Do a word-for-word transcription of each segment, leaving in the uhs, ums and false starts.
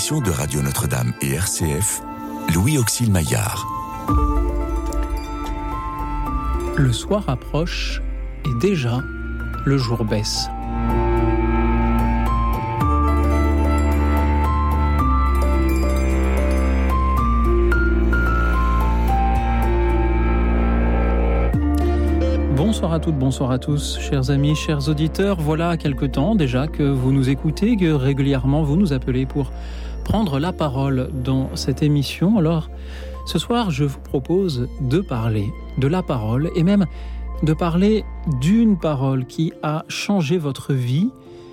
émission de Radio Notre-Dame et R C F, Louis Auxil Maillard. Le soir approche et déjà le jour baisse. Bonsoir à toutes, bonsoir à tous, chers amis, chers auditeurs. Voilà quelque temps déjà que vous nous écoutez, que régulièrement vous nous appelez pour prendre la parole dans cette émission. Alors, ce soir, je vous propose de parler de la parole et même de parler d'une parole qui a changé votre vie,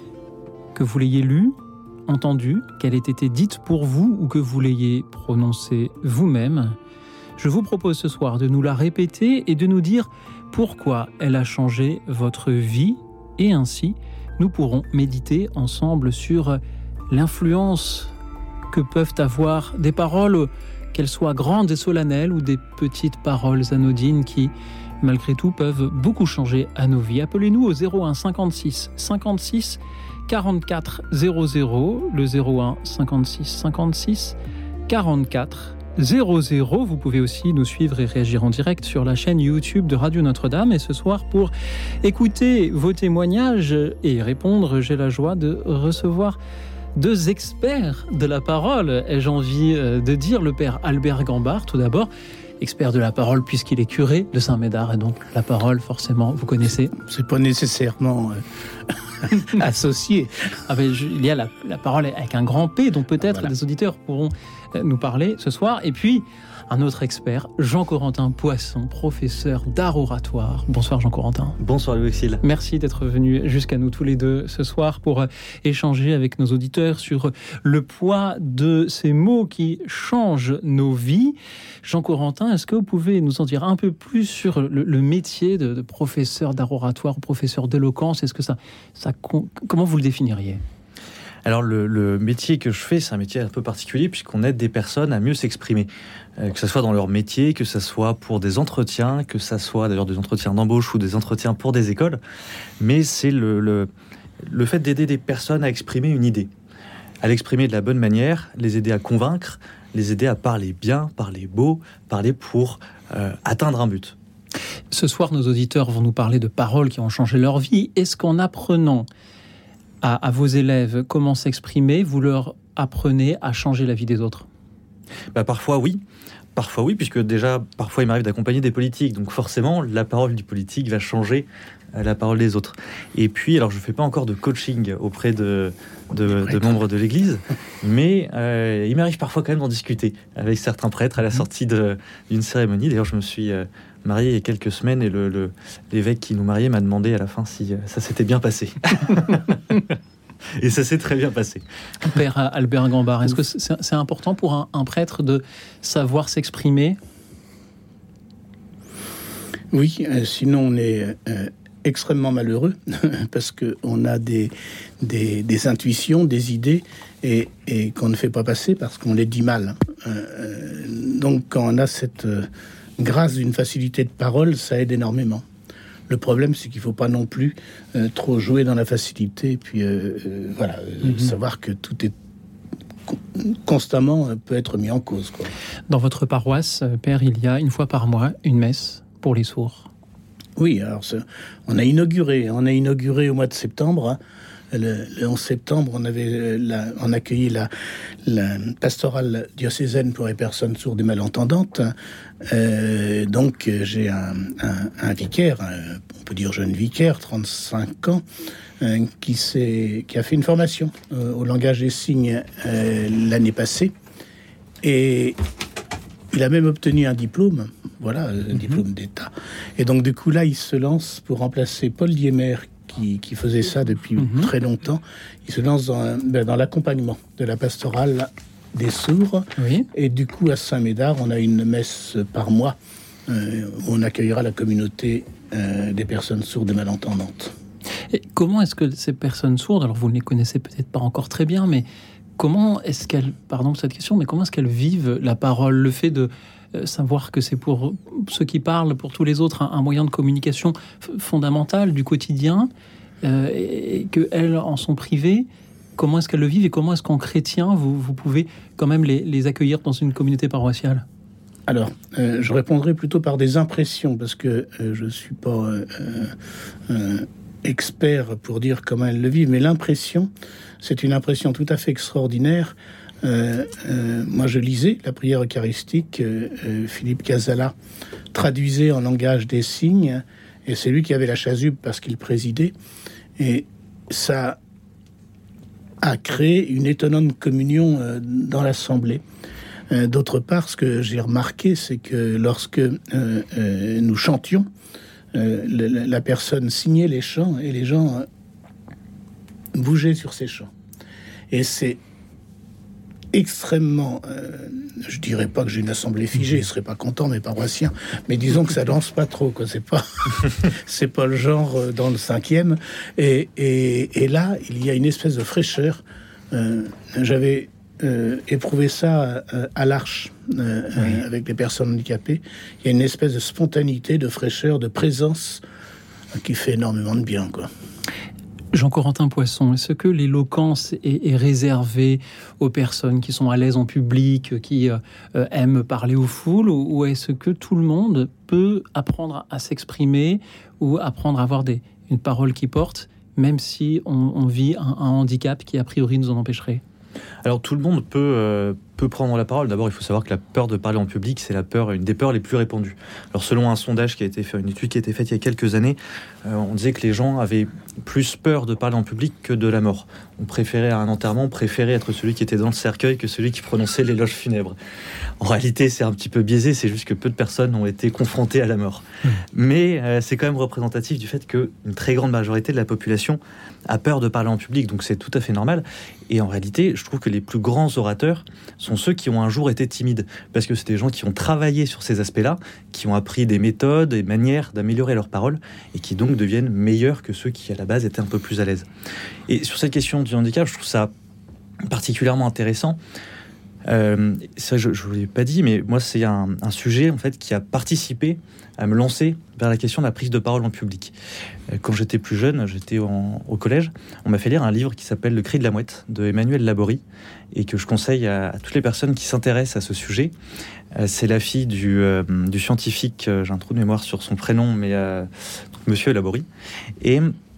que vous l'ayez lue, entendue, qu'elle ait été dite pour vous ou que vous l'ayez prononcée vous-même. Je vous propose ce soir de nous la répéter et de nous dire pourquoi elle a changé votre vie, et ainsi nous pourrons méditer ensemble sur l'influence que peuvent avoir des paroles, qu'elles soient grandes et solennelles ou des petites paroles anodines qui, malgré tout, peuvent beaucoup changer à nos vies. Appelez-nous au zéro un cinquante-six cinquante-six quarante-quatre zéro zéro, le zéro un cinquante-six cinquante-six quarante-quatre zéro zéro. Vous pouvez aussi nous suivre et réagir en direct sur la chaîne YouTube de Radio Notre-Dame. Et ce soir, pour écouter vos témoignages et répondre, j'ai la joie de recevoir deux experts de la parole. Ai-je envie de dire le père Albert Gambard, tout d'abord, expert de la parole puisqu'il est curé de Saint-Médard. Et donc la parole, forcément, vous connaissez. C'est pas nécessairement euh, associé. Ah ben, je, il y a la, la parole avec un grand P, dont peut-être voilà. Les auditeurs pourront nous parler ce soir. Et puis, un autre expert, Jean-Corentin Poisson, professeur d'art oratoire. Bonsoir Jean-Corentin. Bonsoir Louis Auxil. Merci d'être venu jusqu'à nous tous les deux ce soir pour échanger avec nos auditeurs sur le poids de ces mots qui changent nos vies. Jean-Corentin, est-ce que vous pouvez nous en dire un peu plus sur le, le métier de, de professeur d'art oratoire ou professeur d'éloquence ? Est-ce que ça, ça, comment vous le définiriez ? Alors le, le métier que je fais, c'est un métier un peu particulier puisqu'on aide des personnes à mieux s'exprimer, euh, que ce soit dans leur métier, que ce soit pour des entretiens, que ce soit d'ailleurs des entretiens d'embauche ou des entretiens pour des écoles, mais c'est le, le, le fait d'aider des personnes à exprimer une idée, à l'exprimer de la bonne manière, les aider à convaincre, les aider à parler bien, parler beau, parler pour euh, atteindre un but. Ce soir, nos auditeurs vont nous parler de paroles qui ont changé leur vie. Est-ce qu'en apprenant À, à vos élèves comment s'exprimer, vous leur apprenez à changer la vie des autres ? Bah, parfois oui, parfois oui, puisque déjà parfois il m'arrive d'accompagner des politiques, donc forcément la parole du politique va changer la parole des autres. Et puis, alors je ne fais pas encore de coaching auprès de, de, de membres de l'Église, mais euh, il m'arrive parfois quand même d'en discuter avec certains prêtres à la sortie de, d'une cérémonie. D'ailleurs, je me suis euh, marié il y a quelques semaines et le, le, l'évêque qui nous mariait m'a demandé à la fin si euh, ça s'était bien passé. Et ça s'est très bien passé. Père Albert Gambard, est-ce que c'est, c'est important pour un, un prêtre de savoir s'exprimer ? Oui, euh, sinon on est euh, extrêmement malheureux parce qu'on a des, des, des intuitions, des idées et, et qu'on ne fait pas passer parce qu'on les dit mal. Euh, donc quand on a cette euh, grâce d'une facilité de parole, ça aide énormément. Le problème, c'est qu'il ne faut pas non plus euh, trop jouer dans la facilité et puis euh, euh, voilà, mm-hmm. savoir que tout est constamment euh, peut être mis en cause, quoi. Dans votre paroisse, Père, il y a une fois par mois une messe pour les sourds. Oui, alors ça, on a inauguré, on a inauguré au mois de septembre. Hein, le, le onze septembre, on avait, la, on accueilli la, la pastorale diocésaine pour les personnes sourdes et malentendantes. Euh, donc j'ai un, un, un vicaire, un, on peut dire jeune vicaire, trente-cinq ans, euh, qui s'est, qui a fait une formation euh, au langage des signes euh, l'année passée, et il a même obtenu un diplôme. Voilà, un mm-hmm. diplôme d'État. Et donc, du coup, là, il se lance pour remplacer Paul Diemer, qui, qui faisait ça depuis mm-hmm. très longtemps. Il se lance dans, ben, dans l'accompagnement de la pastorale des sourds. Oui. Et du coup, à Saint-Médard, on a une messe par mois euh, où on accueillera la communauté euh, des personnes sourdes et malentendantes. Et comment est-ce que ces personnes sourdes, alors vous ne les connaissez peut-être pas encore très bien, mais comment est-ce qu'elles, pardon pour cette question, mais comment est-ce qu'elles vivent la parole, le fait de savoir que c'est pour ceux qui parlent, pour tous les autres, un, un moyen de communication f- fondamental du quotidien, euh, et, et qu'elles en sont privées. comment est-ce qu'elles le vivent et comment est-ce qu'en chrétien, vous, vous pouvez quand même les, les accueillir dans une communauté paroissiale? Alors, euh, je répondrai plutôt par des impressions, parce que euh, je ne suis pas euh, euh, expert pour dire comment elles le vivent, mais l'impression, c'est une impression tout à fait extraordinaire. Euh, euh, moi, je lisais la prière eucharistique, euh, euh, Philippe Casala traduisait en langage des signes, et c'est lui qui avait la chasuble parce qu'il présidait, et ça a créé une étonnante communion euh, dans l'Assemblée. Euh, d'autre part, ce que j'ai remarqué, c'est que lorsque euh, euh, nous chantions, euh, la, la personne signait les chants et les gens euh, bougeaient sur ces chants. Et c'est extrêmement... Euh, je dirais pas que j'ai une assemblée figée, ils seraient pas contents, mes paroissiens, mais disons que ça danse pas trop, quoi. C'est pas, c'est pas le genre euh, dans le cinquième. Et, et, et là, il y a une espèce de fraîcheur. Euh, j'avais... Euh, éprouver ça euh, à l'Arche euh, oui. euh, avec les personnes handicapées. Il y a une espèce de spontanéité, de fraîcheur, de présence euh, qui fait énormément de bien, quoi. Jean-Corentin Poisson, est-ce que l'éloquence est, est réservée aux personnes qui sont à l'aise en public, qui euh, aiment parler aux foules, ou, ou est-ce que tout le monde peut apprendre à s'exprimer ou apprendre à avoir des, une parole qui porte, même si on, on vit un, un handicap qui a priori nous en empêcherait? Alors tout le monde peut, euh, peut prendre la parole. D'abord, il faut savoir que la peur de parler en public, c'est la peur, une des peurs les plus répandues. Alors selon un sondage qui a été fait, une étude qui a été faite il y a quelques années, euh, on disait que les gens avaient plus peur de parler en public que de la mort. On préférait à un enterrement, on préférait être celui qui était dans le cercueil que celui qui prononçait l'éloge funèbre. En réalité, c'est un petit peu biaisé, c'est juste que peu de personnes ont été confrontées à la mort. Mmh. Mais euh, c'est quand même représentatif du fait qu'une très grande majorité de la population a peur de parler en public, donc c'est tout à fait normal. Et en réalité, je trouve que les plus grands orateurs sont ceux qui ont un jour été timides, parce que c'est des gens qui ont travaillé sur ces aspects-là, qui ont appris des méthodes et manières d'améliorer leur parole, et qui donc deviennent meilleurs que ceux qui, à la base, étaient un peu plus à l'aise. Et sur cette question du handicap, je trouve ça particulièrement intéressant. Euh, ça, je ne vous l'ai pas dit, mais moi, c'est un, un sujet en fait, qui a participé à me lancer vers la question de la prise de parole en public. Quand j'étais plus jeune, j'étais en, au collège, on m'a fait lire un livre qui s'appelle Le cri de la mouette de Emmanuel Laborie et que je conseille à, à toutes les personnes qui s'intéressent à ce sujet. Euh, c'est la fille du, euh, du scientifique, euh, j'ai un trou de mémoire sur son prénom, mais euh, Monsieur Laborie, et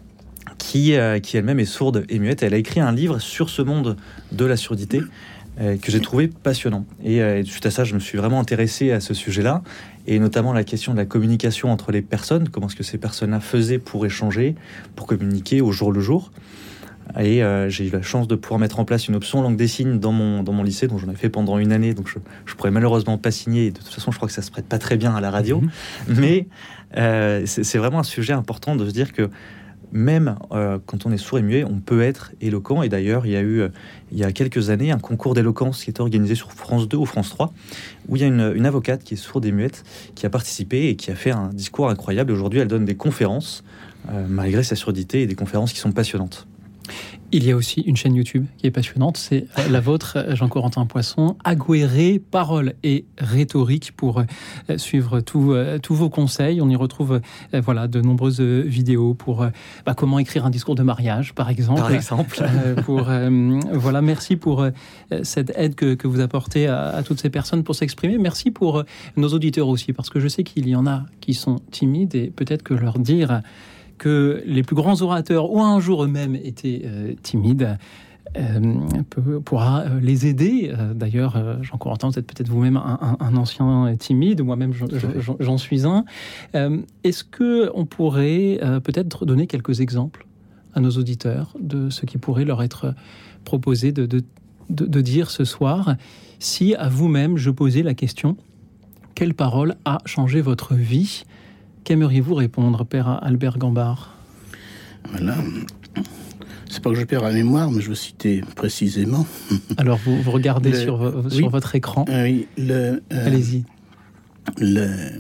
qui, euh, qui elle-même est sourde et muette. Elle a écrit un livre sur ce monde de la surdité euh, que j'ai trouvé passionnant. Et euh, suite à ça, je me suis vraiment intéressé à ce sujet-là, et notamment la question de la communication entre les personnes, comment est-ce que ces personnes-là faisaient pour échanger, pour communiquer au jour le jour. Et euh, j'ai eu la chance de pouvoir mettre en place une option langue des signes dans mon, dans mon lycée, dont j'en ai fait pendant une année, donc je ne pourrais malheureusement pas signer, et de toute façon je crois que ça ne se prête pas très bien à la radio, mmh. mais euh, c'est, c'est vraiment un sujet important de se dire que même euh, quand on est sourd et muet, on peut être éloquent. Et d'ailleurs, il y a eu, euh, il y a quelques années, un concours d'éloquence qui était organisé sur France deux ou France trois, où il y a une, une avocate qui est sourde et muette, qui a participé et qui a fait un discours incroyable. Aujourd'hui, elle donne des conférences, euh, malgré sa surdité, et des conférences qui sont passionnantes. Il y a aussi une chaîne YouTube qui est passionnante, c'est la vôtre, Jean-Corentin Poisson, Aguerré, parole et rhétorique, pour suivre tous tous vos conseils. On y retrouve voilà, de nombreuses vidéos pour bah, comment écrire un discours de mariage, par exemple. Par exemple. Euh, pour, euh, voilà, merci pour euh, cette aide que, que vous apportez à, à toutes ces personnes pour s'exprimer. Merci pour euh, nos auditeurs aussi, parce que je sais qu'il y en a qui sont timides, et peut-être que leur dire que les plus grands orateurs, ou un jour eux-mêmes étaient euh, timides, euh, peut, pourra les aider. Euh, d'ailleurs, euh, Jean-Corentin, vous êtes peut-être vous-même un, un, un ancien timide, moi-même j'en, j'en, j'en suis un. Euh, est-ce qu'on pourrait euh, peut-être donner quelques exemples à nos auditeurs de ce qui pourrait leur être proposé de, de, de, de dire ce soir, si à vous-même je posais la question « Quelle parole a changé votre vie ?» Qu'aimeriez-vous répondre, Père Albert Gambard ? Voilà. C'est pas que je perds la mémoire, mais je veux citer précisément. Alors, vous, vous regardez le, sur, vo- sur oui, votre écran. euh, oui, le, euh, Allez-y. Le,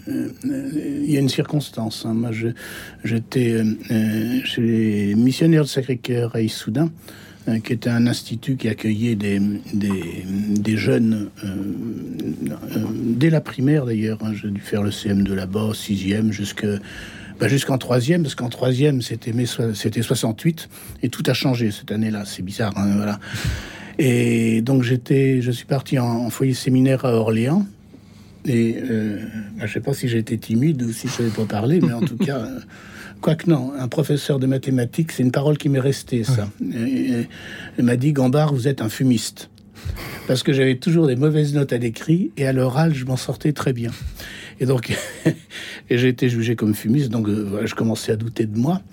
euh, il y a une circonstance. Hein. Moi, je, j'étais euh, chez les missionnaires du Sacré-Cœur à Issoudun, euh, qui était un institut qui accueillait des, des, des jeunes euh, euh, dès la primaire d'ailleurs. Hein. J'ai dû faire le C M deux là-bas, sixième, jusqu'à Ben, jusqu'en troisième, parce qu'en troisième, c'était, mai, c'était soixante-huit, et tout a changé cette année-là. C'est bizarre, hein, voilà. Et donc, j'étais, je suis parti en, en foyer séminaire à Orléans. Et euh, ben, je ne sais pas si j'étais timide ou si je ne savais pas parler, mais en tout cas, euh, quoique non, un professeur de mathématiques, c'est une parole qui m'est restée, ça. Ouais. Et, et, il m'a dit, Gambard, vous êtes un fumiste. Parce que j'avais toujours des mauvaises notes à l'écrit, et à l'oral, je m'en sortais très bien. Et donc, et j'ai été jugé comme fumiste, donc euh, voilà, je commençais à douter de moi.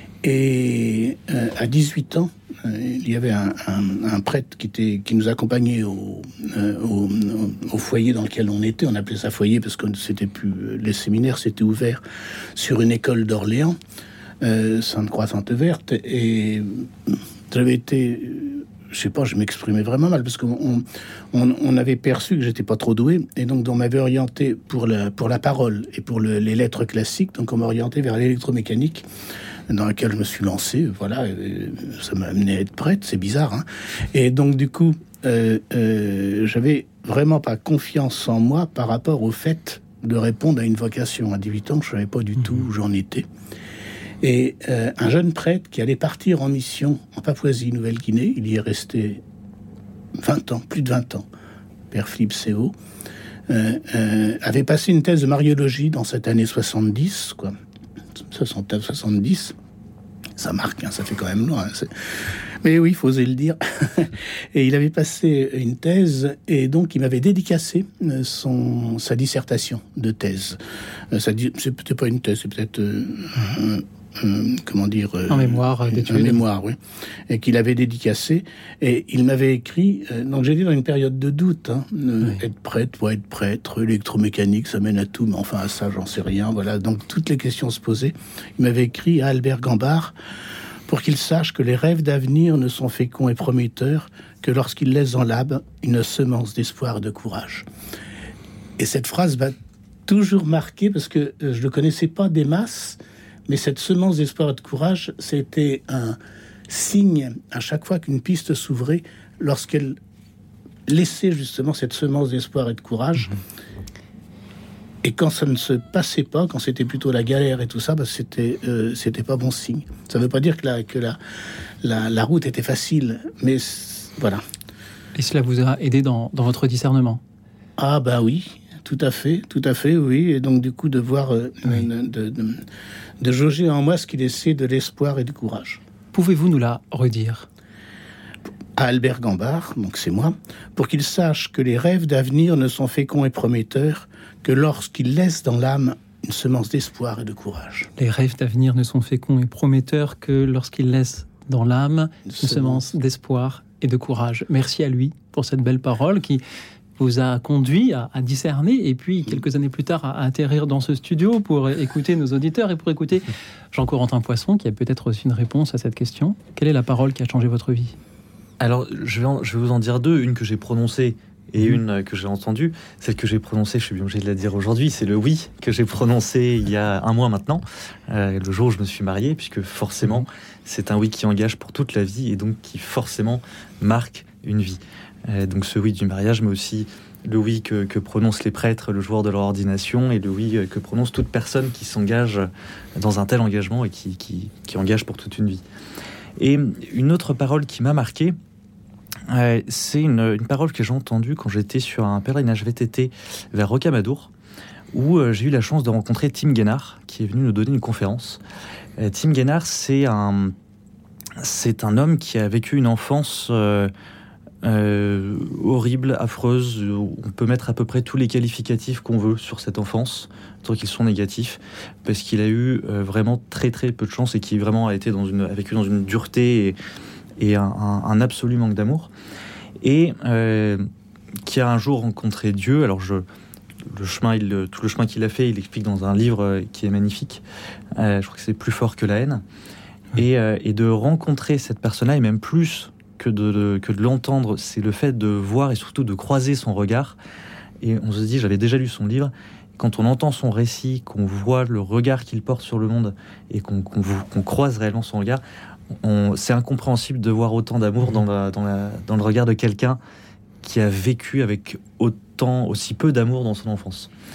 Et euh, à dix-huit ans, euh, il y avait un, un, un prêtre qui, était, qui nous accompagnait au, euh, au, au foyer dans lequel on était. On appelait ça foyer parce que c'était plus, les séminaires s'étaient ouverts sur une école d'Orléans, euh, Sainte-Croix-Sainte-Verte. Et j'avais été... Je sais pas, je m'exprimais vraiment mal parce qu'on on, on avait perçu que j'étais pas trop doué et donc on m'avait orienté pour la, pour la parole et pour le, les lettres classiques, donc on m'a orienté vers l'électromécanique dans laquelle je me suis lancé, voilà, ça m'a amené à être prêtre, c'est bizarre, hein. Et donc du coup, euh, euh, j'avais vraiment pas confiance en moi par rapport au fait de répondre à une vocation. À dix-huit ans, je savais pas du tout où j'en étais. Et euh, un jeune prêtre qui allait partir en mission en Papouasie, Nouvelle-Guinée, il y est resté vingt ans, plus de vingt ans, Père Philippe Séau, euh, euh, avait passé une thèse de mariologie dans cette année soixante-dix, quoi, soixante-neuf soixante-dix, ça marque, hein, ça fait quand même loin, hein, c'est... mais oui, il faut oser le dire. Et il avait passé une thèse, et donc il m'avait dédicacé son, sa dissertation de thèse. Euh, ça, c'est peut-être pas une thèse, c'est peut-être... Euh, euh, Euh, comment dire euh, en mémoire d'études. En mémoire, oui. Et qu'il avait dédicacé. Et il m'avait écrit. Euh, donc j'étais dans une période de doute. Hein, euh, oui. Être prêtre, ouais, être prêtre, électromécanique, ça mène à tout, mais enfin à ça, j'en sais rien. Voilà. Donc toutes les questions se posaient. Il m'avait écrit à Albert Gambard pour qu'il sache que les rêves d'avenir ne sont féconds et prometteurs que lorsqu'ils laissent dans l'âme une semence d'espoir et de courage. Et cette phrase m'a toujours marqué parce que euh, je le connaissais pas des masses. Mais cette semence d'espoir et de courage, c'était un signe à chaque fois qu'une piste s'ouvrait, lorsqu'elle laissait justement cette semence d'espoir et de courage. Mmh. Et quand ça ne se passait pas, quand c'était plutôt la galère et tout ça, bah c'était, euh, c'était pas bon signe. Ça ne veut pas dire que, la, que la, la, la route était facile, mais voilà. Et cela vous a aidé dans, dans votre discernement ? Ah bah oui, tout à fait, tout à fait, oui. Et donc du coup de voir... Euh, oui. de, de, de, de jauger en moi ce qui laissait de l'espoir et du courage. Pouvez-vous nous la redire ? À Albert Gambard, donc c'est moi, pour qu'il sache que les rêves d'avenir ne sont féconds et prometteurs que lorsqu'ils laissent dans l'âme une semence d'espoir et de courage. Les rêves d'avenir ne sont féconds et prometteurs que lorsqu'ils laissent dans l'âme une, une semence. semence d'espoir et de courage. Merci à lui pour cette belle parole qui vous a conduit à, à discerner et puis quelques années plus tard à, à atterrir dans ce studio pour écouter nos auditeurs et pour écouter Jean-Corentin Poisson qui a peut-être aussi une réponse à cette question. Quelle est la parole qui a changé votre vie ? Alors, je vais, en, je vais vous en dire deux. Une que j'ai prononcée et mmh. une que j'ai entendue. Celle que j'ai prononcée, je suis bien obligé de la dire aujourd'hui, c'est le oui que j'ai prononcé il y a un mois maintenant, euh, le jour où je me suis marié, puisque forcément, mmh. c'est un oui qui engage pour toute la vie et donc qui forcément marque une vie. Euh, donc ce oui du mariage, mais aussi le oui que, que prononcent les prêtres le jour de leur ordination et le oui que prononce toute personne qui s'engage dans un tel engagement et qui, qui, qui engage pour toute une vie. Et une autre parole qui m'a marqué, euh, c'est une, une parole que j'ai entendue quand j'étais sur un pèlerinage V T T vers Rocamadour, où euh, j'ai eu la chance de rencontrer Tim Guénard, qui est venu nous donner une conférence. Euh, Tim Guénard, c'est un, c'est un homme qui a vécu une enfance... Euh, Euh, horrible, affreuse. On peut mettre à peu près tous les qualificatifs qu'on veut sur cette enfance, tant qu'ils sont négatifs, parce qu'il a eu euh, vraiment très très peu de chance et qui vraiment a été dans une, a vécu dans une dureté et, et un, un, un absolu manque d'amour, et euh, qui a un jour rencontré Dieu. Alors je, le chemin, il, tout le chemin qu'il a fait, il explique dans un livre qui est magnifique. Euh, je crois que c'est Plus fort que la haine, et, euh, et de rencontrer cette personne-là, et même plus que de, de, que de l'entendre, c'est le fait de voir et surtout de croiser son regard. Et on se dit, j'avais déjà lu son livre, quand on entend son récit, qu'on voit le regard qu'il porte sur le monde et qu'on, qu'on, qu'on croise réellement son regard, on, c'est incompréhensible de voir autant d'amour dans, la, dans, la, dans le regard de quelqu'un qui a vécu avec autant, aussi peu d'amour dans son enfance.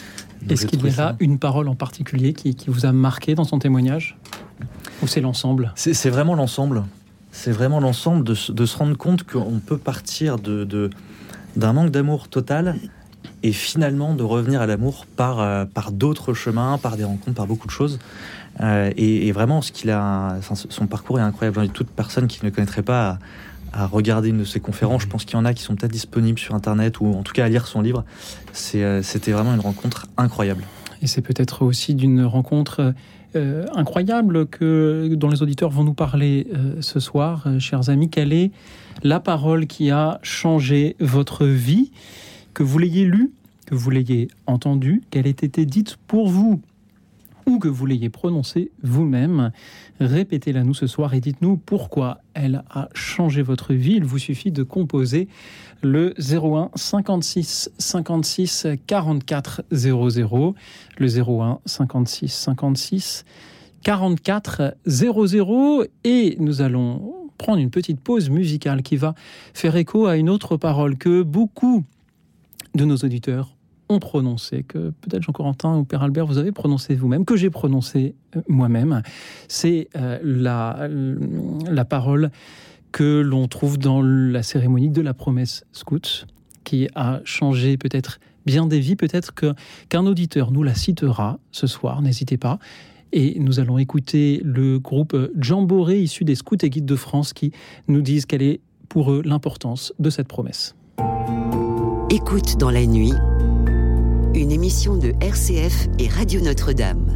Est-ce qu'il y a là une parole en particulier qui, qui vous a marqué dans son témoignage ? Ou c'est l'ensemble ? c'est, c'est vraiment l'ensemble. C'est vraiment l'ensemble de, de se rendre compte qu'on peut partir de, de, d'un manque d'amour total et finalement de revenir à l'amour par, euh, par d'autres chemins, par des rencontres, par beaucoup de choses. Euh, et, et vraiment, ce qu'il a, son parcours est incroyable. J'invite toute personne qui ne le connaîtrait pas à, à regarder une de ses conférences. Je pense qu'il y en a qui sont peut-être disponibles sur Internet ou en tout cas à lire son livre. C'est, euh, c'était vraiment une rencontre incroyable. Et c'est peut-être aussi d'une rencontre euh, incroyable que, dont les auditeurs vont nous parler euh, ce soir, euh, chers amis. Quelle est la parole qui a changé votre vie ? Que vous l'ayez lue, que vous l'ayez entendue, qu'elle ait été dite pour vous ou que vous l'ayez prononcée vous-même, répétez-la nous ce soir et dites-nous pourquoi elle a changé votre vie. Il vous suffit de composer le zéro un cinquante-six cinquante-six quarante-quatre zéro zéro, le zéro un cinquante-six cinquante-six quarante-quatre zéro zéro, et nous allons prendre une petite pause musicale qui va faire écho à une autre parole que beaucoup de nos auditeurs ont prononcé, que peut-être Jean-Corentin ou Père Albert, vous avez prononcé vous-même, que j'ai prononcé moi-même. C'est euh, la, la parole que l'on trouve dans la cérémonie de la promesse scout, qui a changé peut-être bien des vies. Peut-être que, qu'un auditeur nous la citera ce soir, n'hésitez pas. Et nous allons écouter le groupe Jamboree, issu des Scouts et Guides de France, qui nous disent quelle est pour eux l'importance de cette promesse. Écoute dans la nuit, une émission de R C F et Radio Notre-Dame.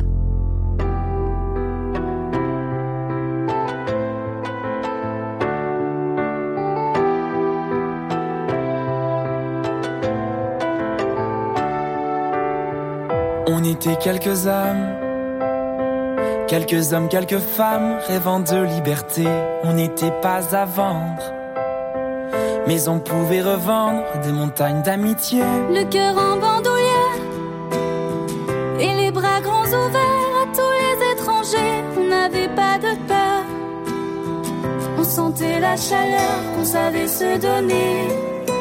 On était quelques âmes, quelques hommes, quelques femmes, rêvant de liberté. On n'était pas à vendre, mais on pouvait revendre des montagnes d'amitié. Le cœur en bandoulière et les bras grands ouverts à tous les étrangers. On n'avait pas de peur, on sentait la chaleur qu'on savait se donner.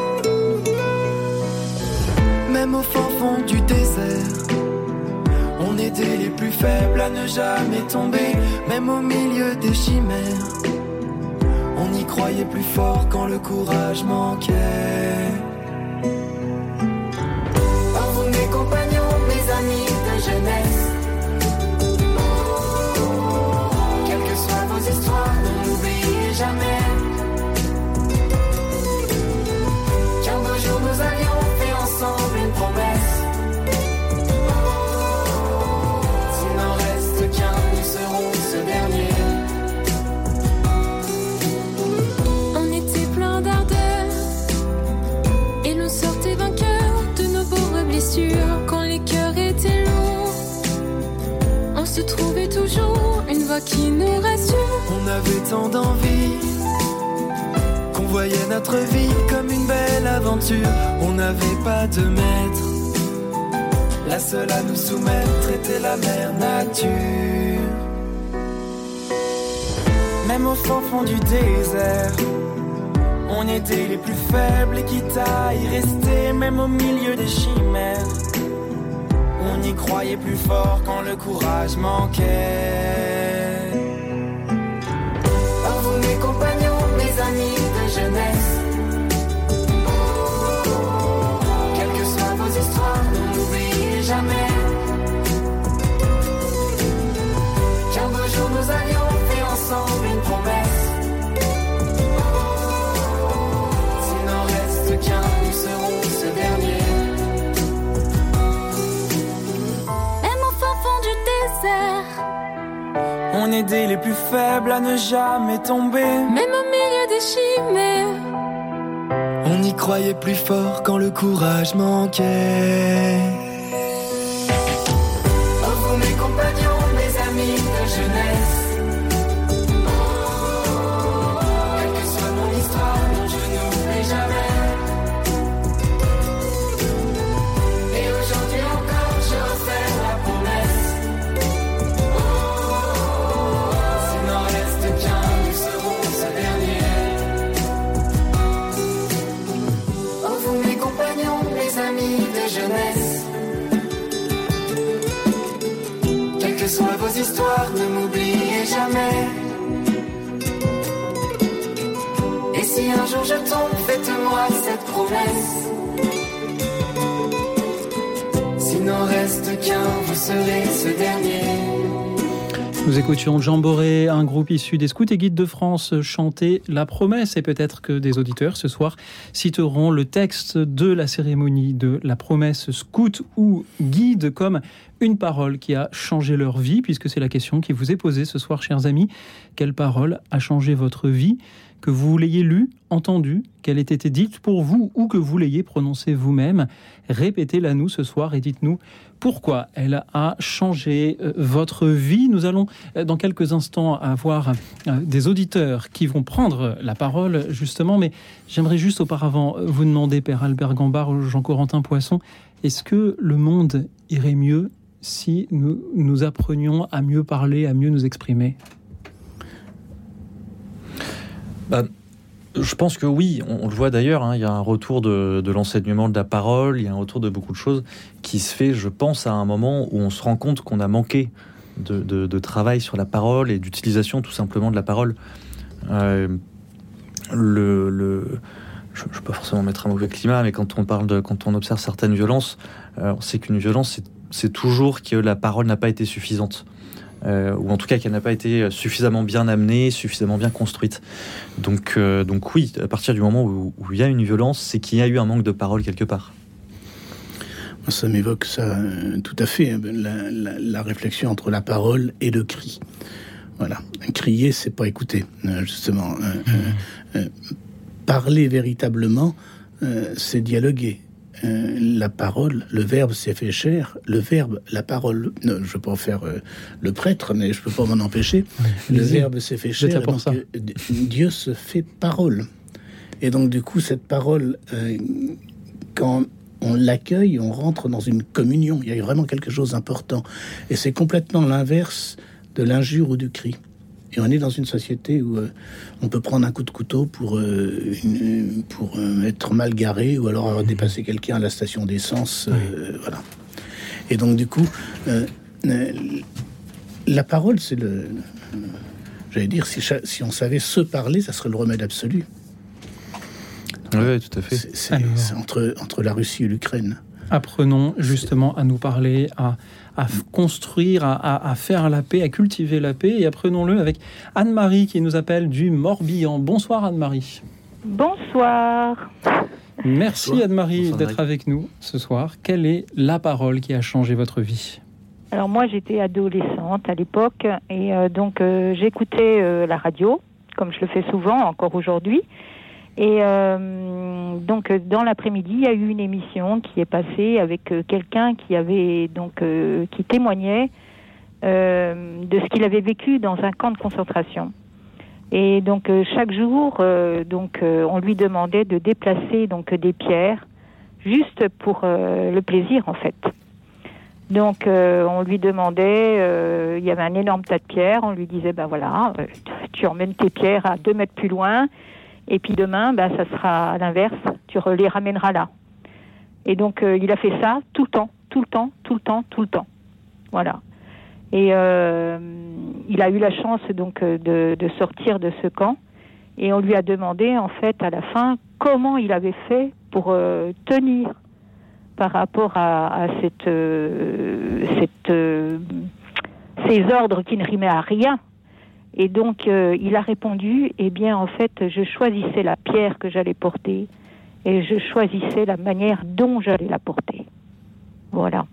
Même au fin fond du désert, on était les plus faibles à ne jamais tomber. Même au milieu des chimères, on y croyait plus fort quand le courage manquait. Oh, vous mes compagnons, mes amis de jeunesse, quelles que soient vos histoires, ne l'oubliez jamais. Qu'un beau jour nous allions fait ensemble une promesse. S'il n'en reste qu'un, nous serons ce dernier. Quand les cœurs étaient lourds, on se trouvait toujours une voix qui nous rassure. On avait tant d'envie qu'on voyait notre vie comme une belle aventure. On n'avait pas de maître, la seule à nous soumettre était la mère nature. Même au fin fond du désert, on était les plus faibles et quitte à y rester. Même au milieu des chimères, on y croyait plus fort quand le courage manquait. Oh, vous mes compagnons, mes amis de jeunesse, quelles que soient vos histoires, ne l'oubliez jamais. Qu'un beau jour nous allions faire ensemble une promesse. Qu'un, nous serons ce dernier. Même au fin fond du désert, on aidait les plus faibles à ne jamais tomber. Même au milieu des chimères, on y croyait plus fort quand le courage manquait. Oh, vous mes compagnons, mes amis de jeunesse, quelle que soit mon histoire, non, je n'oublie jamais. que soient vos histoires, ne m'oubliez jamais. Et si un jour je tombe, faites-moi cette promesse. S'il n'en reste qu'un, vous serez ce dernier. Nous écoutions Jean Boré, un groupe issu des Scouts et Guides de France, chanter La Promesse. Et peut-être que des auditeurs ce soir citeront le texte de la cérémonie de la promesse scout ou guide comme une parole qui a changé leur vie, puisque c'est la question qui vous est posée ce soir, chers amis. Quelle parole a changé votre vie ? Que vous l'ayez lue, entendue, qu'elle ait été dite pour vous ou que vous l'ayez prononcée vous-même, répétez-la nous ce soir et dites-nous pourquoi elle a changé votre vie. Nous allons dans quelques instants avoir des auditeurs qui vont prendre la parole justement, mais j'aimerais juste auparavant vous demander, Père Albert Gambard ou Jean-Corentin Poisson, est-ce que le monde irait mieux si nous, nous apprenions à mieux parler, à mieux nous exprimer ? Bah, je pense que oui, on, on le voit d'ailleurs, hein, il y a un retour de, de l'enseignement de la parole, il y a un retour de beaucoup de choses qui se fait, je pense, à un moment où on se rend compte qu'on a manqué de, de, de travail sur la parole et d'utilisation tout simplement de la parole. Euh, le, le, je ne veux pas forcément mettre un mauvais climat, mais quand on parle de, quand on observe certaines violences, euh, on sait qu'une violence, c'est, c'est toujours que la parole n'a pas été suffisante. Euh, ou en tout cas qu'elle n'a pas été suffisamment bien amenée, suffisamment bien construite. Donc, euh, donc oui, à partir du moment où, où il y a une violence, c'est qu'il y a eu un manque de parole quelque part. Ça m'évoque ça euh, tout à fait, la, la, la réflexion entre la parole et le cri. Voilà, crier, c'est pas écouter, euh, justement. Euh, mmh. euh, euh, parler véritablement, euh, c'est dialoguer. Euh, la parole, le verbe s'est fait chair, le verbe, la parole, non, je ne veux pas faire euh, le prêtre, mais je ne peux pas m'en empêcher, oui, le verbe s'est fait chair, donc euh, Dieu se fait parole. Et donc du coup, cette parole, euh, quand on l'accueille, on rentre dans une communion, il y a vraiment quelque chose d'important. Et c'est complètement l'inverse de l'injure ou du cri. Et on est dans une société où euh, on peut prendre un coup de couteau pour, euh, une, pour euh, être mal garé ou alors avoir dépassé quelqu'un à la station d'essence. Euh, oui. Voilà. Et donc, du coup, euh, euh, la parole, c'est le... Euh, j'allais dire, si, si on savait se parler, ça serait le remède absolu. Oui, oui, tout à fait. C'est, c'est, c'est entre, entre la Russie et l'Ukraine. Apprenons justement à nous parler, à, à construire, à, à, à faire la paix, à cultiver la paix. Et apprenons-le avec Anne-Marie qui nous appelle du Morbihan. Bonsoir Anne-Marie. Bonsoir. Merci Bonsoir. Anne-Marie Bonsoir, d'être Marie. Avec nous ce soir. Quelle est la parole qui a changé votre vie ? Alors moi j'étais adolescente à l'époque et euh, donc euh, j'écoutais euh, la radio, comme je le fais souvent encore aujourd'hui. Et euh, donc dans l'après-midi, il y a eu une émission qui est passée avec euh, quelqu'un qui avait donc euh, qui témoignait euh, de ce qu'il avait vécu dans un camp de concentration. Et donc euh, chaque jour, euh, donc euh, on lui demandait de déplacer donc des pierres, juste pour euh, le plaisir en fait. Donc euh, on lui demandait, euh, il y avait un énorme tas de pierres, on lui disait ben voilà, euh, tu emmènes tes pierres à deux mètres plus loin. Et puis demain, bah, ça sera à l'inverse, tu les ramèneras là. Et donc, euh, il a fait ça tout le temps, tout le temps, tout le temps, tout le temps. Voilà. Et euh, il a eu la chance donc de, de sortir de ce camp. Et on lui a demandé, en fait, à la fin, comment il avait fait pour euh, tenir par rapport à, à cette, euh, cette, euh, ces ordres qui ne rimaient à rien. Et donc, euh, il a répondu, eh bien, en fait, je choisissais la pierre que j'allais porter et je choisissais la manière dont j'allais la porter. Voilà.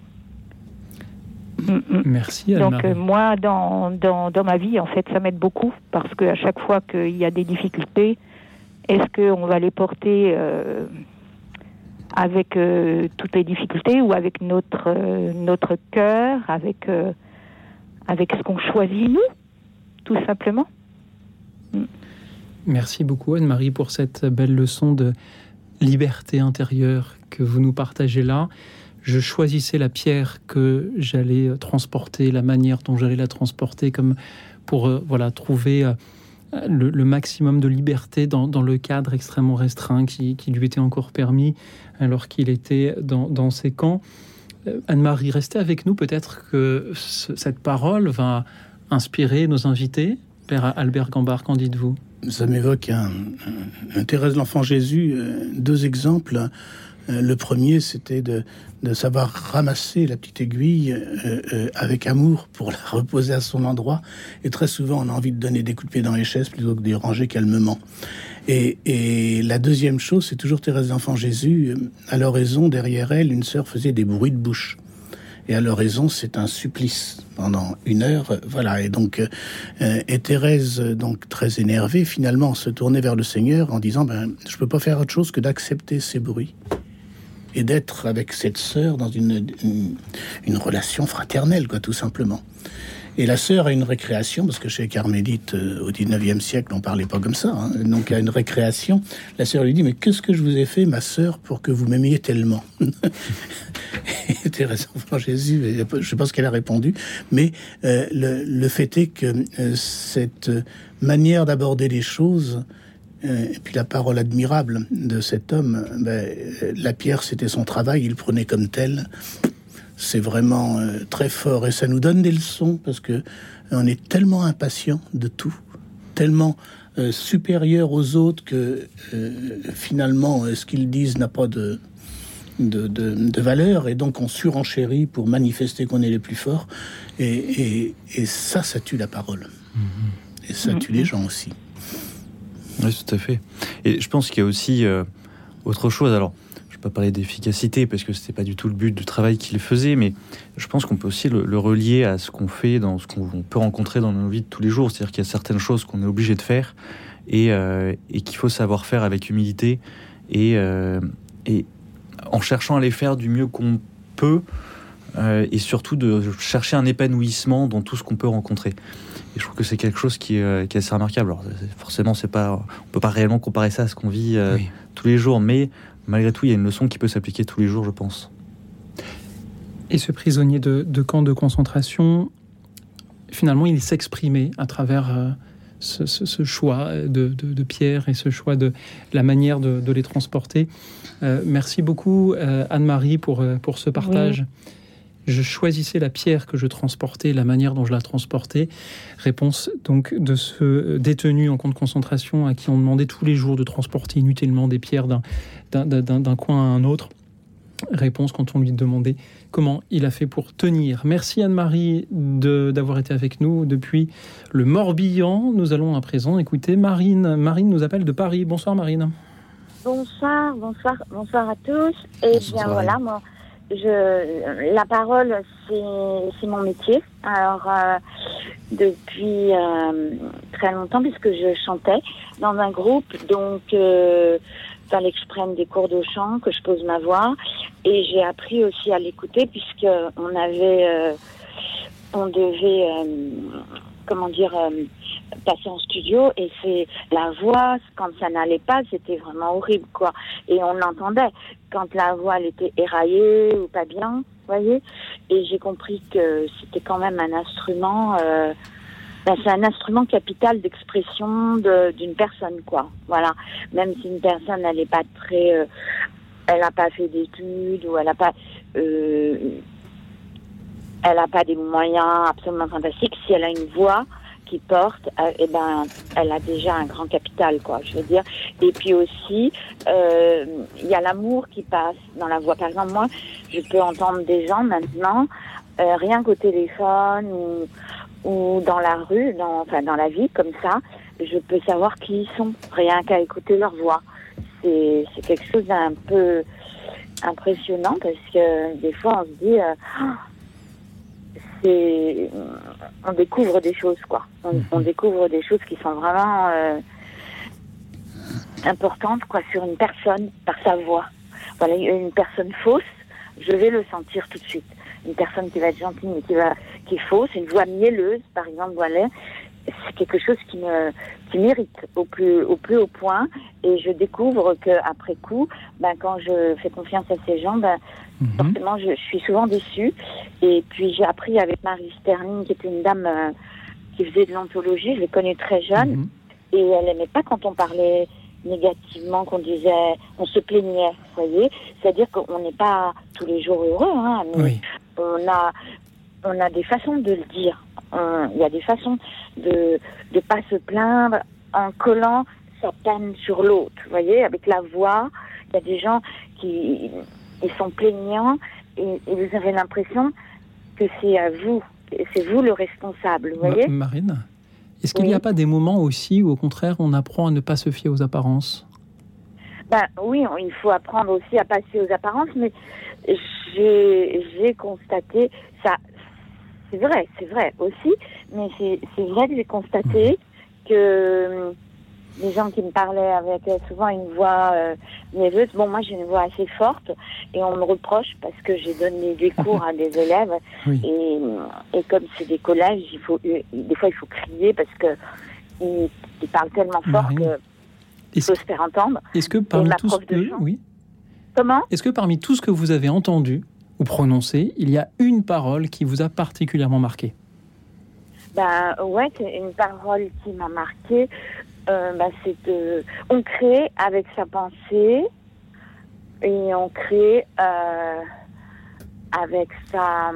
Merci, Anne-Marie. Donc, euh, moi, dans, dans, dans ma vie, en fait, ça m'aide beaucoup parce qu'à chaque fois qu'il y a des difficultés, est-ce qu'on va les porter euh, avec euh, toutes les difficultés ou avec notre, euh, notre cœur, avec, euh, avec ce qu'on choisit, nous ? Tout simplement. Merci beaucoup Anne-Marie pour cette belle leçon de liberté intérieure que vous nous partagez là. Je choisissais la pierre que j'allais transporter, la manière dont j'allais la transporter, comme pour euh, voilà, trouver euh, le, le maximum de liberté dans, dans le cadre extrêmement restreint qui, qui lui était encore permis alors qu'il était dans, dans ces camps. Anne-Marie, restez avec nous. Peut-être que ce, cette parole va inspirer nos invités. Père Albert Gambard, qu'en dites-vous ? Ça m'évoque un, un, un Thérèse de l'Enfant Jésus. Euh, deux exemples. Euh, le premier, c'était de, de savoir ramasser la petite aiguille euh, euh, avec amour pour la reposer à son endroit. Et très souvent, on a envie de donner des coups de pied dans les chaises plutôt que de les ranger calmement. Et, et la deuxième chose, c'est toujours Thérèse de l'Enfant Jésus. À l'oraison, derrière elle, une sœur faisait des bruits de bouche. Et à l'oraison, c'est un supplice pendant une heure, voilà. Et donc, euh, et Thérèse, donc très énervée, finalement, se tournait vers le Seigneur en disant, ben, je peux pas faire autre chose que d'accepter ces bruits et d'être avec cette sœur dans une, une, une relation fraternelle, quoi, tout simplement. Et la sœur a une récréation, parce que chez les Carmélites, euh, au dix-neuvième siècle, on parlait pas comme ça, hein. Donc à une récréation, la sœur lui dit, mais qu'est-ce que je vous ai fait, ma sœur, pour que vous m'aimiez tellement? Et Thérèse Enfant Jésus, je sais pas ce qu'elle a répondu, mais euh, le, le fait est que euh, cette manière d'aborder les choses, euh, et puis la parole admirable de cet homme, ben, la pierre, c'était son travail, il le prenait comme tel. C'est vraiment euh, très fort et ça nous donne des leçons parce que euh, on est tellement impatient de tout, tellement euh, supérieur aux autres que euh, finalement euh, ce qu'ils disent n'a pas de, de, de, de valeur et donc on surenchérit pour manifester qu'on est les plus forts et, et, et ça, ça tue la parole. Mmh. Et ça mmh. tue les gens aussi. Oui, tout à fait. Et je pense qu'il y a aussi euh, autre chose. Alors, pas parler d'efficacité parce que c'était pas du tout le but du travail qu'il faisait, mais je pense qu'on peut aussi le, le relier à ce qu'on fait, dans ce qu'on peut rencontrer dans nos vies de tous les jours. C'est-à-dire qu'il y a certaines choses qu'on est obligé de faire et, euh, et qu'il faut savoir faire avec humilité et, euh, et en cherchant à les faire du mieux qu'on peut euh, et surtout de chercher un épanouissement dans tout ce qu'on peut rencontrer. Et je trouve que c'est quelque chose qui est, qui est assez remarquable. Alors, forcément, c'est pas, on peut pas réellement comparer ça à ce qu'on vit euh, oui. tous les jours, mais malgré tout, il y a une leçon qui peut s'appliquer tous les jours, je pense. Et ce prisonnier de, de camp de concentration, finalement, il s'exprimait à travers euh, ce, ce, ce choix de, de, de pierre et ce choix de la manière de, de les transporter. Euh, merci beaucoup, euh, Anne-Marie, pour, pour ce partage. Oui. Je choisissais la pierre que je transportais, la manière dont je la transportais. Réponse donc de ce détenu en camp de concentration à qui on demandait tous les jours de transporter inutilement des pierres d'un, d'un, d'un, d'un coin à un autre. Réponse quand on lui demandait comment il a fait pour tenir. Merci Anne-Marie de, d'avoir été avec nous depuis le Morbihan. Nous allons à présent écouter Marine. Marine nous appelle de Paris. Bonsoir Marine. Bonsoir, bonsoir, bonsoir à tous. Et bonsoir, bien voilà, moi... Je, la parole, c'est, c'est mon métier. Alors, euh, depuis euh, très longtemps, puisque je chantais dans un groupe, donc euh, fallait que je prenne des cours de chant, que je pose ma voix, et j'ai appris aussi à l'écouter, puisque on avait, euh, on devait, euh, comment dire, euh, passer en studio, et c'est la voix, quand ça n'allait pas, c'était vraiment horrible, quoi. Et on l'entendait quand la voix elle était éraillée ou pas bien, vous voyez. Et j'ai compris que c'était quand même un instrument, euh, ben c'est un instrument capital d'expression de, d'une personne, quoi. Voilà. Même si une personne elle n'est pas très, euh, elle n'a pas fait d'études ou elle n'a pas, euh, elle n'a pas des moyens absolument fantastiques, si elle a une voix qui porte, euh, et ben, elle a déjà un grand capital, quoi, je veux dire. Et puis aussi, il euh, y a l'amour qui passe dans la voix. Par exemple, moi, je peux entendre des gens maintenant, euh, rien qu'au téléphone ou, ou dans la rue, dans, enfin dans la vie, comme ça, je peux savoir qui ils sont, rien qu'à écouter leur voix. C'est, c'est quelque chose d'un peu impressionnant parce que des fois, on se dit... Euh, C'est, on découvre des choses, quoi. On, on découvre des choses qui sont vraiment euh, importantes, quoi, sur une personne, par sa voix. Voilà, une personne fausse, je vais le sentir tout de suite. Une personne qui va être gentille, mais qui va, qui est fausse, une voix mielleuse, par exemple, voilà, c'est quelque chose qui me, qui mérite au plus, au plus haut point. Et je découvre que après coup, ben, quand je fais confiance à ces gens, ben, Mm-hmm. forcément, je, je suis souvent déçue. Et puis, j'ai appris avec Marie Sterling, qui était une dame euh, qui faisait de l'anthologie. Je l'ai connue très jeune. Mm-hmm. Et elle n'aimait pas quand on parlait négativement, qu'on disait, on se plaignait, vous voyez. C'est-à-dire qu'on n'est pas tous les jours heureux, hein, mais Oui. on a, on a des façons de le dire. On- Il y a des façons de ne pas se plaindre en collant sa peine sur l'autre, vous voyez, avec la voix. Il y a des gens qui ils sont plaignants et, et vous avez l'impression que c'est à vous, c'est vous le responsable, vous voyez. Ma- Marine, est-ce qu'il Oui. n'y a pas des moments aussi où, au contraire, on apprend à ne pas se fier aux apparences ? Ben, oui, on- il faut apprendre aussi à passer aux apparences, mais j'ai, j'ai constaté, ça, c'est vrai, c'est vrai aussi, mais c'est, c'est vrai que j'ai constaté que hum, les gens qui me parlaient avec euh, souvent une voix euh, nerveuse, bon, moi j'ai une voix assez forte et on me reproche parce que j'ai donné des cours à des élèves Oui. et, et comme c'est des collèges, il faut, des fois il faut crier parce que ils, ils parlent tellement fort Marine, que il Est-ce, faut se faire entendre. est-ce que parmi ma tout ce prof de que, chant. oui, Comment? est-ce que parmi tout ce que vous avez entendu ou prononcé, il y a une parole qui vous a particulièrement marqué ? Ben ouais, c'est une parole qui m'a marquée. Euh, ben, c'est de, on crée avec sa pensée et on crée euh, avec sa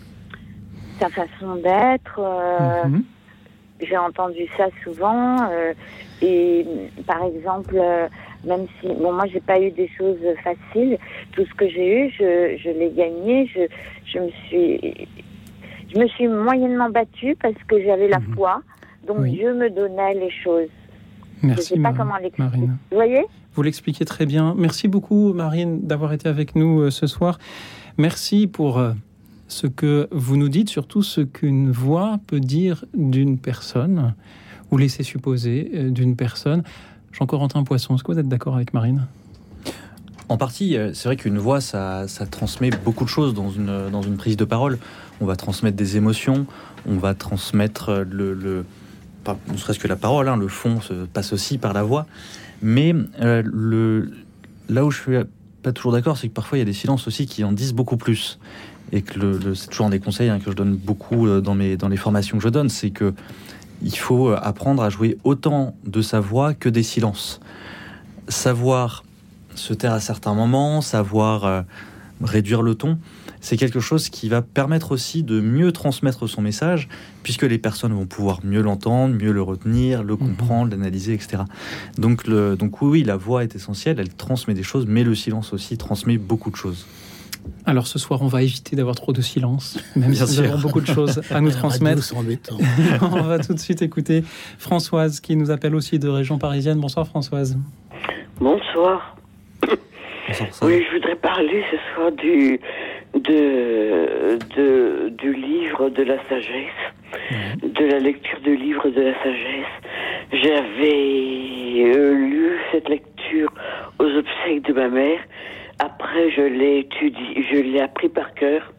sa façon d'être. Euh, Mhm. J'ai entendu ça souvent euh, et par exemple, euh, même si bon moi j'ai pas eu des choses faciles, tout ce que j'ai eu, je, je l'ai gagné. Je je me suis je me suis moyennement battue parce que j'avais la Mhm. foi, donc Oui. Dieu me donnait les choses. je Merci, sais pas Marine. comment l'expliquer. Marine. Vous voyez? Vous l'expliquez très bien. Merci beaucoup, Marine, d'avoir été avec nous euh, ce soir. Merci pour euh, ce que vous nous dites, surtout ce qu'une voix peut dire d'une personne, ou laisser supposer euh, d'une personne. Jean-Corentin Poisson, est-ce que vous êtes d'accord avec Marine ? En partie, euh, c'est vrai qu'une voix, ça, ça transmet beaucoup de choses dans une, dans une prise de parole. On va transmettre des émotions, on va transmettre le... le pas, ne serait-ce que la parole, hein, le fond se passe aussi par la voix. Mais euh, le, là où je suis pas toujours d'accord, c'est que parfois il y a des silences aussi qui en disent beaucoup plus. Et que le, le, c'est toujours un des conseils hein, que je donne beaucoup euh, dans, mes, dans les formations que je donne, c'est que il faut apprendre à jouer autant de sa voix que des silences. Savoir se taire à certains moments, savoir euh, réduire le ton, c'est quelque chose qui va permettre aussi de mieux transmettre son message, puisque les personnes vont pouvoir mieux l'entendre, mieux le retenir, le comprendre, l'analyser, et cetera. Donc, le, donc oui, oui, la voix est essentielle, elle transmet des choses, mais le silence aussi transmet beaucoup de choses. Alors ce soir, on va éviter d'avoir trop de silence, même Bien si sûr. nous avons beaucoup de choses à nous La radio, transmettre. c'est embêtant. On va tout de suite écouter Françoise, qui nous appelle aussi de région parisienne. Bonsoir Françoise. Bonsoir. Bonsoir, ça. Oui, je voudrais parler ce soir du, de, de, du livre de la sagesse, de la lecture du livre de la sagesse. J'avais euh, lu cette lecture aux obsèques de ma mère. Après, je l'ai étudié, je l'ai appris par cœur.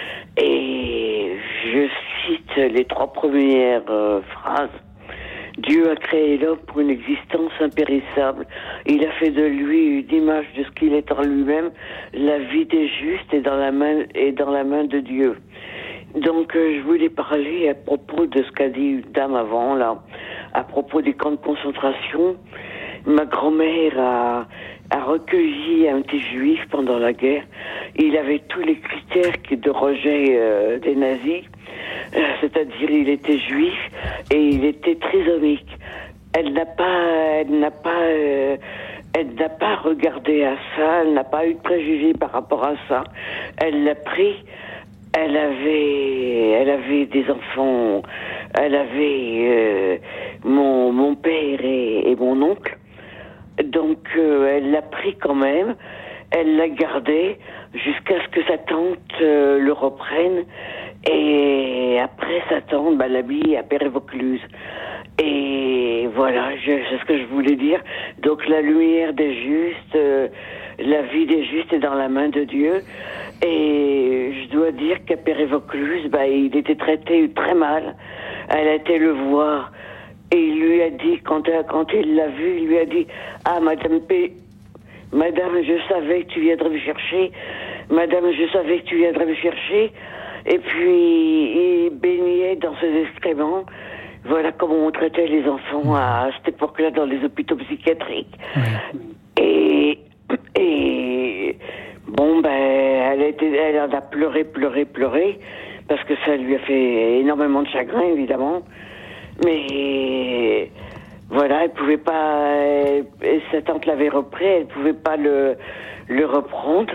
Et je cite les trois premières euh, phrases. Dieu a créé l'homme pour une existence impérissable. Il a fait de lui une image de ce qu'il est en lui-même. La vie des justes est dans la main, est dans la main de Dieu. Donc, euh, je voulais parler à propos de ce qu'a dit une dame avant, là, à propos des camps de concentration. Ma grand-mère a, a recueilli un petit juif pendant la guerre. Il avait tous les critères de rejet euh, des nazis. Euh, c'est-à-dire il était juif et il était trisomique. Elle n'a pas, elle n'a pas, euh, elle n'a pas regardé à ça, elle n'a pas eu de préjugés par rapport à ça. Elle l'a pris. Elle avait, elle avait des enfants. Elle avait euh, mon mon père et, et mon oncle. Donc euh, elle l'a pris quand même. Elle l'a gardé jusqu'à ce que sa tante euh, le reprenne. Et après sa tante, bah, l'a mis à Père-et-Vaucluse. Et voilà, je, c'est ce que je voulais dire. Donc la lumière des justes, euh, la vie des justes est dans la main de Dieu. Et je dois dire qu'à Père-et-Vaucluse, bah, il était traité très mal. Elle a été le voir. Et il lui a dit, quand, quand il l'a vu, il lui a dit « Ah, Madame P... Madame, je savais que tu viendrais me chercher. Madame, je savais que tu viendrais me chercher. » Et puis, il baignait dans ses excréments voilà comment on traitait les enfants à cette époque-là dans les hôpitaux psychiatriques. Oui. Et, et bon, ben, elle, était, elle en a pleuré, pleuré, pleuré, parce que ça lui a fait énormément de chagrin, évidemment. Mais voilà, elle pouvait pas. Elle, sa tante l'avait repris, elle pouvait pas le, le reprendre.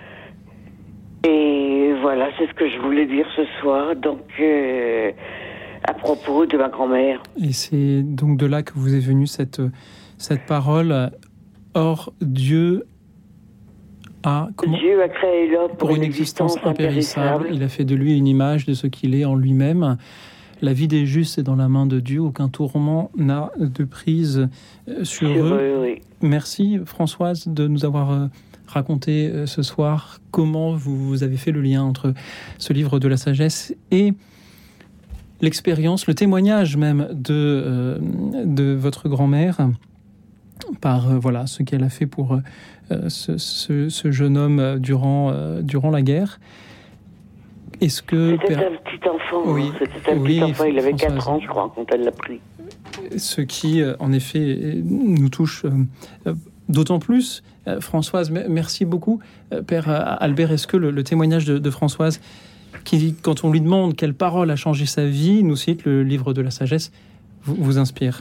Et voilà, c'est ce que je voulais dire ce soir. Donc, euh, à propos de ma grand-mère. Et c'est donc de là que vous est venue cette, cette parole. Or, Dieu a... Comment... Dieu a créé l'homme pour, pour une, une existence, existence impérissable. impérissable. Il a fait de lui une image de ce qu'il est en lui-même. La vie des justes est dans la main de Dieu. Aucun tourment n'a de prise sur, sur eux. eux oui. Merci, Françoise, de nous avoir raconté ce soir comment vous avez fait le lien entre ce livre de la sagesse et l'expérience, le témoignage même de, euh, de votre grand-mère par euh, voilà, ce qu'elle a fait pour euh, ce, ce, ce jeune homme durant, euh, durant la guerre. Est-ce que... C'était Père... un petit enfant, oui, c'était un oui, petit enfant, il avait quatre ans, je crois, quand elle l'a pris. Ce qui, en effet, nous touche euh, d'autant plus. Euh, Françoise, merci beaucoup. Euh, Père Albert, est-ce que le, le témoignage de, de Françoise, qui, quand on lui demande quelle parole a changé sa vie, nous cite le livre de la sagesse, vous, vous inspire?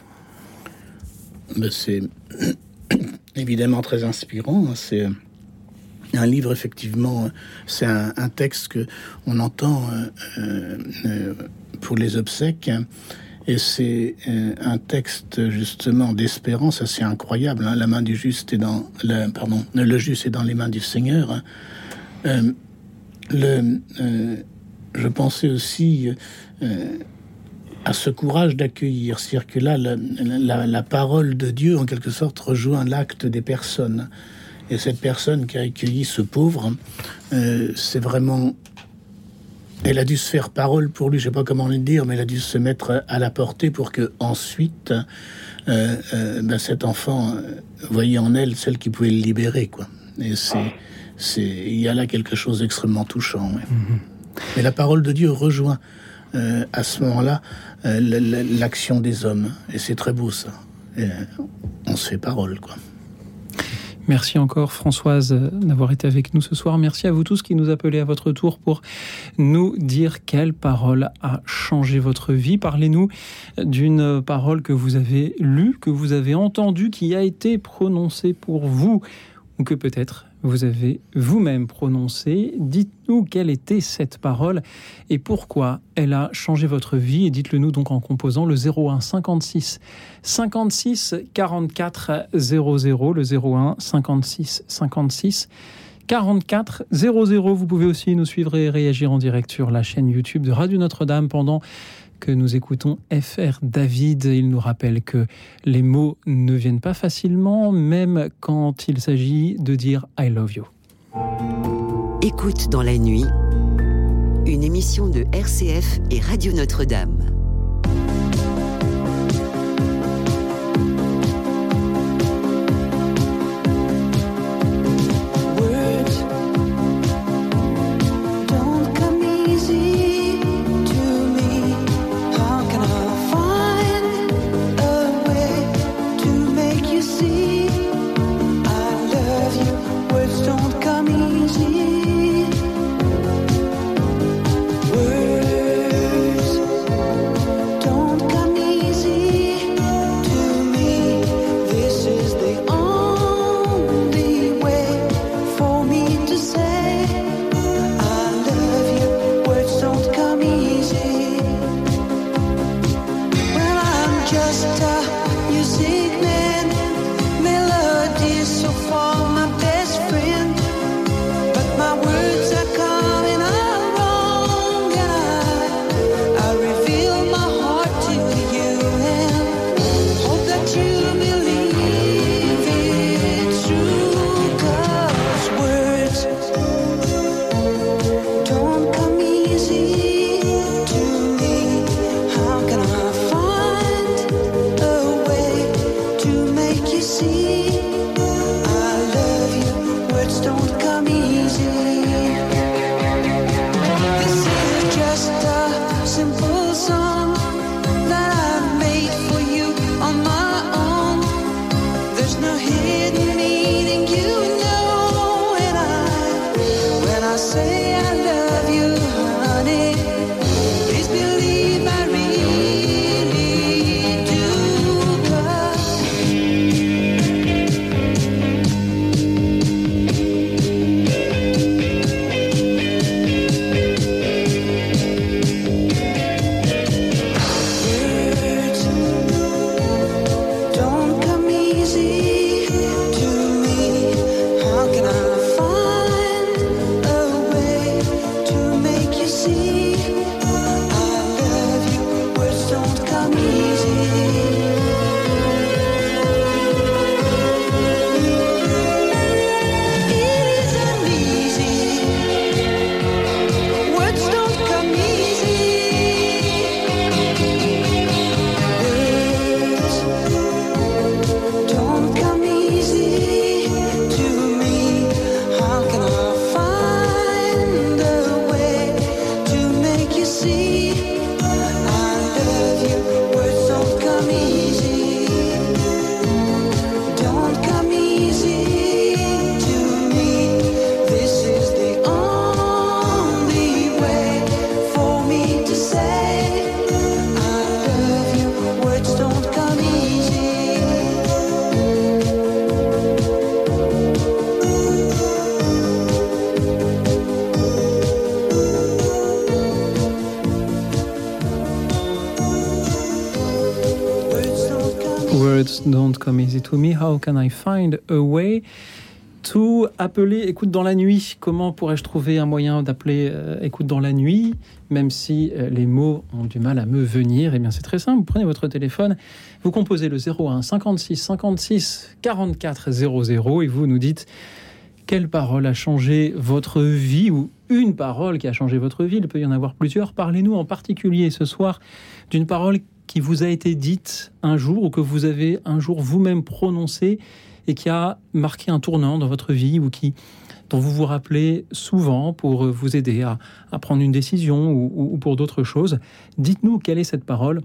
Ben c'est évidemment très inspirant. C'est un livre, effectivement, c'est un, un texte que on entend euh, euh, pour les obsèques, et c'est euh, un texte justement d'espérance assez incroyable. Hein. La main du juste est dans, le, pardon, le juste est dans les mains du Seigneur. Hein. Euh, le, euh, je pensais aussi euh, à ce courage d'accueillir, c'est-à-dire que là, la, la, la parole de Dieu, en quelque sorte, rejoint l'acte des personnes. Et cette personne qui a accueilli ce pauvre, euh, c'est vraiment... Elle a dû se faire parole pour lui, je ne sais pas comment le dire, mais elle a dû se mettre à la portée pour que ensuite, euh, euh, ben cet enfant euh, voyait en elle celle qui pouvait le libérer, quoi. Et c'est, c'est, il y a là quelque chose d'extrêmement touchant. Ouais. Mm-hmm. Mais la parole de Dieu rejoint euh, à ce moment-là euh, l'action des hommes, et c'est très beau ça. Et, euh, on se fait parole, quoi. Merci encore Françoise d'avoir été avec nous ce soir. Merci à vous tous qui nous appelez à votre tour pour nous dire quelle parole a changé votre vie. Parlez-nous d'une parole que vous avez lue, que vous avez entendue, qui a été prononcée pour vous, ou que peut-être vous avez vous-même prononcée. Dites-nous quelle était cette parole et pourquoi elle a changé votre vie. Et dites-le nous donc en composant le zéro un cinquante-six cinquante-six quarante-quatre zéro zéro, le zéro un cinquante-six cinquante-six quarante-quatre zéro zéro. Vous pouvez aussi nous suivre et réagir en direct sur la chaîne YouTube de Radio Notre-Dame pendant que nous écoutons F R David. Il nous rappelle que les mots ne viennent pas facilement, même quand il s'agit de dire I love you. Écoute dans la nuit, une émission de R C F et Radio Notre-Dame. Words Things Don't Come Easy to Me. How can I find a way to appeler Écoute dans la nuit? Comment pourrais-je trouver un moyen d'appeler euh, Écoute dans la nuit, même si euh, les mots ont du mal à me venir? Eh bien, c'est très simple. Vous prenez votre téléphone, vous composez le zéro un cinquante-six cinquante-six quarante-quatre zéro zéro et vous nous dites quelle parole a changé votre vie ou une parole qui a changé votre vie. Il peut y en avoir plusieurs. Parlez-nous en particulier ce soir d'une parole qui vous a été dite un jour ou que vous avez un jour vous-même prononcée et qui a marqué un tournant dans votre vie ou qui, dont vous vous rappelez souvent pour vous aider à, à prendre une décision ou, ou pour d'autres choses. Dites-nous quelle est cette parole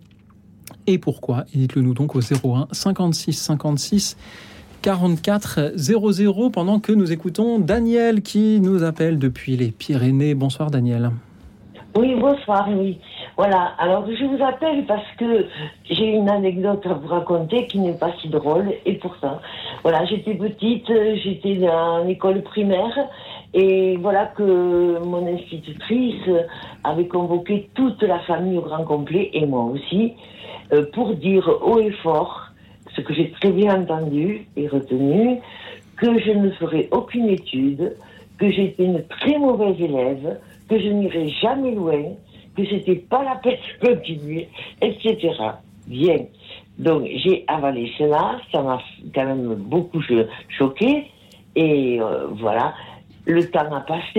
et pourquoi. Et dites-le nous donc au zéro un cinquante-six cinquante-six quarante-quatre zéro zéro pendant que nous écoutons Daniel qui nous appelle depuis les Pyrénées. Bonsoir Daniel. Oui, bonsoir, oui. Voilà, alors je vous appelle parce que j'ai une anecdote à vous raconter qui n'est pas si drôle, et pourtant, voilà, j'étais petite, j'étais dans l'école primaire, et voilà que mon institutrice avait convoqué toute la famille au grand complet, et moi aussi, pour dire haut et fort, ce que j'ai très bien entendu et retenu, que je ne ferais aucune étude, que j'étais une très mauvaise élève, que je n'irais jamais loin, que c'était pas la peine de continuer, et cetera. Bien. Donc, j'ai avalé cela, ça m'a quand même beaucoup choqué, et euh, voilà. Le temps a passé,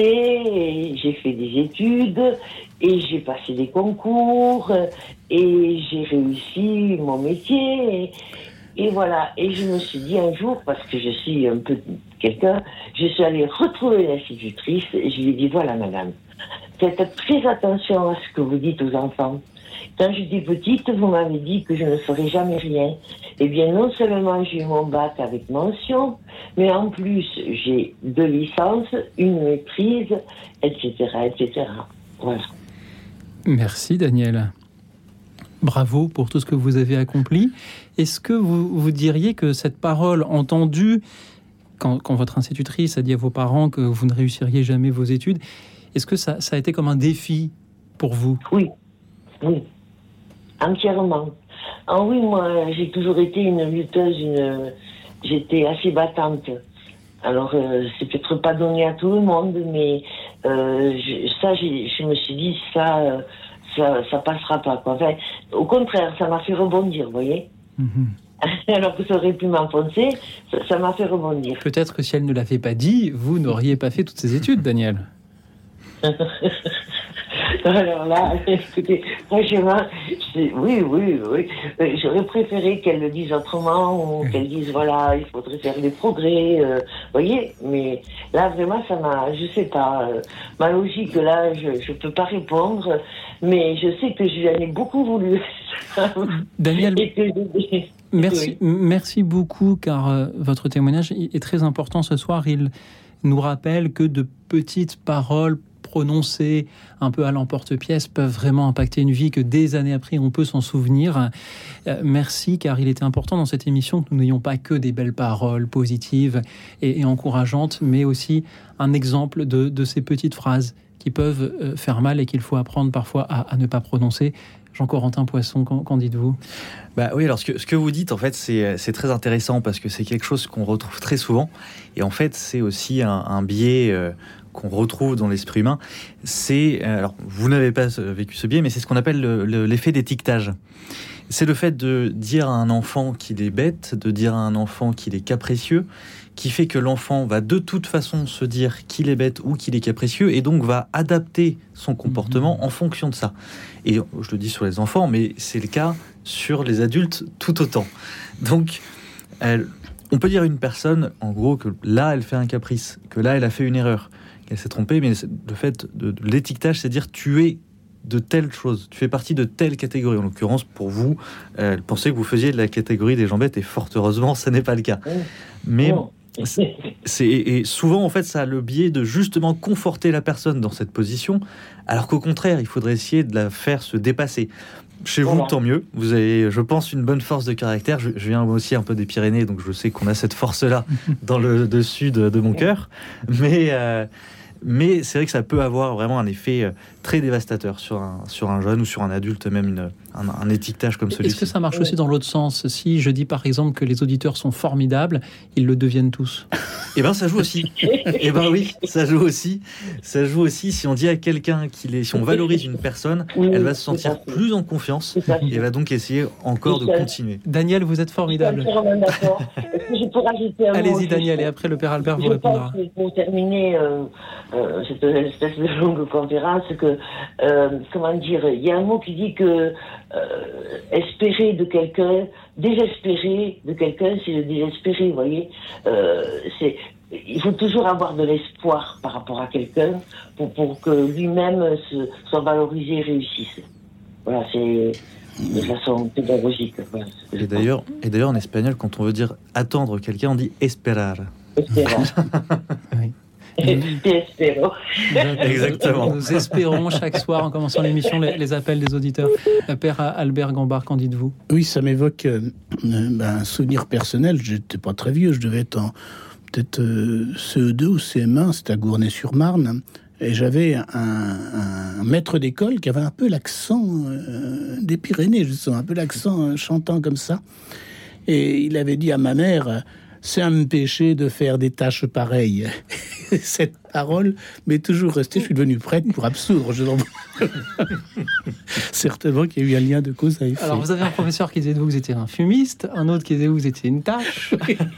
et j'ai fait des études, et j'ai passé des concours, et j'ai réussi mon métier, et, et voilà. Et je me suis dit un jour, parce que je suis un peu quelqu'un, je suis allée retrouver l'institutrice, et je lui ai dit, voilà madame, faites très attention à ce que vous dites aux enfants. Quand j'étais petite, vous m'avez dit que je ne ferais jamais rien. Eh bien, non seulement j'ai eu mon bac avec mention, mais en plus, j'ai deux licences, une maîtrise, et cetera, et cetera. Voilà. Merci, Daniel. Bravo pour tout ce que vous avez accompli. Est-ce que vous, vous diriez que cette parole entendue, quand, quand votre institutrice a dit à vos parents que vous ne réussiriez jamais vos études, est-ce que ça, ça a été comme un défi pour vous? Oui, oui, entièrement. Ah oui, moi, j'ai toujours été une lutteuse, une... j'étais assez battante. Alors, euh, c'est peut-être pas donné à tout le monde, mais euh, je, ça, j'ai, je me suis dit, ça, euh, ça, ça passera pas, quoi. Enfin, au contraire, ça m'a fait rebondir, vous voyez. Mm-hmm. Alors que ça aurait pu m'enfoncer, ça, ça m'a fait rebondir. Peut-être que si elle ne l'avait pas dit, vous n'auriez pas fait toutes ces études, Daniel. Alors là, écoutez, franchement, oui, oui, oui. J'aurais préféré qu'elle le dise autrement, ou qu'elle dise, voilà, il faudrait faire des progrès, euh, voyez. Mais là, vraiment, ça m'a, je sais pas, euh, ma logique, là, je, je peux pas répondre, mais je sais que je lui en ai beaucoup voulu. Daniel, et que je... merci, oui. merci beaucoup, car euh, votre témoignage est très important ce soir. Il nous rappelle que de petites paroles prononcées un peu à l'emporte-pièce peuvent vraiment impacter une vie, que des années après on peut s'en souvenir. Euh, merci, car il était important dans cette émission que nous n'ayons pas que des belles paroles positives et, et encourageantes, mais aussi un exemple de, de ces petites phrases qui peuvent euh, faire mal et qu'il faut apprendre parfois à, à ne pas prononcer. Jean-Corentin Poisson, qu'en, qu'en dites-vous? Bah oui, alors ce que, ce que vous dites, en fait, c'est, c'est très intéressant parce que c'est quelque chose qu'on retrouve très souvent. Et en fait, c'est aussi un, un biais euh, qu'on retrouve dans l'esprit humain. C'est, euh, alors, vous n'avez pas vécu ce biais, mais c'est ce qu'on appelle le, le, l'effet d'étiquetage. C'est le fait de dire à un enfant qu'il est bête, de dire à un enfant qu'il est capricieux, qui fait que l'enfant va de toute façon se dire qu'il est bête ou qu'il est capricieux et donc va adapter son comportement mmh. en fonction de ça. Et je le dis sur les enfants, mais c'est le cas sur les adultes tout autant. Donc, elle, on peut dire à une personne, en gros, que là, elle fait un caprice, que là, elle a fait une erreur, qu'elle s'est trompée, mais le fait de, de l'étiquetage, c'est dire tu es de telle chose, tu fais partie de telle catégorie. En l'occurrence, pour vous, euh, elle pensait que vous faisiez de la catégorie des gens bêtes, et fort heureusement, ça n'est pas le cas. Mais... C'est, c'est, et souvent, en fait, ça a le biais de justement conforter la personne dans cette position, alors qu'au contraire, il faudrait essayer de la faire se dépasser. Chez vous, tant mieux. Vous avez, je pense, une bonne force de caractère. Je, je viens aussi un peu des Pyrénées, donc je sais qu'on a cette force-là dans le dessus de, de mon cœur. Mais, euh, Mais c'est vrai que ça peut avoir vraiment un effet très dévastateur sur un, sur un jeune ou sur un adulte, même une, un, un étiquetage comme celui-ci. Est-ce que ça marche aussi dans l'autre sens ? Si je dis par exemple que les auditeurs sont formidables, ils le deviennent tous. Eh bien, ça joue aussi. Eh bien oui, ça joue aussi. Ça joue aussi. Si on dit à quelqu'un qu'il est, si on valorise une personne, oui, elle va se sentir plus en confiance et elle va donc essayer encore de continuer. Daniel, vous êtes formidable. D'accord. Je peux rajouter un Allez-y, mot, Daniel, et après le père Albert vous répondra. Je pense, pour terminer euh, euh, cette espèce de longue conférence, que euh, comment dire, il y a un mot qui dit que euh, espérer de quelqu'un, désespérer de quelqu'un, c'est le désespérer, vous voyez. Euh, c'est, il faut toujours avoir de l'espoir par rapport à quelqu'un pour, pour que lui-même se, soit valorisé et réussisse. Voilà, c'est de façon pédagogique. Voilà, et, d'ailleurs, et d'ailleurs, en espagnol, quand on veut dire attendre quelqu'un, on dit esperar. Esperar. Oui. Espérons. Exactement. Nous espérons chaque soir, en commençant l'émission, les, les appels des auditeurs. Père Albert Gambard, qu'en dites-vous ? Oui, ça m'évoque euh, ben, un souvenir personnel. J'étais pas très vieux, je devais être en peut-être euh, C E deux ou C M un, c'était à Gournay-sur-Marne. Et j'avais un, un maître d'école qui avait un peu l'accent euh, des Pyrénées, justement, un peu l'accent euh, chantant comme ça. Et il avait dit à ma mère... C'est un péché de faire des tâches pareilles. Cette parole m'est toujours restée. Je suis devenu prêtre pour absoudre. Je Certainement qu'il y a eu un lien de cause à effet. Alors, vous avez un professeur qui disait que vous étiez un fumiste, un autre qui disait que vous étiez une tâche.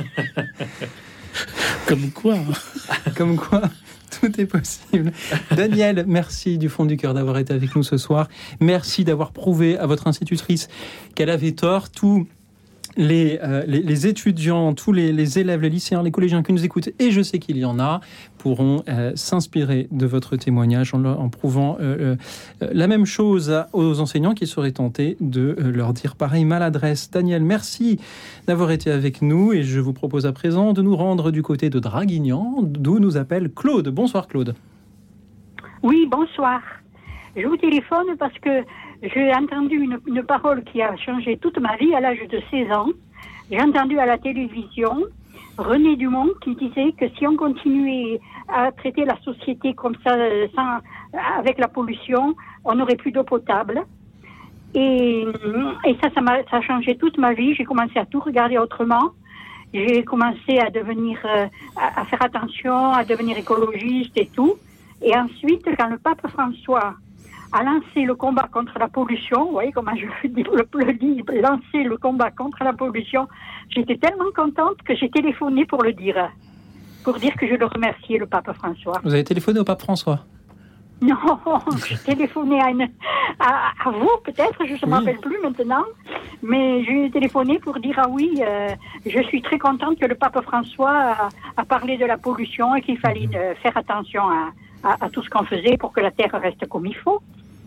Comme quoi. Comme quoi. Tout est possible. Daniel, merci du fond du cœur d'avoir été avec nous ce soir. Merci d'avoir prouvé à votre institutrice qu'elle avait tort. Tout Les, euh, les, les étudiants, tous les, les élèves, les lycéens, les collégiens qui nous écoutent, et je sais qu'il y en a, pourront euh, s'inspirer de votre témoignage en, en prouvant euh, euh, la même chose aux enseignants qui seraient tentés de euh, leur dire pareil maladresse. Daniel, merci d'avoir été avec nous et je vous propose à présent de nous rendre du côté de Draguignan, d'où nous appelle Claude. Bonsoir Claude. Oui, bonsoir. Je vous téléphone parce que j'ai entendu une, une parole qui a changé toute ma vie à l'âge de seize ans. J'ai entendu à la télévision René Dumont qui disait que si on continuait à traiter la société comme ça, sans, avec la pollution, on n'aurait plus d'eau potable. Et, et ça, ça, m'a, ça a changé toute ma vie. J'ai commencé à tout regarder autrement. J'ai commencé à devenir, euh, à, à faire attention, à devenir écologiste et tout. Et ensuite, quand le pape François a lancé le combat contre la pollution, vous voyez comment je le, le dis, lancer le combat contre la pollution, j'étais tellement contente que j'ai téléphoné pour le dire, pour dire que je le remerciais, le pape François. Vous avez téléphoné au pape François ? Non, j'ai téléphoné à, une, à, à vous peut-être, je ne me rappelle plus maintenant, mais j'ai téléphoné pour dire ah oui, euh, je suis très contente que le pape François a, a parlé de la pollution et qu'il fallait euh, faire attention à, à, à tout ce qu'on faisait pour que la terre reste comme il faut.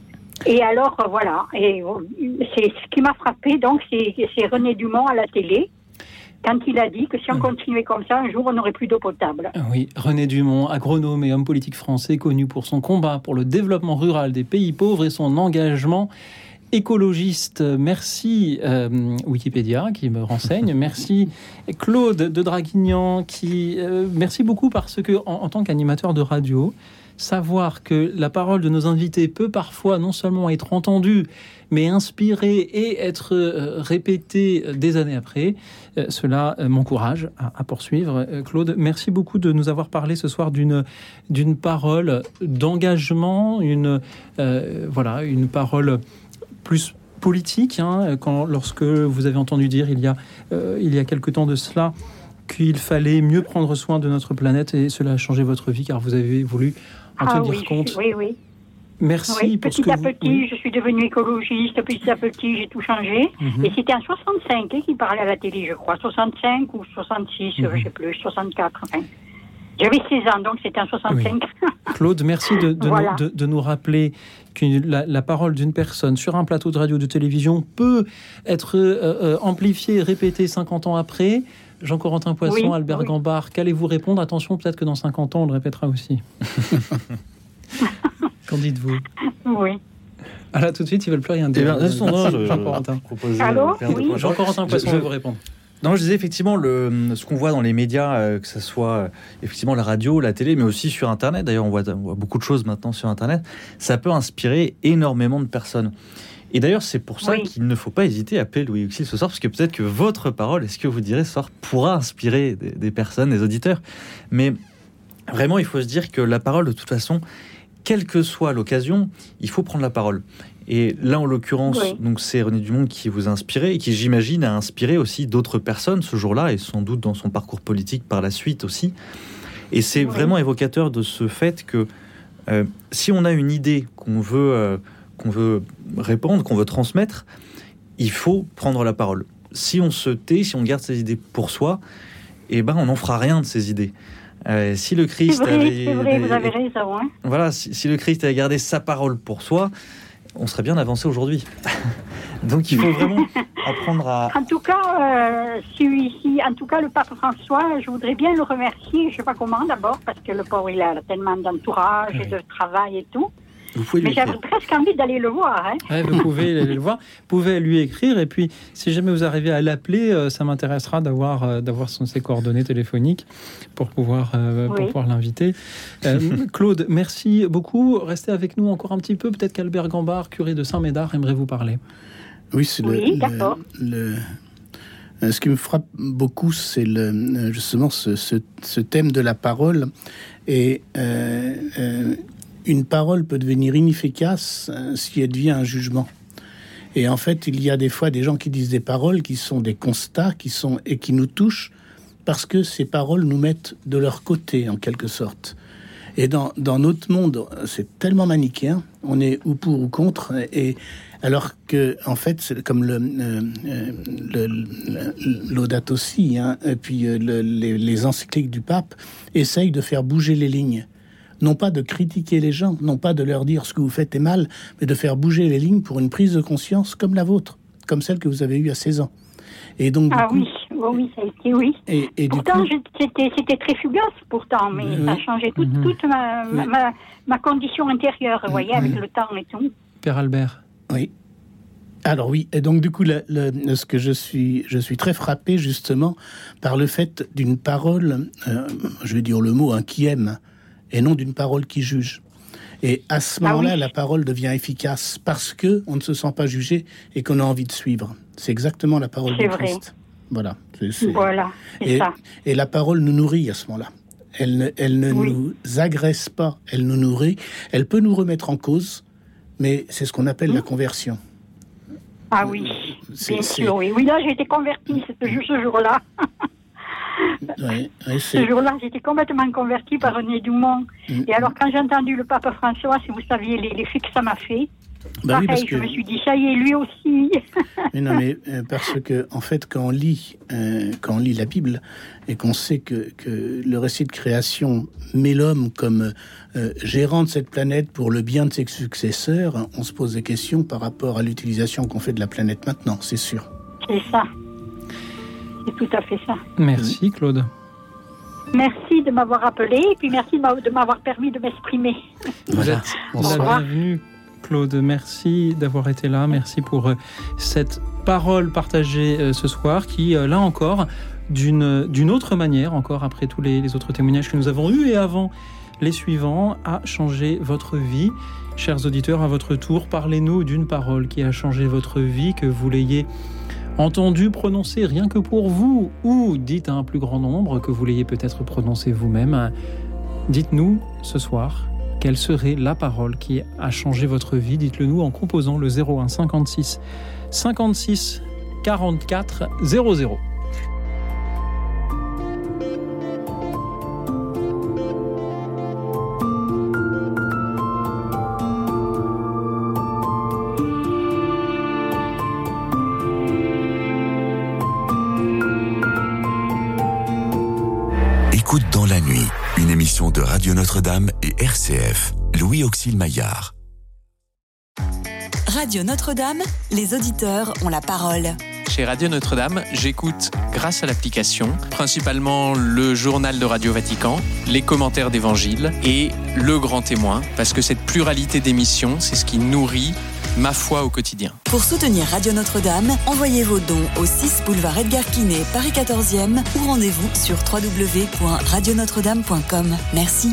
Et alors euh, voilà, et euh, c'est ce qui m'a frappé, donc c'est, c'est René Dumont à la télé. Quand il a dit que si on continuait comme ça, un jour, on n'aurait plus d'eau potable. Oui, René Dumont, agronome et homme politique français, connu pour son combat pour le développement rural des pays pauvres et son engagement écologiste. Merci euh, Wikipédia qui me renseigne. Merci Claude de Draguignan qui... Euh, merci beaucoup parce que, en, en tant qu'animateur de radio, savoir que la parole de nos invités peut parfois non seulement être entendue, mais inspirée et être euh, répétée des années après, euh, cela euh, m'encourage à, à poursuivre. Euh, Claude, merci beaucoup de nous avoir parlé ce soir d'une, d'une parole d'engagement, une, euh, voilà, une parole plus politique, hein, quand, lorsque vous avez entendu dire il y a, euh, il y a quelque temps de cela qu'il fallait mieux prendre soin de notre planète et cela a changé votre vie car vous avez voulu en ah, tenir oui, compte. Oui, oui. Merci oui, pour petit ce que à vous... petit, oui. je suis devenue écologiste. Petit à petit, j'ai tout changé. Mm-hmm. Et c'était en soixante-cinq hein, qu'il parlait à la télé, je crois. soixante-cinq ou soixante-six, mm-hmm. je ne sais plus, soixante-quatre. Enfin. J'avais seize ans, donc c'était en soixante-cinq. Oui. Claude, merci de, de, voilà. nous, de, de nous rappeler que la, la parole d'une personne sur un plateau de radio de télévision peut être euh, euh, amplifiée et répétée cinquante ans après. Jean-Corentin Poisson, oui, Albert oui. Gambard, qu'allez-vous répondre ? Attention, peut-être que dans cinquante ans, on le répétera aussi. Qu'en dites-vous ? Oui. Ah là, tout de suite, ils ne veulent plus rien dire. Eh bien, euh, Jean-Corentin. Allô ? Oui. Jean-Corentin Poisson va vous répondre. Non, je disais effectivement le, ce qu'on voit dans les médias, euh, que ce soit euh, effectivement la radio, la télé, mais aussi sur Internet. D'ailleurs, on voit, on voit beaucoup de choses maintenant sur Internet. Ça peut inspirer énormément de personnes. Et d'ailleurs, c'est pour ça oui. qu'il ne faut pas hésiter à appeler Louis Auxil ce soir, parce que peut-être que votre parole, et ce que vous direz ce soir, pourra inspirer des, des personnes, des auditeurs. Mais vraiment, il faut se dire que la parole, de toute façon, quelle que soit l'occasion, il faut prendre la parole. Et là, en l'occurrence, oui. donc c'est René Dumont qui vous a inspiré et qui, j'imagine, a inspiré aussi d'autres personnes ce jour-là et sans doute dans son parcours politique par la suite aussi. Et c'est oui. vraiment évocateur de ce fait que euh, si on a une idée qu'on veut, euh, qu'on veut répandre, qu'on veut transmettre, il faut prendre la parole. Si on se tait, si on garde ses idées pour soi, eh ben, on n'en fera rien de ces idées. Euh, si le Christ c'est vrai, avait, c'est vrai, vous avez raison. Hein. Voilà, si, si le Christ avait gardé sa parole pour soi, on serait bien avancé aujourd'hui. Donc il faut vraiment apprendre à... En tout cas, euh, si, si, en tout cas, le pape François, je voudrais bien le remercier, je ne sais pas comment d'abord, parce que le pauvre, il a tellement d'entourage, oui. de travail et tout. Vous pouvez lui Mais j'avais presque envie d'aller le voir. Hein. Ouais, vous pouvez aller le voir, vous pouvez lui écrire, et puis si jamais vous arrivez à l'appeler, euh, ça m'intéressera d'avoir, euh, d'avoir son, ses coordonnées téléphoniques pour pouvoir, euh, oui. pour pouvoir l'inviter. Euh, Claude, merci beaucoup. Restez avec nous encore un petit peu. Peut-être qu'Albert Gambard, curé de Saint-Médard, aimerait vous parler. Oui, c'est oui, le, d'accord. Le, le, ce qui me frappe beaucoup, c'est le, justement ce, ce, ce thème de la parole. Et euh, euh, une parole peut devenir inefficace si elle devient un jugement. Et en fait, il y a des fois des gens qui disent des paroles qui sont des constats qui sont, et qui nous touchent parce que ces paroles nous mettent de leur côté, en quelque sorte. Et dans, dans notre monde, c'est tellement manichéen, on est ou pour ou contre, et alors que, en fait, c'est comme le, euh, le, le Laudato Si, hein, et puis le, les, les encycliques du pape essayent de faire bouger les lignes. Non pas de critiquer les gens, non pas de leur dire ce que vous faites est mal, mais de faire bouger les lignes pour une prise de conscience comme la vôtre, comme celle que vous avez eue à seize ans. Et donc, ah coup, oui, oui, ça a été, oui. Et, et pourtant, du coup, c'était, c'était très fugace, pourtant, mais oui. ça a changé toute, mmh. toute ma, oui. ma, ma condition intérieure, vous mmh. voyez, avec mmh. le temps et tout. Père Albert. Oui. Alors oui, et donc du coup, le, le, ce que je suis, je suis très frappé justement par le fait d'une parole, euh, je vais dire le mot, hein, qui aime, et non d'une parole qui juge. Et à ce moment-là, ah oui. la parole devient efficace parce que on ne se sent pas jugé et qu'on a envie de suivre. C'est exactement la parole c'est du vrai. Christ. Voilà. C'est, c'est... Voilà, c'est et, ça. Et la parole nous nourrit à ce moment-là. Elle ne, elle ne oui. nous agresse pas, elle nous nourrit. Elle peut nous remettre en cause, mais c'est ce qu'on appelle mmh. la conversion. Ah oui, c'est, bien c'est... sûr, oui. Oui, là, j'ai été convertie ce, ce jour-là. Oui, oui, ce jour-là, j'étais complètement convertie par René Dumont. Mmh. Et alors, quand j'ai entendu le pape François, si vous saviez l'effet que ça m'a fait, bah pareil, oui, parce je que... me suis dit, ça y est, lui aussi. Mais non, mais euh, parce que, en fait, quand on lit, euh, quand on lit la Bible, et qu'on sait que, que le récit de création met l'homme comme euh, gérant de cette planète pour le bien de ses successeurs, on se pose des questions par rapport à l'utilisation qu'on fait de la planète maintenant, c'est sûr. C'est ça. C'est tout à fait ça. Merci Claude. Merci de m'avoir appelé et puis merci de m'avoir permis de m'exprimer. Vous êtes la bienvenue Claude, merci d'avoir été là, merci pour cette parole partagée ce soir qui, là encore, d'une, d'une autre manière, encore après tous les, les autres témoignages que nous avons eus et avant les suivants, a changé votre vie. Chers auditeurs, à votre tour, parlez-nous d'une parole qui a changé votre vie, que vous l'ayez entendu prononcer rien que pour vous, ou dites à un plus grand nombre, que vous l'ayez peut-être prononcé vous-même. Dites-nous ce soir quelle serait la parole qui a changé votre vie. Dites-le nous en composant le zéro un cinquante-six cinquante-six quarante-quatre zéro zéro. Écoute dans la nuit, une émission de Radio Notre-Dame et R C F. Louis Auxil Maillard. Radio Notre-Dame, les auditeurs ont la parole. Chez Radio Notre-Dame, j'écoute grâce à l'application, principalement le journal de Radio Vatican, les commentaires d'évangile et le grand témoin, parce que cette pluralité d'émissions, c'est ce qui nourrit ma foi au quotidien. Pour soutenir Radio Notre-Dame, envoyez vos dons au six boulevard Edgar Quinet, Paris quatorzième ou rendez-vous sur w w w point radio notre dame point com. Merci.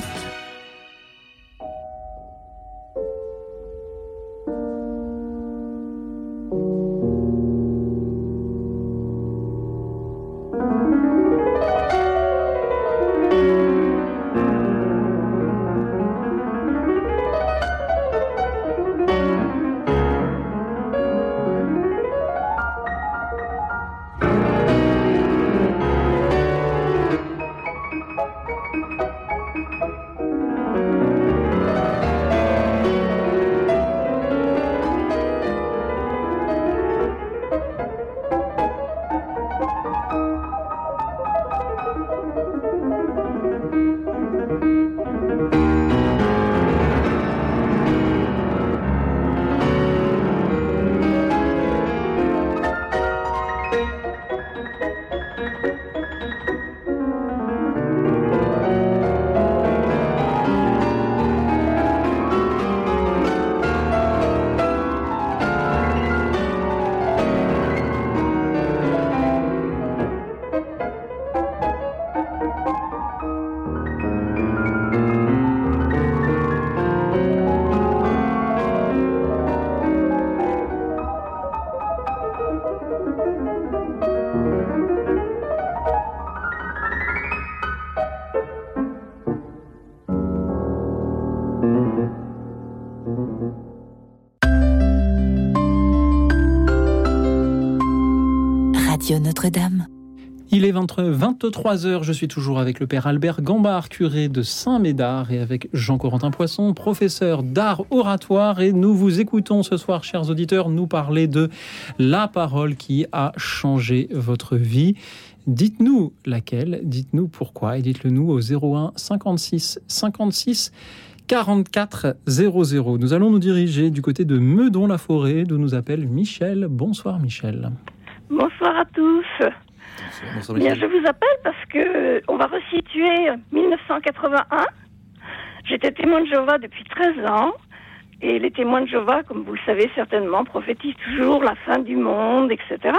Radio Notre-Dame. Il est vingt-trois heures, je suis toujours avec le père Albert Gambard, curé de Saint-Médard, et avec Jean-Corentin Poisson, professeur d'art oratoire. Et nous vous écoutons ce soir, chers auditeurs, nous parler de la parole qui a changé votre vie. Dites-nous laquelle, dites-nous pourquoi, et dites-le nous au zéro un cinquante-six cinquante-six quarante-quatre zéro zéro. Nous allons nous diriger du côté de Meudon-la-Forêt, d'où nous appelle Michel. Bonsoir Michel. Bonsoir à tous. Bonsoir, Bien, je vous appelle parce que on va resituer dix-neuf cent quatre-vingt-un. J'étais témoin de Jéhovah depuis treize ans. Et les témoins de Jéhovah, comme vous le savez certainement, prophétisent toujours la fin du monde, et cetera.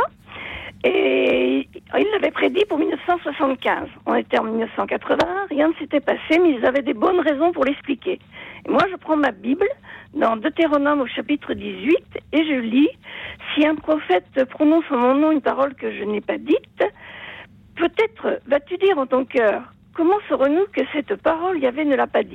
Et ils l'avaient prédit pour dix-neuf cent soixante-quinze. On était en dix-neuf cent quatre-vingts, rien ne s'était passé, mais ils avaient des bonnes raisons pour l'expliquer. Et moi, je prends ma Bible dans Deutéronome au chapitre dix-huit et je lis « Si un prophète prononce en mon nom une parole que je n'ai pas dite, peut-être vas-tu dire en ton cœur, comment saurons-nous que cette parole Yahvé ne l'a pas dite ?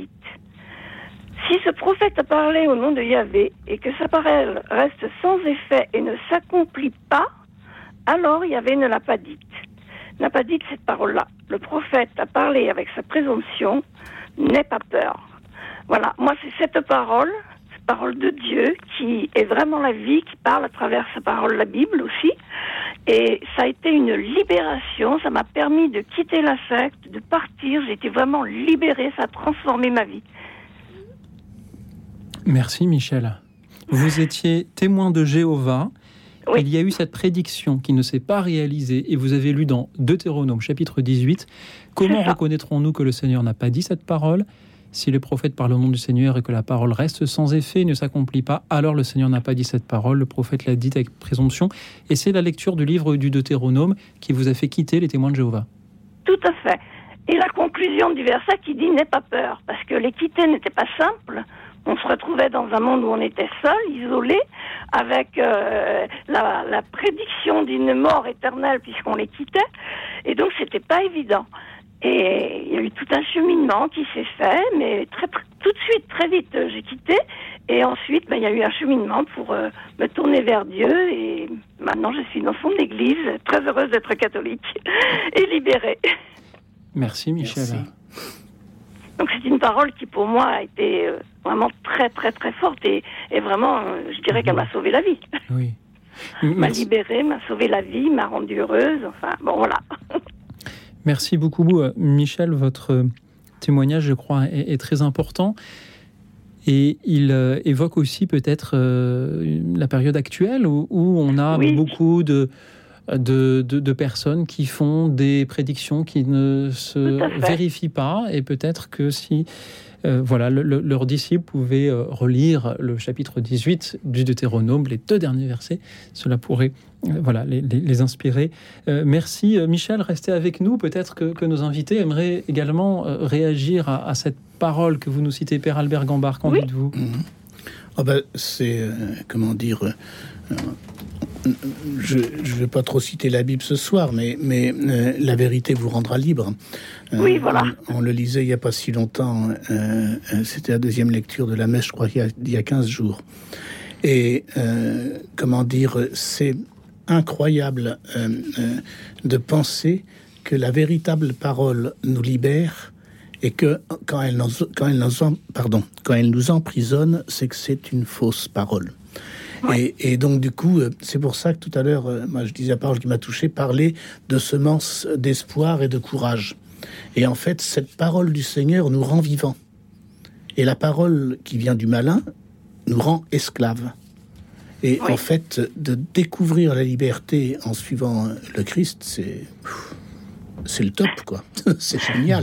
Si ce prophète a parlé au nom de Yahvé et que sa parole reste sans effet et ne s'accomplit pas, alors Yahvé ne l'a pas dite. N'a pas dit cette parole-là. Le prophète a parlé avec sa présomption, n'aie pas peur. Voilà, moi c'est cette parole, cette parole de Dieu qui est vraiment la vie, qui parle à travers sa parole, la Bible aussi. Et ça a été une libération, ça m'a permis de quitter la secte, de partir, j'ai été vraiment libérée, ça a transformé ma vie. Merci Michel. Vous étiez témoin de Jéhovah. Oui. Il y a eu cette prédiction qui ne s'est pas réalisée et vous avez lu dans Deutéronome chapitre dix-huit. Comment reconnaîtrons-nous que le Seigneur n'a pas dit cette parole ? Si le prophète parle au nom du Seigneur et que la parole reste sans effet et ne s'accomplit pas, alors le Seigneur n'a pas dit cette parole, le prophète l'a dite avec présomption. Et c'est la lecture du livre du Deutéronome qui vous a fait quitter les témoins de Jéhovah. Tout à fait. Et la conclusion du verset qui dit « n'aie pas peur », parce que les quitter n'était pas simple. On se retrouvait dans un monde où on était seul, isolé, avec euh, la, la prédiction d'une mort éternelle puisqu'on les quittait. Et donc, c'était pas évident. Et il y a eu tout un cheminement qui s'est fait, mais très, très, tout de suite, très vite, j'ai quitté. Et ensuite, ben, il y a eu un cheminement pour euh, me tourner vers Dieu. Et maintenant, je suis dans son église, très heureuse d'être catholique et libérée. Merci, Michel. Merci. Donc c'est une parole qui pour moi a été euh, vraiment très très très forte et, et vraiment euh, je dirais qu'elle m'a sauvé la vie. Oui. m'a libérée, m'a sauvé la vie, m'a rendue heureuse, enfin bon voilà. Merci beaucoup Michel, votre témoignage je crois est, est très important et il euh, évoque aussi peut-être euh, la période actuelle où, où on a oui. beaucoup de De, de, de personnes qui font des prédictions qui ne se vérifient pas et peut-être que si euh, voilà, le, le, leurs disciples pouvaient euh, relire le chapitre dix-huit du Deutéronome, les deux derniers versets. Cela pourrait euh, voilà, les, les, les inspirer. Euh, merci euh, Michel, restez avec nous. Peut-être que, que nos invités aimeraient également euh, réagir à, à cette parole que vous nous citez, Père Albert Gambard. Qu'en oui. dites-vous? mmh. oh ben, C'est, euh, comment dire... Euh, Je ne vais pas trop citer la Bible ce soir, mais, mais euh, la vérité vous rendra libre. Euh, oui, voilà. On, on le lisait il n'y a pas si longtemps. Euh, c'était la deuxième lecture de la messe, je crois, il y a, il y a quinze jours. Et, euh, comment dire, c'est incroyable euh, euh, de penser que la véritable parole nous libère et que quand elle nous, quand elle nous, en, pardon, quand elle nous emprisonne, c'est que c'est une fausse parole. Ouais. Et, et donc du coup, c'est pour ça que tout à l'heure, moi je disais la parole qui m'a touché, parler de semences d'espoir et de courage. Et en fait, cette parole du Seigneur nous rend vivants. Et la parole qui vient du malin nous rend esclaves. Et oui. en fait, de découvrir la liberté en suivant le Christ, c'est, c'est le top, quoi. C'est génial.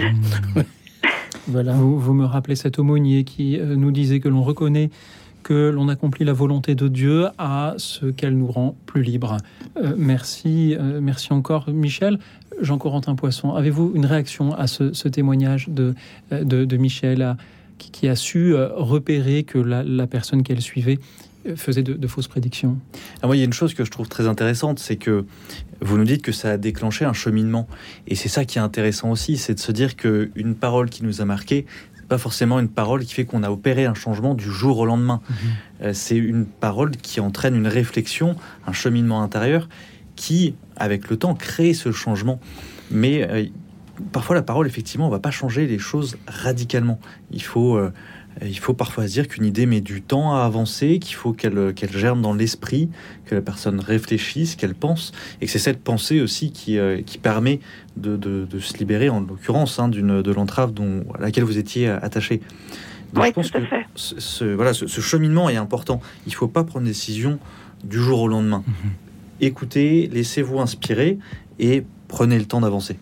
Voilà. Vous, vous me rappelez cet aumônier qui nous disait que l'on reconnaît que l'on accomplit la volonté de Dieu à ce qu'elle nous rend plus libres. Euh, merci, euh, merci encore, Michel. Jean-Corentin Poisson, avez-vous une réaction à ce, ce témoignage de, de, de Michel à, qui, qui a su euh, repérer que la, la personne qu'elle suivait faisait de, de fausses prédictions? Ah, moi, il y a une chose que je trouve très intéressante, c'est que vous nous dites que ça a déclenché un cheminement. Et c'est ça qui est intéressant aussi, c'est de se dire qu'une parole qui nous a marqués, pas forcément une parole qui fait qu'on a opéré un changement du jour au lendemain. Mmh. Euh, c'est une parole qui entraîne une réflexion, un cheminement intérieur qui, avec le temps, crée ce changement. Mais euh, parfois, la parole, effectivement, on ne va pas changer les choses radicalement. Il faut, euh, il faut parfois se dire qu'une idée met du temps à avancer, qu'il faut qu'elle, qu'elle germe dans l'esprit, que la personne réfléchisse, qu'elle pense, et que c'est cette pensée aussi qui, euh, qui permet de, de, de se libérer, en l'occurrence, hein, d'une, de l'entrave dont, à laquelle vous étiez attaché. Donc, oui, je pense tout à que fait. Ce, ce, voilà, ce, ce cheminement est important. Il ne faut pas prendre une décision du jour au lendemain. Mmh. Écoutez, laissez-vous inspirer et prenez le temps d'avancer.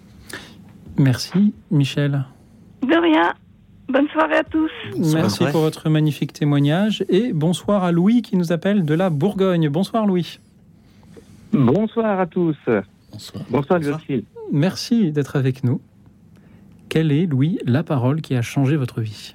Merci, Michel. De rien. Bonne soirée à tous. Merci pour votre magnifique témoignage et bonsoir à Louis qui nous appelle de la Bourgogne. Bonsoir Louis. Bonsoir à tous. Bonsoir. Bonsoir Lucille. Merci d'être avec nous. Quelle est, Louis, la parole qui a changé votre vie?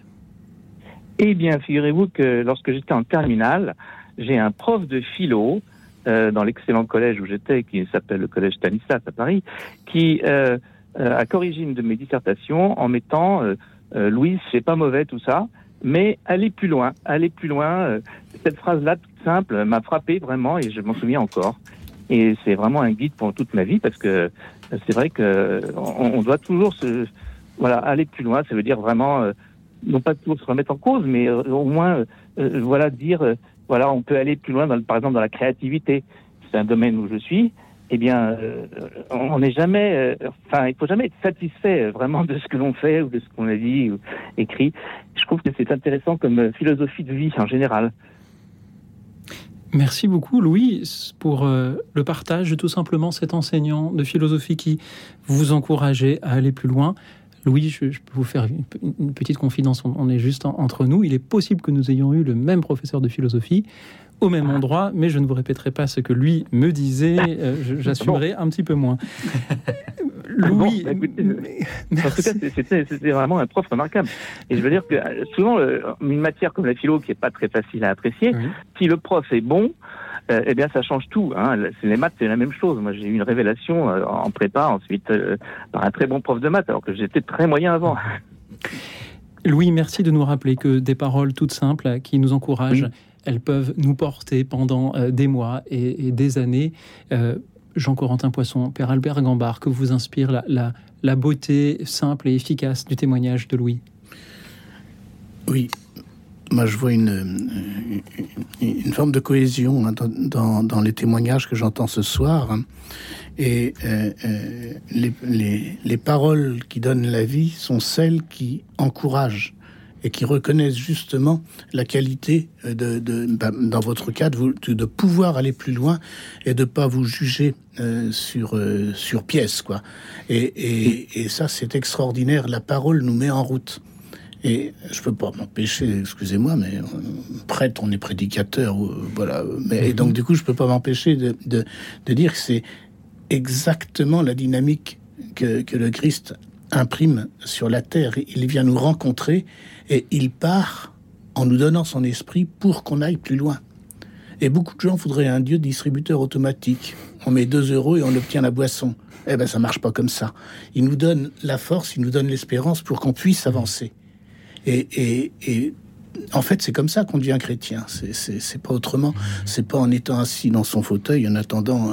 Eh bien, figurez-vous que lorsque j'étais en terminale, j'ai un prof de philo euh, dans l'excellent collège où j'étais, qui s'appelle le collège Stanislas à Paris, qui euh, euh, a corrigé une de mes dissertations en mettant euh, euh, Louise, c'est pas mauvais tout ça, mais allez plus loin, allez plus loin. Euh, cette phrase-là, toute simple, m'a frappé vraiment et je m'en souviens encore. Et c'est vraiment un guide pour toute ma vie parce que c'est vrai que on, on doit toujours se, voilà, aller plus loin. Ça veut dire vraiment, euh, non pas toujours se remettre en cause, mais euh, au moins, euh, voilà, dire, euh, voilà, on peut aller plus loin, dans, par exemple, dans la créativité. C'est un domaine où je suis. Eh bien, euh, on n'est jamais, enfin, euh, il faut jamais être satisfait euh, vraiment de ce que l'on fait ou de ce qu'on a dit ou écrit. Je trouve que c'est intéressant comme euh, philosophie de vie en général. Merci beaucoup, Louis, pour euh, le partage de tout simplement cet enseignant de philosophie qui vous encourageait à aller plus loin. Louis, je, je peux vous faire une, une petite confidence, on, on est juste en, entre nous. Il est possible que nous ayons eu le même professeur de philosophie au même endroit, mais je ne vous répéterai pas ce que lui me disait, euh, j'assumerai un petit peu moins. Louis, bon, bah, écoutez, mais... en tout cas, c'était, c'était vraiment un prof remarquable. Et je veux dire que souvent, une matière comme la philo, qui n'est pas très facile à apprécier, oui. Si le prof est bon, euh, eh bien, ça change tout. Hein. Les maths, c'est la même chose. Moi, j'ai eu une révélation euh, en prépa, ensuite, euh, par un très bon prof de maths, alors que j'étais très moyen avant. Louis, merci de nous rappeler que des paroles toutes simples qui nous encouragent, oui. Elles peuvent nous porter pendant euh, des mois et, et des années. Euh, Jean-Corentin Poisson, Père Albert Gambard, que vous inspire la, la, la beauté simple et efficace du témoignage de Louis? Oui, moi je vois une, une, une forme de cohésion hein, dans, dans, dans les témoignages que j'entends ce soir. Hein. Et euh, euh, les, les, les paroles qui donnent la vie sont celles qui encouragent et qui reconnaissent justement la qualité de, de, dans votre cas, de, de pouvoir aller plus loin et de pas vous juger euh, sur euh, sur pièce, quoi. Et, et, et ça, c'est extraordinaire. La parole nous met en route. Et je peux pas m'empêcher, excusez-moi, mais euh, prêtre, on est prédicateur, euh, voilà. Mais, et donc, du coup, je peux pas m'empêcher de, de, de dire que c'est exactement la dynamique que, que le Christ imprime sur la terre. Il vient nous rencontrer et il part en nous donnant son esprit pour qu'on aille plus loin. Et beaucoup de gens voudraient un Dieu distributeur automatique. On met deux euros et on obtient la boisson. Eh ben, ça marche pas comme ça. Il nous donne la force, il nous donne l'espérance pour qu'on puisse avancer. Et, et, et en fait, c'est comme ça qu'on devient chrétien. C'est, c'est, c'est pas autrement. C'est pas en étant assis dans son fauteuil en attendant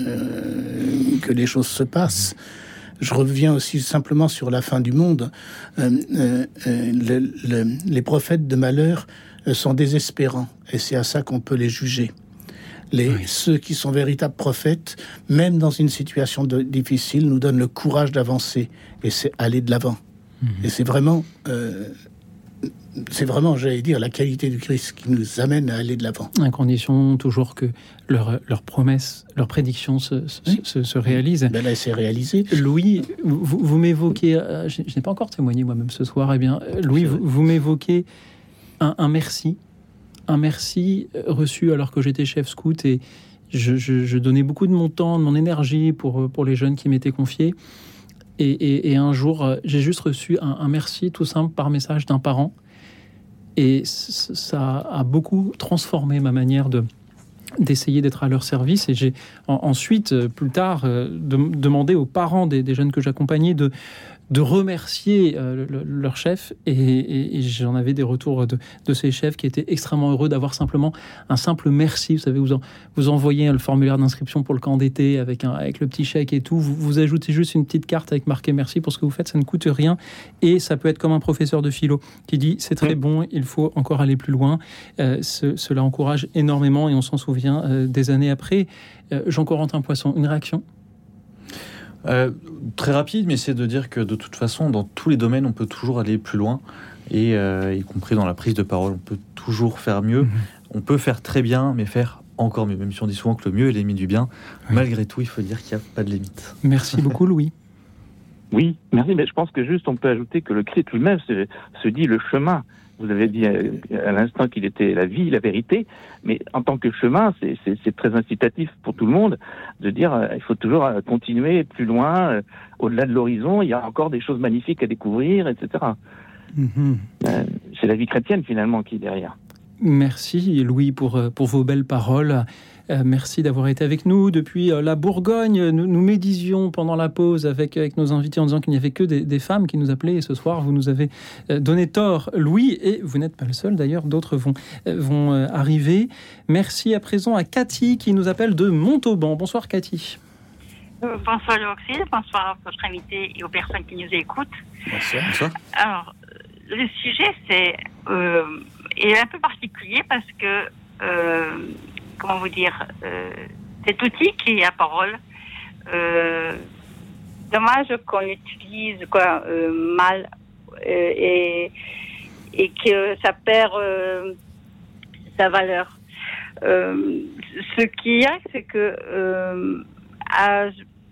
euh, que les choses se passent. Je reviens aussi simplement sur la fin du monde. Euh, euh, le, le, les prophètes de malheur sont désespérants, et c'est à ça qu'on peut les juger. Les, oui. Ceux qui sont véritables prophètes, même dans une situation de, difficile, nous donnent le courage d'avancer, et c'est aller de l'avant. Mmh. Et c'est vraiment, euh, c'est vraiment, j'allais dire, la qualité du Christ qui nous amène à aller de l'avant. À condition toujours que leurs leur promesses, leurs prédictions se, se, oui. se, se réalisent. Ben là, c'est réalisé. Louis, vous, vous m'évoquez, euh, je, je n'ai pas encore témoigné moi-même ce soir, eh bien, Louis, vous, vous m'évoquez un, un merci, un merci reçu alors que j'étais chef scout et je, je, je donnais beaucoup de mon temps, de mon énergie pour, pour les jeunes qui m'étaient confiés. Et, et, et un jour, j'ai juste reçu un, un merci tout simple par message d'un parent. Et c- ça a beaucoup transformé ma manière de, d'essayer d'être à leur service. Et j'ai en, ensuite, plus tard, euh, de, demandé aux parents des, des jeunes que j'accompagnais de, de remercier euh, le, leur chef. Et, et, et j'en avais des retours de, de ces chefs qui étaient extrêmement heureux d'avoir simplement un simple merci. Vous savez, vous, en, vous envoyez le formulaire d'inscription pour le camp d'été avec, un, avec le petit chèque et tout. Vous, vous ajoutez juste une petite carte avec marqué merci pour ce que vous faites. Ça ne coûte rien. Et ça peut être comme un professeur de philo qui dit c'est très bon, il faut encore aller plus loin. Euh, ce, cela encourage énormément et on s'en souvient euh, des années après. Euh, Jean-Corentin Poisson, une réaction ? Euh, très rapide, mais c'est de dire que de toute façon, dans tous les domaines, on peut toujours aller plus loin, et euh, y compris dans la prise de parole, on peut toujours faire mieux. Mmh. On peut faire très bien, mais faire encore mieux. Même si on dit souvent que le mieux est l'ennemi du bien, oui. Malgré tout, il faut dire qu'il n'y a pas de limite. Merci beaucoup, Louis. Oui, merci, mais je pense que juste on peut ajouter que le Christ lui-même se, se dit le chemin. Vous avez dit à, à l'instant qu'il était la vie, la vérité, mais en tant que chemin, c'est, c'est, c'est très incitatif pour tout le monde de dire euh, il faut toujours euh, continuer plus loin, euh, au-delà de l'horizon, il y a encore des choses magnifiques à découvrir, et cetera. Mm-hmm. Euh, c'est la vie chrétienne finalement qui est derrière. Merci Louis pour, pour vos belles paroles. Euh, merci d'avoir été avec nous depuis euh, la Bourgogne. Nous, nous médisions pendant la pause avec, avec nos invités en disant qu'il n'y avait que des, des femmes qui nous appelaient. Et ce soir, vous nous avez euh, donné tort, Louis. Et vous n'êtes pas le seul, d'ailleurs. D'autres vont, euh, vont euh, arriver. Merci à présent à Cathy qui nous appelle de Montauban. Bonsoir, Cathy. Euh, bonsoir, Louis. Bonsoir à votre invité et aux personnes qui nous écoutent. Bonsoir. Bonsoir. Alors, le sujet, c'est euh, est un peu particulier parce que... Euh, comment vous dire, euh, cet outil qui est la parole, euh, dommage qu'on l'utilise quoi, euh, mal euh, et, et que ça perd euh, sa valeur. Euh, ce qu'il y a, c'est que euh, à,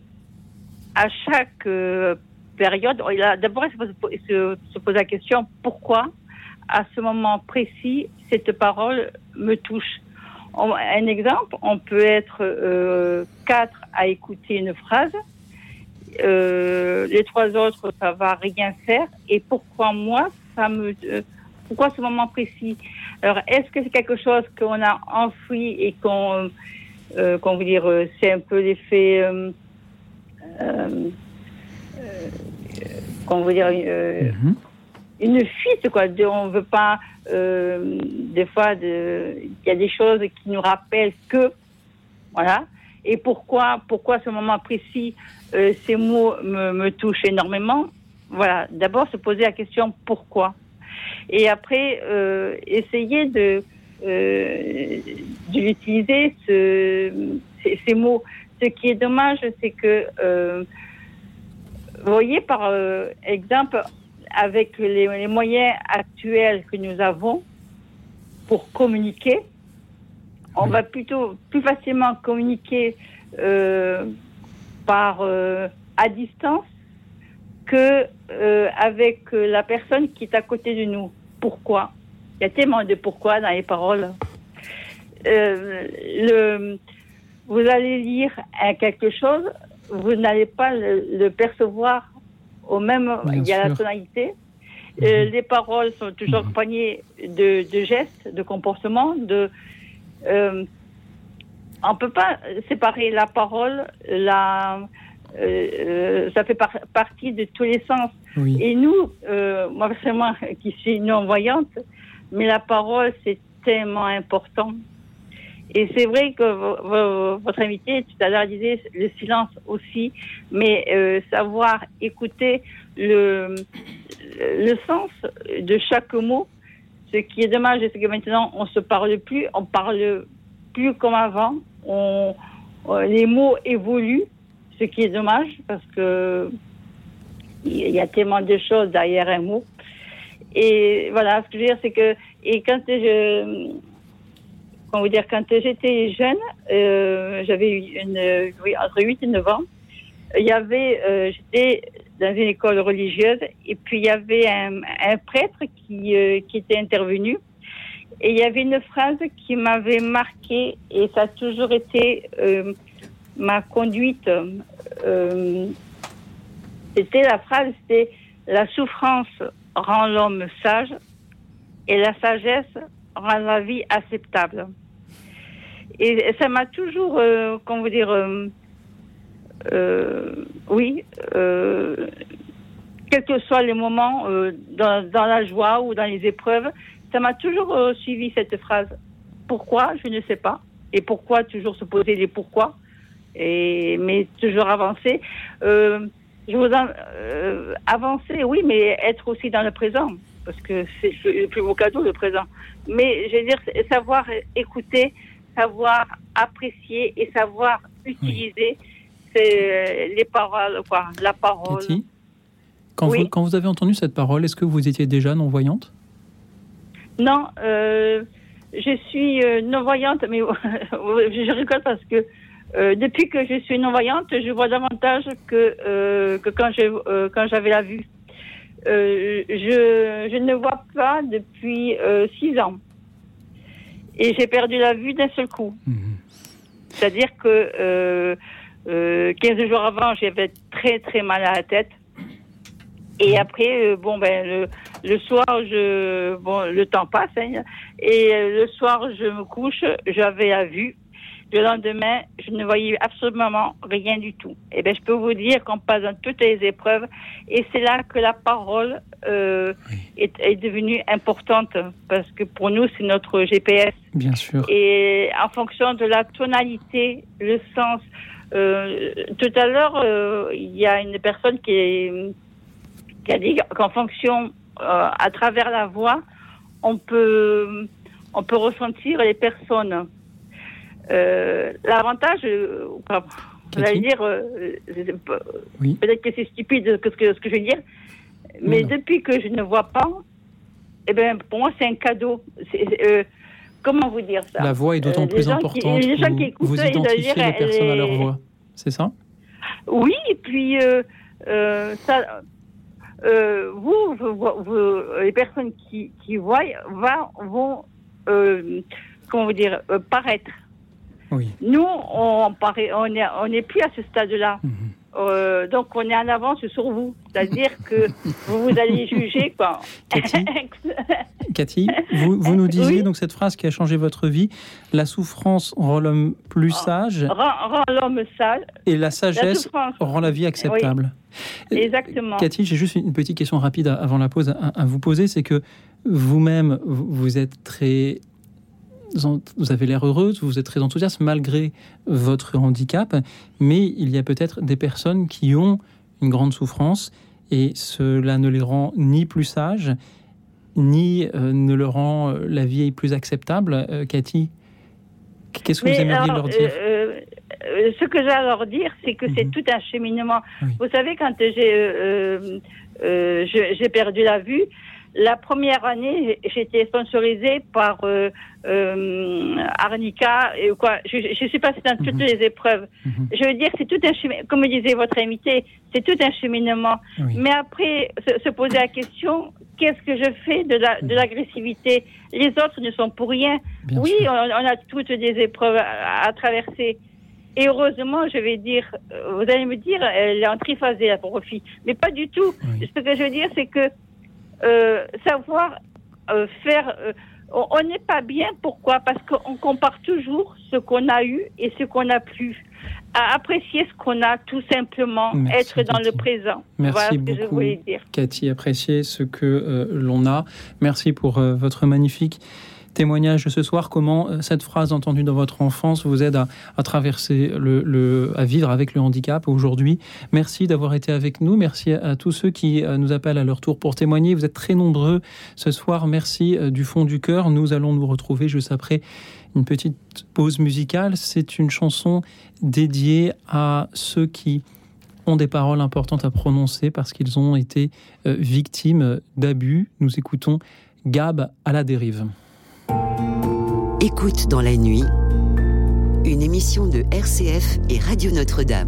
à chaque euh, période, il a, d'abord il se, se, se pose la question pourquoi, à ce moment précis, cette parole me touche. Un exemple, on peut être euh, quatre à écouter une phrase, euh, les trois autres, ça va rien faire. Et pourquoi moi, ça me, euh, pourquoi ce moment précis? Alors, est-ce que c'est quelque chose qu'on a enfoui et qu'on, euh, qu'on veut dire, euh, c'est un peu l'effet, euh, euh, euh, qu'on veut dire. Euh, mm-hmm. Une fuite, quoi. De, on veut pas. Euh, des fois, il y a des choses qui nous rappellent que, voilà. Et pourquoi, pourquoi ce moment précis, euh, ces mots me, me touchent énormément. Voilà. D'abord, se poser la question pourquoi. Et après, euh, essayer de, euh, de l'utiliser ce, ces, ces mots. Ce qui est dommage, c'est que, euh, vous voyez, par euh, exemple. Avec les, les moyens actuels que nous avons pour communiquer, on oui. va plutôt plus facilement communiquer euh, par euh, à distance que euh, avec la personne qui est à côté de nous. Pourquoi ? Il y a tellement de pourquoi dans les paroles. Euh, le, vous allez lire quelque chose, vous n'allez pas le, le percevoir au même. Bien il y a sûr. La tonalité. Mmh. Euh, les paroles sont toujours mmh. accompagnées de, de gestes, de comportements. De, euh, on ne peut pas séparer la parole, la, euh, euh, ça fait par, partie de tous les sens. Oui. Et nous, euh, moi personnellement, qui suis non-voyante, mais la parole, c'est tellement important. Et c'est vrai que v- v- votre invité, tout à l'heure, disait le silence aussi, mais euh, savoir écouter le, le sens de chaque mot. Ce qui est dommage, c'est que maintenant, on ne se parle plus, on ne parle plus comme avant. On, les mots évoluent, ce qui est dommage, parce que il y a tellement de choses derrière un mot. Et voilà, ce que je veux dire, c'est que et quand je, comment vous dire, quand j'étais jeune, euh, j'avais une, oui, entre huit et neuf ans. Il y avait, euh, j'étais dans une école religieuse, et puis il y avait un, un prêtre qui, euh, qui était intervenu, et il y avait une phrase qui m'avait marquée, et ça a toujours été euh, ma conduite. Euh, c'était la phrase, c'était la souffrance rend l'homme sage et la sagesse rend la vie acceptable. Et ça m'a toujours, euh, comment vous dire, euh, euh, oui, euh, quels que soient les moments, euh, dans, dans la joie ou dans les épreuves, ça m'a toujours euh, suivi cette phrase. Pourquoi ? Je ne sais pas. Et pourquoi toujours se poser les pourquoi ? Et mais toujours avancer. Euh, Je vous en, euh, avancer, oui, mais être aussi dans le présent, parce que c'est le plus beau cadeau, le présent. Mais je veux dire, savoir écouter, savoir apprécier et savoir utiliser oui. c'est, les paroles, quoi, la parole. Cathy, quand, oui. vous, quand vous avez entendu cette parole, est-ce que vous étiez déjà non-voyante ? Non, euh, je suis euh, non-voyante, mais je rigole parce que Euh, depuis que je suis non-voyante, je vois davantage que, euh, que quand, je, euh, quand j'avais la vue. Euh, je, je ne vois pas depuis euh, six ans. Et j'ai perdu la vue d'un seul coup. Mmh. C'est-à-dire que euh, euh, quinze jours avant, j'avais très très mal à la tête. Et après, euh, bon, ben, le, le soir, je, bon, le temps passe. Hein, et euh, le soir, je me couche, j'avais la vue. Le lendemain, je ne voyais absolument rien du tout. Et bien, je peux vous dire qu'on passe dans toutes les épreuves, et c'est là que la parole euh, oui. est, est devenue importante, parce que pour nous, c'est notre G P S. Bien sûr. Et en fonction de la tonalité, le sens. Euh, tout à l'heure, euh, il y a une personne qui, est, qui a dit qu'en fonction, euh, à travers la voix, on peut, on peut ressentir les personnes. Euh, l'avantage, euh, vous allez dire, euh, oui. peut-être que c'est stupide que ce que, ce que je veux dire, mais non. Depuis que je ne vois pas, eh ben, pour moi, c'est un cadeau. C'est, euh, comment vous dire ça ? La voix est d'autant euh, plus importante. Qui, les gens vous, qui écoutent, vous identifiez dire, les personnes les... à leur voix, c'est ça ? Oui, et puis, euh, euh, ça, euh, vous, vous, vous, les personnes qui, qui voient va, vont, euh, comment vous dire, euh, paraître. Oui. Nous, on paraît, on est, on n'est plus à ce stade-là. Mmh. Euh, donc, on est en avance sur vous. C'est-à-dire que vous, vous allez juger, quoi. Cathy, Cathy vous, vous nous disiez oui. donc cette phrase qui a changé votre vie. La souffrance rend l'homme plus sage. Rend, rend l'homme sage. Et la sagesse la rend la vie acceptable. Oui. Exactement. Cathy, j'ai juste une petite question rapide avant la pause à, à vous poser. C'est que vous-même, vous êtes très... Vous avez l'air heureuse, vous êtes très enthousiaste malgré votre handicap, mais il y a peut-être des personnes qui ont une grande souffrance et cela ne les rend ni plus sages, ni euh, ne leur rend la vie plus acceptable. Euh, Cathy, qu'est-ce que mais vous aimeriez alors, leur dire euh, euh, Ce que j'ai à leur dire, c'est que mm-hmm. c'est tout un cheminement. Oui. Vous savez, quand j'ai, euh, euh, j'ai perdu la vue, la première année, j'étais sponsorisée par euh, euh, Arnica, et quoi. Je ne suis pas dans toutes mm-hmm. les épreuves. Mm-hmm. Je veux dire, c'est tout un cheminement, comme disait votre invité, c'est tout un cheminement. Oui. Mais après, se, se poser la question, qu'est-ce que je fais de, la, de l'agressivité ? Les autres ne sont pour rien. Bien oui, on, on a toutes des épreuves à, à traverser. Et heureusement, je vais dire, vous allez me dire, elle est en triphasé, la pauvre fille. Mais pas du tout. Oui. Ce que je veux dire, c'est que Euh, savoir euh, faire... Euh, on n'est pas bien, pourquoi ? Parce qu'on compare toujours ce qu'on a eu et ce qu'on n'a plus. À apprécier ce qu'on a, tout simplement, Merci, être dans Cathy. Le présent. Merci voilà ce beaucoup, que je voulais dire. Cathy, apprécier ce que euh, l'on a. Merci pour euh, votre magnifique témoignage ce soir. Comment euh, cette phrase entendue dans votre enfance vous aide à, à traverser, le, le, à vivre avec le handicap aujourd'hui. Merci d'avoir été avec nous. Merci à, à tous ceux qui euh, nous appellent à leur tour pour témoigner. Vous êtes très nombreux ce soir. Merci euh, du fond du cœur. Nous allons nous retrouver juste après une petite pause musicale. C'est une chanson dédiée à ceux qui ont des paroles importantes à prononcer parce qu'ils ont été euh, victimes d'abus. Nous écoutons Gab à la dérive. Écoute dans la nuit, une émission de R C F et Radio Notre-Dame.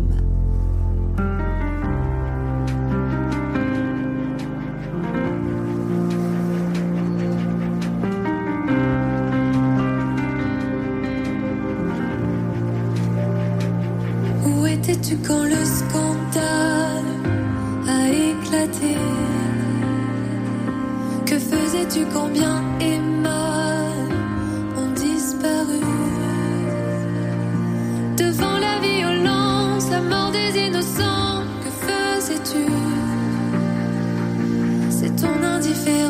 Où étais-tu quand le scandale a éclaté ? Que faisais-tu quand bien et mal ont disparu ? Devant la violence, la mort des innocents, que faisais-tu ? C'est ton indifférence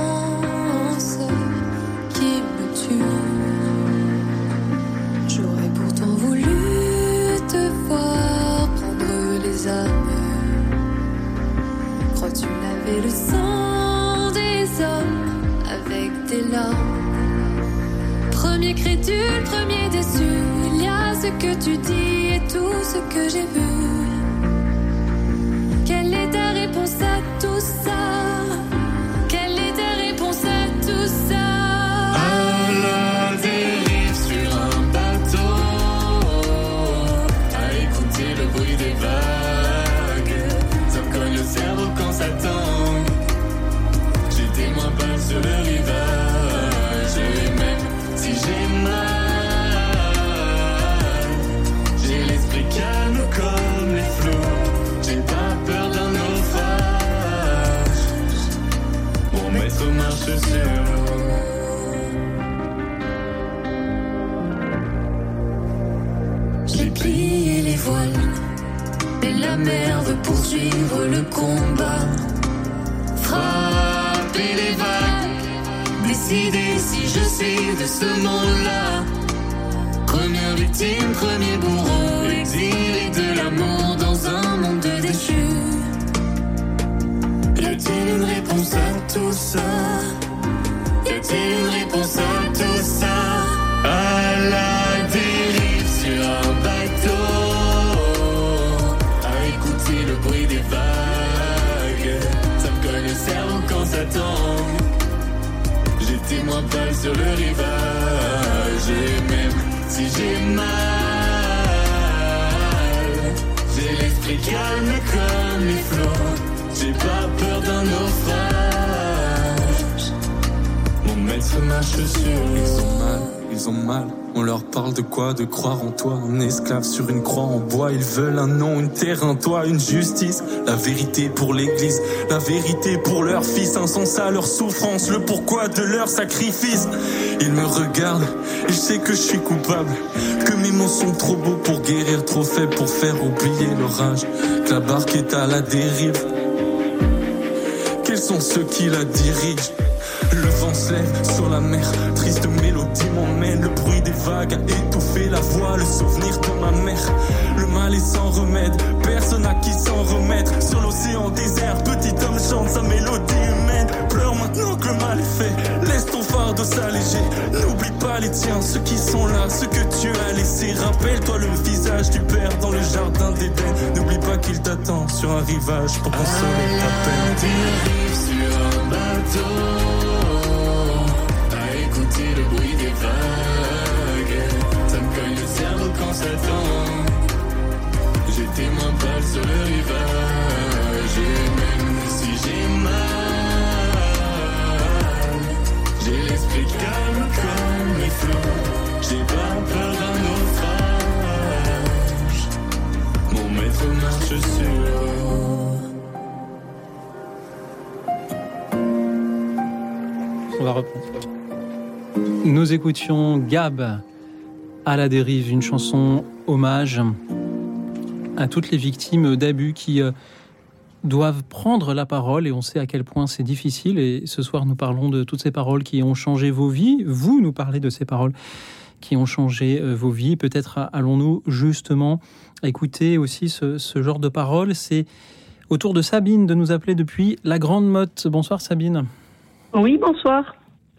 qui me tue. J'aurais pourtant voulu te voir prendre les armes. Crois-tu laver le sang des hommes avec tes larmes ? Premier crédule, premier déçu, il y a ce que tu dis et tout ce que j'ai vu. Quelle est ta réponse à tout ça ? Quelle est ta réponse à tout ça ? À la dérive sur un bateau, à écouter le bruit des vagues, ça me cogne le cerveau quand ça tangue. J'étais moins pas sur le rivage, et même si j'ai mal, j'ai l'esprit calme comme les flots. J'ai pas peur d'un naufrage, mon maître marche sur l'eau. J'ai plié les voiles, et la mer veut poursuivre le combat. Frapper les vagues, décider si je suis de ce monde-là. Première victime, premier bourreau, exilé de l'amour dans un monde déchu. Y a-t-il une réponse à tout ça? Y a-t-il une réponse à tout ça? À la dérive sur un bateau, à écouter le bruit des vagues, ça me colle le cerveau quand ça tangue. J'étais moins pâle sur le rivage, et même si j'ai mal, j'ai l'esprit calme comme les flots. J'ai pas peur d'un naufrage, mon maître marche sur l'eau. Ils ont mal, ils ont mal. On leur parle de quoi? De croire en toi. Un esclave sur une croix en bois. Ils veulent un nom, une terre, un toit, une justice. La vérité pour l'église, la vérité pour leur fils. Un sens à leur souffrance, le pourquoi de leur sacrifice. Ils me regardent et je sais que je suis coupable. Que mes mots sont trop beaux pour guérir, trop faibles pour faire oublier l'orage. Que la barque est à la dérive. Quels sont ceux qui la dirigent? Le vent se lève sur la mer, triste mélodie m'emmène. Le bruit des vagues a étouffé la voix, le souvenir de ma mère. Le mal est sans remède, personne à qui s'en remettre. Sur l'océan désert, petit homme chante sa mélodie humaine. Pleure maintenant que le mal est fait, laisse ton fardeau s'alléger. N'oublie pas les tiens, ceux qui sont là, ceux que tu as laissés. Rappelle-toi le visage du père dans le jardin d'Éden. N'oublie pas qu'il t'attend sur un rivage pour consoler ta peine. Dérive sur un bateau, à écouter le bruit des vagues. Ça me cogne le cerveau quand ça tombe. J'étais moins pâle sur le rivage. Et même si j'ai mal, j'ai l'esprit calme comme les flots. J'ai pas peur d'un naufrage. Mon maître marche sur l'eau. On va reprendre. Nous écoutions Gab à la dérive, une chanson hommage à toutes les victimes d'abus qui euh, doivent prendre la parole, et on sait à quel point c'est difficile. Et ce soir, nous parlons de toutes ces paroles qui ont changé vos vies. Vous nous parlez de ces paroles qui ont changé euh, vos vies. Peut-être allons-nous justement écouter aussi ce, ce genre de paroles. C'est au tour de Sabine de nous appeler depuis la Grande Motte. Bonsoir Sabine. Oui, bonsoir.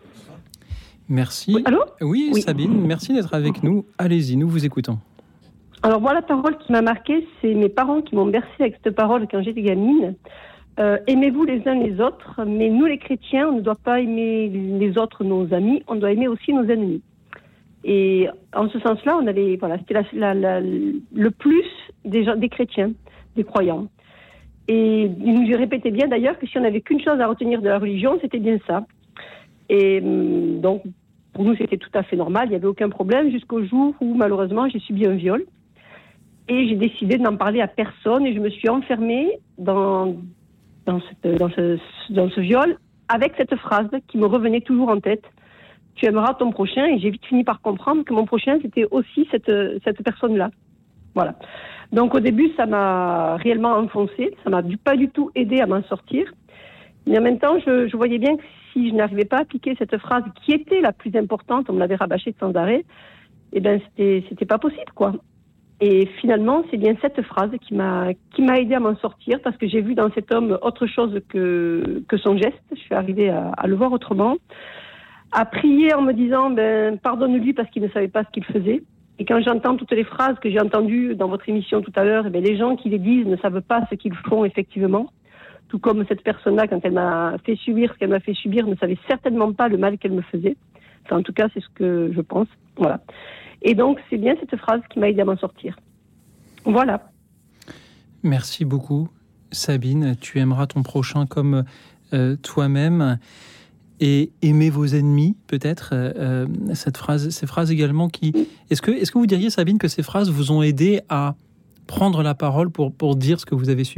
Merci. Oui, allô ? Oui, oui, Sabine, merci d'être avec nous. Allez-y, nous vous écoutons. Alors moi, la parole qui m'a marquée, c'est mes parents qui m'ont bercée avec cette parole quand j'étais gamine. Euh, aimez-vous les uns les autres, mais nous les chrétiens, on ne doit pas aimer les autres, nos amis, on doit aimer aussi nos ennemis. Et en ce sens-là, on avait, voilà, c'était la, la, la, le plus des, gens, des chrétiens, des croyants. Et ils nous répétaient bien d'ailleurs que si on n'avait qu'une chose à retenir de la religion, c'était bien ça. Et donc, pour nous, c'était tout à fait normal, il n'y avait aucun problème, jusqu'au jour où, malheureusement, j'ai subi un viol. Et j'ai décidé de n'en parler à personne, et je me suis enfermée dans, dans, cette, dans, ce, dans ce viol, avec cette phrase qui me revenait toujours en tête. Tu aimeras ton prochain, et j'ai vite fini par comprendre que mon prochain, c'était aussi cette, cette personne-là. Voilà. Donc, au début, ça m'a réellement enfoncée, ça m'a du, pas du tout aidé à m'en sortir. Mais en même temps, je, je voyais bien que si je n'arrivais pas à appliquer cette phrase qui était la plus importante, on me l'avait rabâchée sans arrêt, eh ben c'était, c'était pas possible, quoi. Et finalement, c'est bien cette phrase qui m'a, qui m'a aidé à m'en sortir, parce que j'ai vu dans cet homme autre chose que, que son geste. Je suis arrivée à, à le voir autrement, à prier en me disant, ben, pardonne-lui parce qu'il ne savait pas ce qu'il faisait. Et quand j'entends toutes les phrases que j'ai entendues dans votre émission tout à l'heure, eh ben, les gens qui les disent ne savent pas ce qu'ils font effectivement. Tout comme cette personne-là, quand elle m'a fait subir ce qu'elle m'a fait subir, ne savait certainement pas le mal qu'elle me faisait. Enfin, en tout cas, c'est ce que je pense. Voilà. Et donc, c'est bien cette phrase qui m'a aidé à m'en sortir. Voilà. Merci beaucoup, Sabine. Tu aimeras ton prochain comme euh, toi-même. Et aimer vos ennemis, peut-être. Euh, cette phrase, ces phrases également qui... Est-ce que, est-ce que vous diriez, Sabine, que ces phrases vous ont aidé à prendre la parole pour, pour dire ce que vous avez subi ?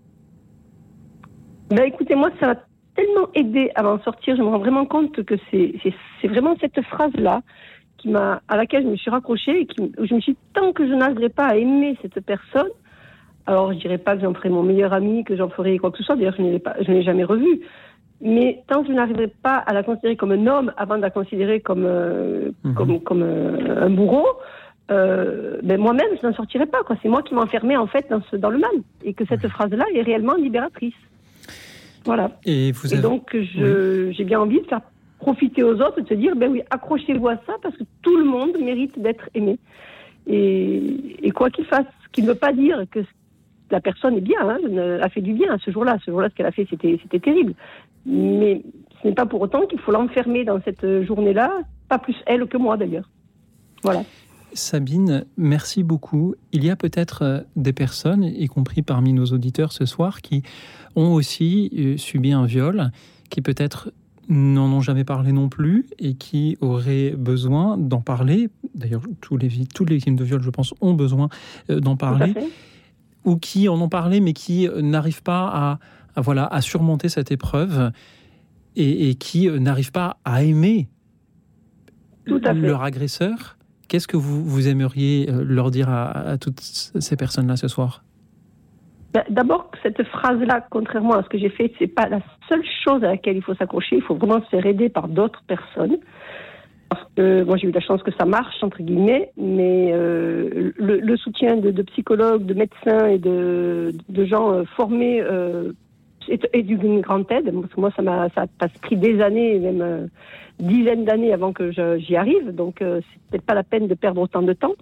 Ben écoutez, moi, ça m'a tellement aidé à m'en sortir. Je me rends vraiment compte que c'est, c'est, c'est vraiment cette phrase-là qui m'a, à laquelle je me suis raccrochée et qui, où je me suis dit, tant que je n'arriverai pas à aimer cette personne, alors je dirais pas que j'en ferai mon meilleur ami, que j'en ferai quoi que ce soit. D'ailleurs, je ne l'ai pas, je ne l'ai jamais revu. Mais tant que je n'arriverai pas à la considérer comme un homme avant de la considérer comme euh, mmh. comme comme euh, un bourreau, euh, ben moi-même je n'en sortirai pas, quoi. C'est moi qui m'enfermais en fait dans ce, dans le mal, et que cette phrase-là est réellement libératrice. Voilà. Et, vous avez... et donc, je, oui. j'ai bien envie de faire profiter aux autres, de se dire, ben oui, accrochez-vous à ça, parce que tout le monde mérite d'être aimé. Et, et quoi qu'il fasse, ce qui ne veut pas dire que la personne est bien, hein, a fait du bien à ce jour-là. Ce jour-là, ce qu'elle a fait, c'était, c'était terrible. Mais ce n'est pas pour autant qu'il faut l'enfermer dans cette journée-là, pas plus elle que moi, d'ailleurs. Voilà. Sabine, merci beaucoup. Il y a peut-être des personnes, y compris parmi nos auditeurs ce soir, qui ont aussi subi un viol, qui peut-être n'en ont jamais parlé non plus et qui auraient besoin d'en parler. D'ailleurs, tous les, toutes les victimes de viol, je pense, ont besoin d'en parler. Ou qui en ont parlé, mais qui n'arrivent pas à, à, voilà, à surmonter cette épreuve et, et qui n'arrivent pas à aimer Tout à leur agresseur. Qu'est-ce que vous, vous aimeriez leur dire à, à toutes ces personnes-là ce soir ? D'abord, cette phrase-là, contrairement à ce que j'ai fait, c'est pas la seule chose à laquelle il faut s'accrocher. Il faut vraiment se faire aider par d'autres personnes. Parce que moi, j'ai eu la chance que ça marche, entre guillemets, mais euh, le, le soutien de, de psychologues, de médecins et de, de gens euh, formés euh, est, est d'une grande aide. Parce que moi, ça m'a, ça a pris des années, même euh, dizaines d'années avant que je, j'y arrive. Donc, euh, c'est peut-être pas la peine de perdre autant de temps.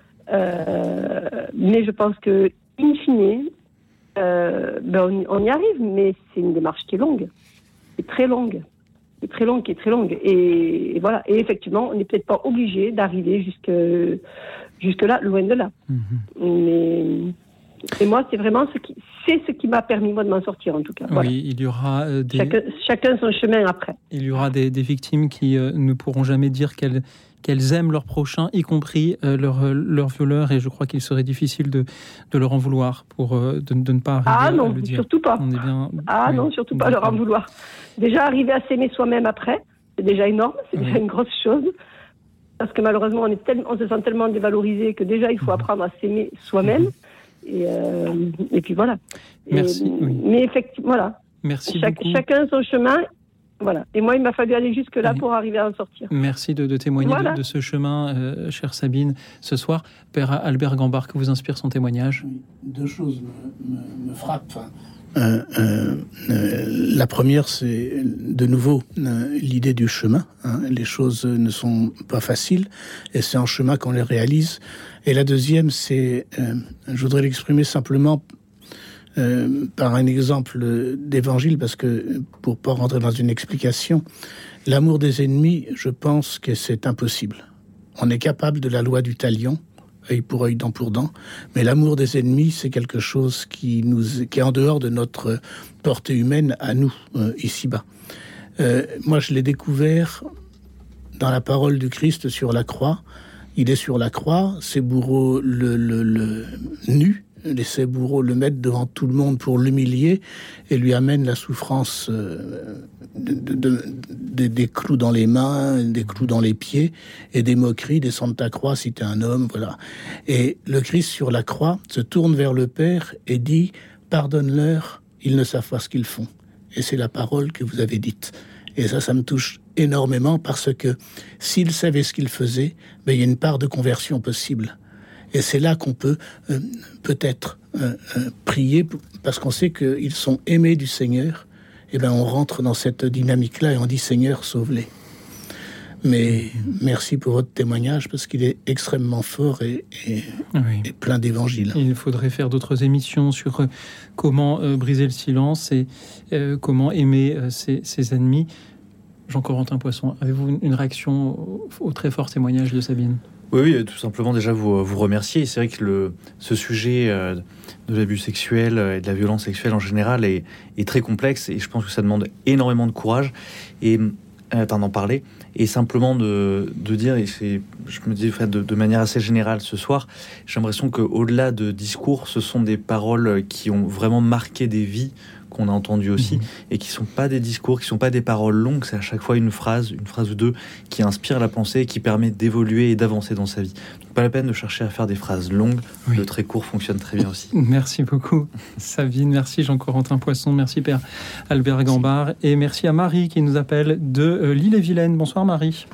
Euh, mais je pense que, in fine, euh, ben on, on y arrive, mais c'est une démarche qui est longue. est très longue. Est très longue, qui est très longue. Et, et voilà. Et effectivement, on n'est peut-être pas obligé d'arriver jusque, jusque là, loin de là. Mm-hmm. Mais, et moi, c'est vraiment ce qui, c'est ce qui m'a permis, moi, de m'en sortir, en tout cas. Oui, voilà. il y aura euh, des... Chacun, chacun son chemin après. Il y aura des, des victimes qui euh, ne pourront jamais dire qu'elles, qu'elles aiment leur prochain, y compris euh, leur, leur violeur, et je crois qu'il serait difficile de, de leur en vouloir pour euh, de, de ne pas arriver ah, à non, le dire. Surtout pas. On est bien... Ah oui, non, surtout pas leur en vouloir. Déjà, arriver à s'aimer soi-même après, c'est déjà énorme, c'est oui. déjà une grosse chose. Parce que malheureusement, on, est tellement, on se sent tellement dévalorisé que déjà, il faut apprendre à s'aimer soi-même. Et, euh, et puis voilà. Merci. Et, oui. Mais effectivement, voilà. Merci Chaque, beaucoup. Chacun son chemin. Voilà. Et moi, il m'a fallu aller jusque-là oui. pour arriver à en sortir. Merci de, de témoigner voilà. de, de ce chemin, euh, chère Sabine, ce soir. Père Albert Gambard, que vous inspire son témoignage ? Deux choses me, me, me frappent. Euh, euh, euh, la première, c'est de nouveau euh, l'idée du chemin. Hein. Les choses ne sont pas faciles et c'est en chemin qu'on les réalise. Et la deuxième, c'est, euh, je voudrais l'exprimer simplement euh, par un exemple d'évangile, parce que pour pas rentrer dans une explication, l'amour des ennemis, je pense que c'est impossible. On est capable de la loi du talion, œil pour œil, dent pour dent, mais l'amour des ennemis, c'est quelque chose qui, nous, qui est en dehors de notre portée humaine à nous, euh, ici-bas. Euh, moi, je l'ai découvert dans la parole du Christ sur la croix. Il est sur la croix, ses bourreaux le, le, le nu, ses bourreaux le mettent devant tout le monde pour l'humilier et lui amènent la souffrance euh, de, de, de, de, des clous dans les mains, des clous dans les pieds et des moqueries, descends de ta croix si t'es un homme, voilà. Et le Christ sur la croix se tourne vers le Père et dit « Pardonne-leur, ils ne savent pas ce qu'ils font. » Et c'est la parole que vous avez dite. Et ça, ça me touche énormément parce que s'ils savaient ce qu'ils faisaient, ben, il y a une part de conversion possible. Et c'est là qu'on peut euh, peut-être euh, euh, prier, parce qu'on sait qu'ils sont aimés du Seigneur. Et ben, on rentre dans cette dynamique-là et on dit « Seigneur, sauve-les ». Mais merci pour votre témoignage, parce qu'il est extrêmement fort et, et, oui. et plein d'évangiles. Il faudrait faire d'autres émissions sur euh, comment euh, briser le silence et euh, comment aimer euh, ses, ses ennemis. Jean-Corentin Poisson, avez-vous une réaction au, au très fort témoignage de Sabine ? Oui, oui, tout simplement déjà vous, vous remercier. C'est vrai que le, ce sujet euh, de l'abus sexuel et de la violence sexuelle en général est, est très complexe et je pense que ça demande énormément de courage et euh, d'en parler et simplement de, de dire, et c'est, je me dis de, de manière assez générale ce soir, j'ai l'impression qu'au-delà de discours, ce sont des paroles qui ont vraiment marqué des vies qu'on a entendu aussi, mmh. et qui sont pas des discours, qui sont pas des paroles longues, c'est à chaque fois une phrase, une phrase ou deux qui inspire la pensée et qui permet d'évoluer et d'avancer dans sa vie. Donc, pas la peine de chercher à faire des phrases longues, oui. Le très court fonctionne très bien aussi. Merci beaucoup Sabine, merci Jean-Corentin Poisson, merci Père Albert Gambard, et merci à Marie qui nous appelle de euh, l'Île-et-Vilaine. Bonsoir Marie.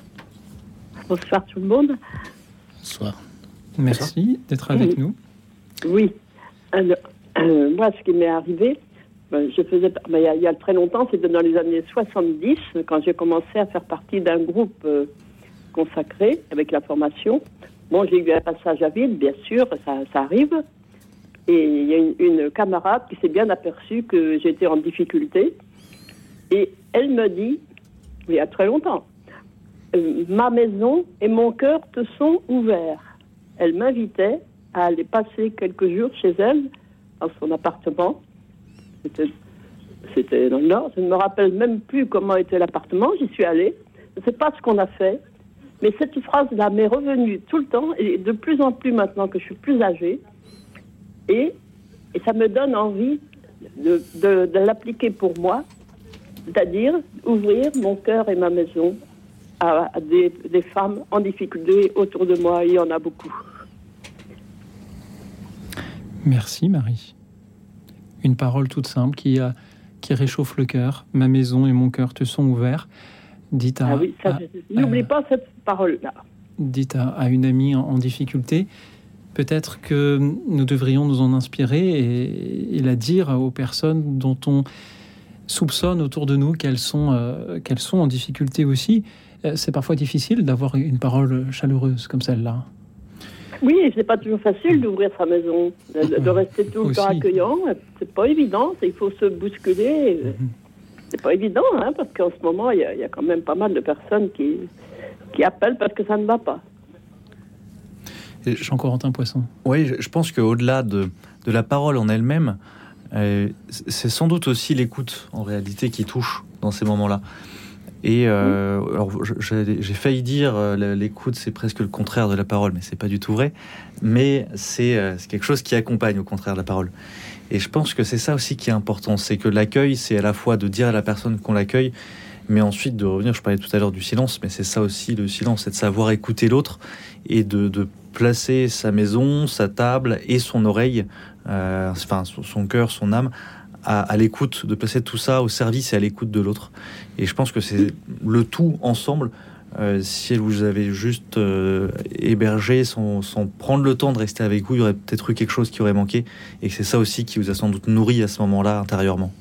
Bonsoir tout le monde. Bonsoir. Merci Bonsoir. D'être avec oui. nous. Oui, alors, euh, moi ce qui m'est arrivé, je faisais, il y, a, il y a très longtemps, c'était dans les années soixante-dix, quand j'ai commencé à faire partie d'un groupe euh, consacré avec la formation. Bon, j'ai eu un passage à vide, bien sûr, ça, ça arrive. Et il y a une, une camarade qui s'est bien aperçue que j'étais en difficulté. Et elle me dit, il y a très longtemps, euh, ma maison et mon cœur te sont ouverts. Elle m'invitait à aller passer quelques jours chez elle, dans son appartement. C'était, c'était dans le Nord. Je ne me rappelle même plus comment était l'appartement. J'y suis allée. Je ne sais pas ce qu'on a fait. Mais cette phrase-là m'est revenue tout le temps. Et de plus en plus maintenant que je suis plus âgée. Et, et ça me donne envie de, de, de l'appliquer pour moi. C'est-à-dire ouvrir mon cœur et ma maison à, à des, des femmes en difficulté autour de moi. Il y en a beaucoup. Merci Marie. Une parole toute simple qui, a, qui réchauffe le cœur. Ma maison et mon cœur te sont ouverts. Dites à, ah oui, ça, à, n'oublie à, pas cette parole-là. Dites à, à une amie en, en difficulté. Peut-être que nous devrions nous en inspirer et, et la dire aux personnes dont on soupçonne autour de nous qu'elles sont, euh, qu'elles sont en difficulté aussi. C'est parfois difficile d'avoir une parole chaleureuse comme celle-là. Oui, c'est pas toujours facile d'ouvrir sa maison, de, de rester tout le temps accueillant. C'est pas évident, il faut se bousculer. c'est pas évident, hein, parce qu'en ce moment, il y, y a quand même pas mal de personnes qui, qui appellent parce que ça ne va pas. Jean-Corentin Poisson. Oui, je, je pense qu'au-delà de, de la parole en elle-même, euh, c'est sans doute aussi l'écoute, en réalité, qui touche dans ces moments-là. Et euh, mmh. alors, j'ai, j'ai failli dire euh, l'écoute, c'est presque le contraire de la parole, mais c'est pas du tout vrai. Mais c'est, euh, c'est quelque chose qui accompagne, au contraire, la parole. Et je pense que c'est ça aussi qui est important, c'est que l'accueil, c'est à la fois de dire à la personne qu'on l'accueille, mais ensuite de revenir, je parlais tout à l'heure du silence, mais c'est ça aussi le silence, c'est de savoir écouter l'autre et de, de placer sa maison, sa table et son oreille, euh, enfin son, son cœur, son âme, à, à l'écoute, de placer tout ça au service et à l'écoute de l'autre. Et je pense que c'est le tout ensemble. Euh, si vous avez juste euh, hébergé sans, sans prendre le temps de rester avec vous, il y aurait peut-être eu quelque chose qui aurait manqué, et que c'est ça aussi qui vous a sans doute nourri à ce moment-là intérieurement.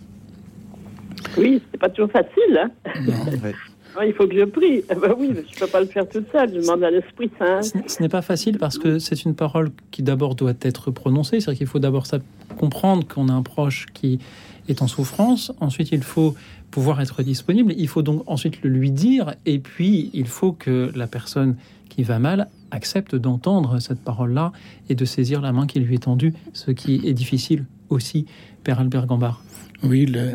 Oui, c'est pas toujours facile, hein. Non. Ouais. Non, il faut que je prie. Eh ben oui, je peux pas le faire toute seule. Je demande à l'Esprit Saint. Ce, ce n'est pas facile parce que c'est une parole qui d'abord doit être prononcée. C'est-à-dire qu'il faut d'abord ça, comprendre qu'on a un proche qui est en souffrance. Ensuite, il faut pouvoir être disponible. Il faut donc ensuite le lui dire. Et puis, il faut que la personne qui va mal accepte d'entendre cette parole-là et de saisir la main qui lui est tendue, ce qui est difficile aussi, Père Albert Gambard. Oui, le,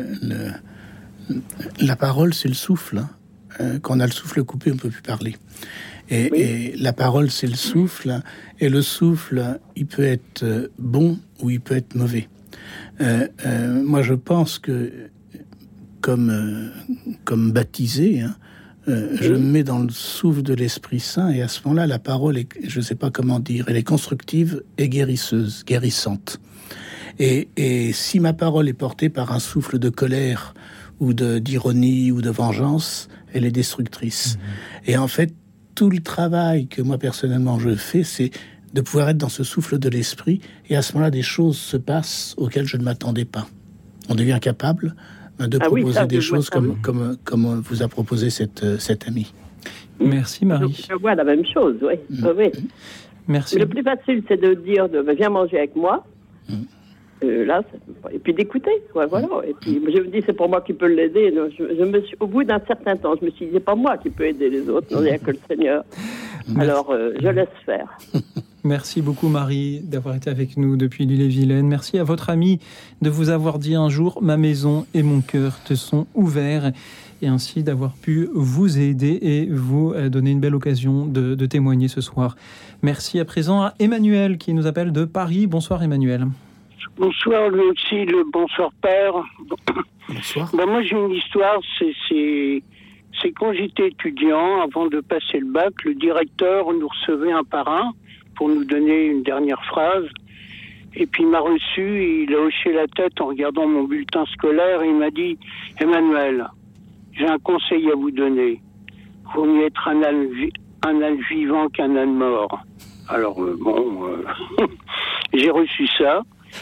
le, la parole, c'est le souffle. Hein. Euh, quand on a le souffle coupé, on ne peut plus parler. Et, oui. et la parole, c'est le souffle. Et le souffle, il peut être bon ou il peut être mauvais. Euh, euh, moi, je pense que, comme, euh, comme baptisé, hein, euh, oui. je me mets dans le souffle de l'Esprit Saint. Et à ce moment-là, la parole, est, je ne sais pas comment dire, elle est constructive et guérisseuse, guérissante. Et, et si ma parole est portée par un souffle de colère ou de, d'ironie ou de vengeance, elle est destructrice. Mmh. Et en fait, tout le travail que moi, personnellement, je fais, c'est de pouvoir être dans ce souffle de l'esprit. Et à ce moment-là, des choses se passent auxquelles je ne m'attendais pas. On devient capable de ah proposer oui, ça, des choses comme, comme, comme vous a proposé cette, cette amie. Merci, Marie. Je vois la même chose, oui. Mmh. oui. Merci. Le plus facile, c'est de dire, de, viens manger avec moi. Mmh. Euh, là, et puis d'écouter, ouais, voilà. Et puis je me dis, c'est pour moi qui peux l'aider. Je, je me suis, au bout d'un certain temps, je me suis dit, c'est pas moi qui peux aider les autres, non, il n'y a que le Seigneur. Merci. Alors, euh, je laisse faire. Merci beaucoup, Marie, d'avoir été avec nous depuis l'Ille-et-Vilaine. Merci à votre ami de vous avoir dit un jour, ma maison et mon cœur te sont ouverts, et ainsi d'avoir pu vous aider et vous donner une belle occasion de, de témoigner ce soir. Merci à présent à Emmanuel qui nous appelle de Paris. Bonsoir, Emmanuel. Bonsoir, lui aussi, le bonsoir père. Bonsoir. Ben, moi, j'ai une histoire, c'est, c'est, c'est quand j'étais étudiant, avant de passer le bac, le directeur nous recevait un par un pour nous donner une dernière phrase. Et puis il m'a reçu, il a hoché la tête en regardant mon bulletin scolaire et il m'a dit, Emmanuel, j'ai un conseil à vous donner. Vaut mieux être un âne, vi- un âne vivant qu'un âne mort. Alors, euh, bon, euh, j'ai reçu ça.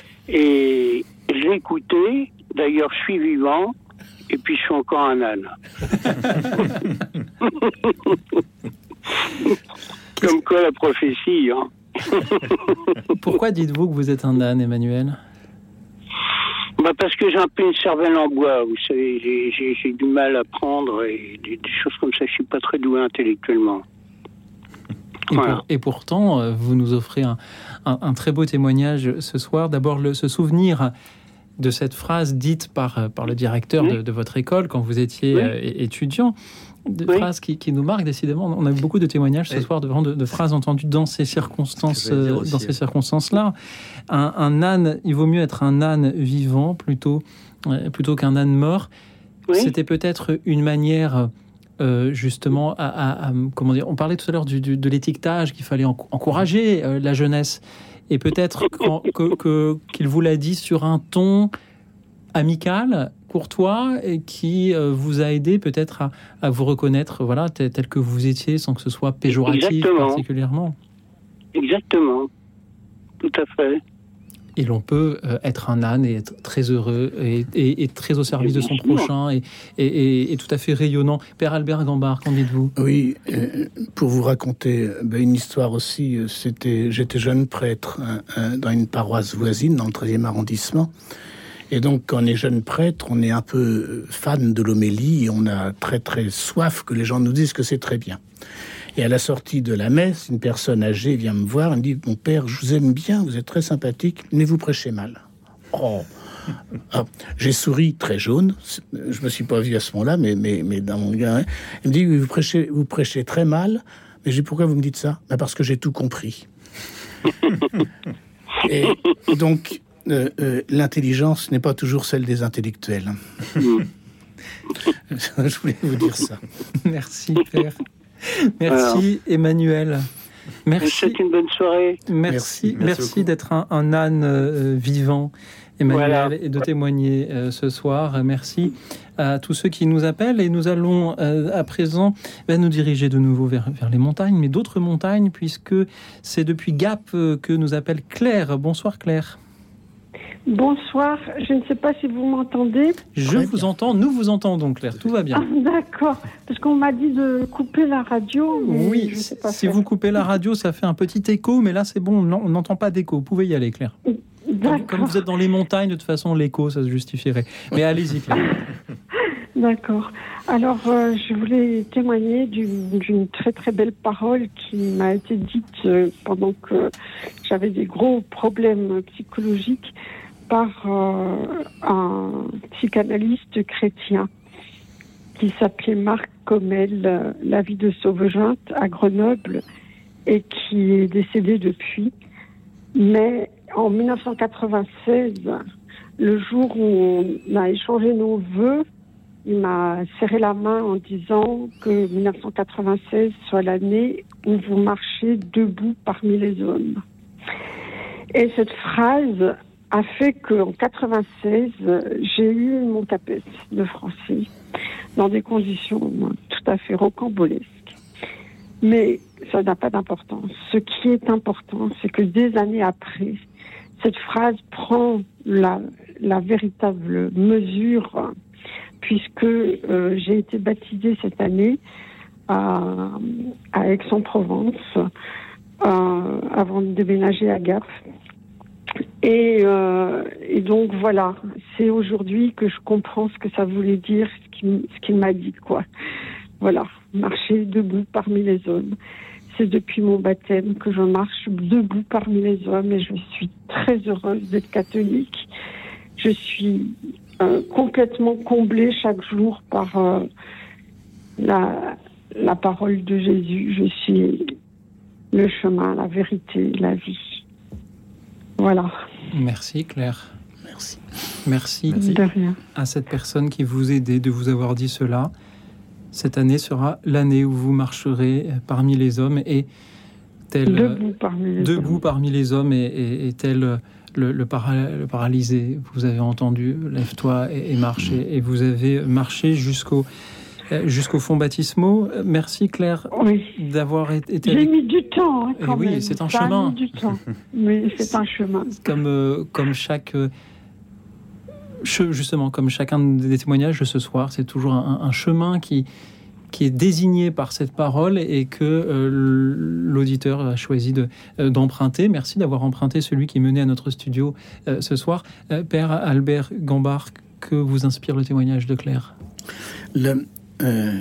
Et je l'ai écouté, d'ailleurs je suis vivant, et puis je suis encore un âne. Comme quoi la prophétie. Hein. Pourquoi dites-vous que vous êtes un âne, Emmanuel ? Bah parce que j'ai un peu une cervelle en bois, vous savez, j'ai, j'ai, j'ai du mal à prendre, et des, des choses comme ça, je suis pas très doué intellectuellement. Et, voilà. pour, et pourtant, vous nous offrez un, un, un très beau témoignage ce soir. D'abord, le, ce souvenir de cette phrase dite par, par le directeur oui. de, de votre école quand vous étiez oui. euh, étudiant. Des oui. phrases qui, qui nous marquent décidément. On a eu beaucoup de témoignages ce oui. soir de, de, de phrases entendues dans ces circonstances, euh, aussi, dans ces circonstances-là. Un, un âne, il vaut mieux être un âne vivant plutôt, euh, plutôt qu'un âne mort. Oui. C'était peut-être une manière... Euh, justement, à, à, à, comment dire, on parlait tout à l'heure du, du, de l'étiquetage, qu'il fallait en, encourager euh, la jeunesse, et peut-être quand, que, que, qu'il vous l'a dit sur un ton amical, courtois, et qui euh, vous a aidé peut-être à, à vous reconnaître, voilà, tel, tel que vous étiez, sans que ce soit péjoratif. Exactement. Particulièrement. Exactement, tout à fait. Et l'on peut euh, être un âne et être très heureux et, et, et très au service de son prochain et, et, et, et tout à fait rayonnant. Père Albert Gambard, qu'en dites-vous ? Oui, euh, pour vous raconter ben, une histoire aussi, c'était, j'étais jeune prêtre hein, hein, dans une paroisse voisine, dans le treizième arrondissement. Et donc, quand on est jeune prêtre, on est un peu fan de l'homélie et on a très très soif que les gens nous disent que c'est très bien. Et à la sortie de la messe, une personne âgée vient me voir et me dit « Mon père, je vous aime bien, vous êtes très sympathique, mais vous prêchez mal. » Oh. Ah, j'ai souri très jaune. Je me suis pas vu à ce moment-là, mais, mais, mais dans mon gars, hein. Il me dit vous prêchez, vous prêchez très mal. Mais j'ai dit pourquoi vous me dites ça? Ben parce que j'ai tout compris. Et donc euh, euh, l'intelligence n'est pas toujours celle des intellectuels. Je voulais vous dire ça. Merci Père. Merci Alors. Emmanuel. Merci. C'est une bonne soirée. Merci, merci, merci, merci d'être un, un âne euh, vivant. Emmanuel, voilà. Et de témoigner euh, ce soir. Merci à tous ceux qui nous appellent et nous allons euh, à présent ben, nous diriger de nouveau vers, vers les montagnes, mais d'autres montagnes, puisque c'est depuis Gap euh, que nous appelle Claire. Bonsoir Claire. Bonsoir, je ne sais pas si vous m'entendez. Je vous bien. entends, nous vous entendons Claire, tout va bien. Ah, d'accord, parce qu'on m'a dit de couper la radio. Mais oui, je sais pas si faire. vous coupez la radio, ça fait un petit écho, mais là c'est bon, on n'entend pas d'écho. Vous pouvez y aller Claire. Comme, comme vous êtes dans les montagnes, de toute façon, l'écho, ça se justifierait. Mais allez-y, Claire. D'accord. Alors, euh, je voulais témoigner d'une, d'une très très belle parole qui m'a été dite euh, pendant que j'avais des gros problèmes psychologiques par euh, un psychanalyste chrétien qui s'appelait Marc Commel, euh, La vie de Sauvejointe à Grenoble, et qui est décédé depuis. Mais en dix-neuf cent quatre-vingt-seize, le jour où on a échangé nos vœux, il m'a serré la main en disant que dix-neuf cent quatre-vingt-seize soit l'année où vous marchez debout parmi les hommes. Et cette phrase a fait qu'en quatre-vingt-seize, j'ai eu mon CAPES de français dans des conditions tout à fait rocambolesques. Mais ça n'a pas d'importance. Ce qui est important, c'est que des années après, cette phrase prend la, la véritable mesure, puisque euh, j'ai été baptisée cette année à, à Aix-en-Provence, euh, avant de déménager à Gap. Et, euh, et donc voilà, c'est aujourd'hui que je comprends ce que ça voulait dire, ce qu'il, ce qu'il m'a dit, quoi. Voilà, marcher debout parmi les hommes. C'est depuis mon baptême que je marche debout parmi les hommes et je suis très heureuse d'être catholique. Je suis euh, complètement comblée chaque jour par euh, la, la parole de Jésus. Je suis le chemin, la vérité, la vie. Voilà. Merci Claire. Merci. Merci, Merci. De rien. À cette personne qui vous aidait de vous avoir dit cela. Cette année sera l'année où vous marcherez parmi les hommes et tel debout parmi les debout hommes, parmi les hommes et, et, et tel le, le, para, le paralysé. Vous avez entendu, lève-toi et, et marche. Et, et vous avez marché jusqu'au jusqu'au fond baptismaux. Merci Claire oui. d'avoir été. J'ai avec... mis du temps. Hein, quand oui, même. c'est un Ça chemin. A mis du temps. Mais c'est un chemin. Comme euh, comme chaque euh, justement, comme chacun des témoignages de ce soir, c'est toujours un, un chemin qui, qui est désigné par cette parole et que euh, l'auditeur a choisi de, euh, d'emprunter. Merci d'avoir emprunté celui qui menait à notre studio euh, ce soir. Euh, Père Albert Gambard, que vous inspire le témoignage de Claire? le, euh,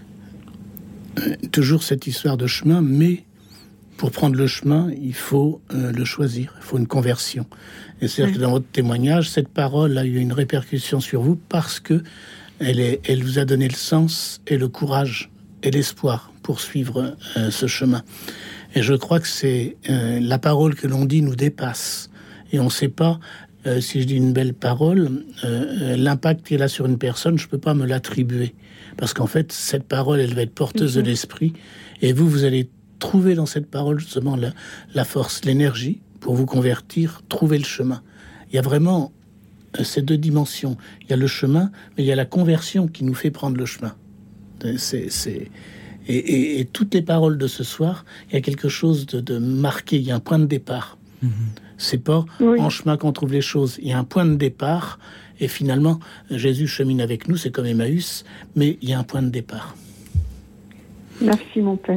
euh, Toujours cette histoire de chemin, mais pour prendre le chemin, il faut euh, le choisir, il faut une conversion. Et c'est-à-dire que dans votre témoignage, cette parole a eu une répercussion sur vous parce que elle, est, elle vous a donné le sens et le courage et l'espoir pour suivre euh, ce chemin. Et je crois que c'est euh, la parole que l'on dit nous dépasse. Et on ne sait pas, euh, si je dis une belle parole, euh, l'impact qu'elle a sur une personne, je ne peux pas me l'attribuer. Parce qu'en fait, cette parole, elle va être porteuse mm-hmm. de l'esprit. Et vous, vous allez trouver dans cette parole justement la, la force, l'énergie pour vous convertir, trouver le chemin. Il y a vraiment euh, ces deux dimensions. Il y a le chemin, mais il y a la conversion qui nous fait prendre le chemin. C'est, c'est... Et, et, et toutes les paroles de ce soir, il y a quelque chose de, de marqué, il y a un point de départ. Mmh. C'est pas oui. en chemin qu'on trouve les choses. Il y a un point de départ, et finalement, Jésus chemine avec nous, c'est comme Emmaüs, mais il y a un point de départ. Merci mon Père.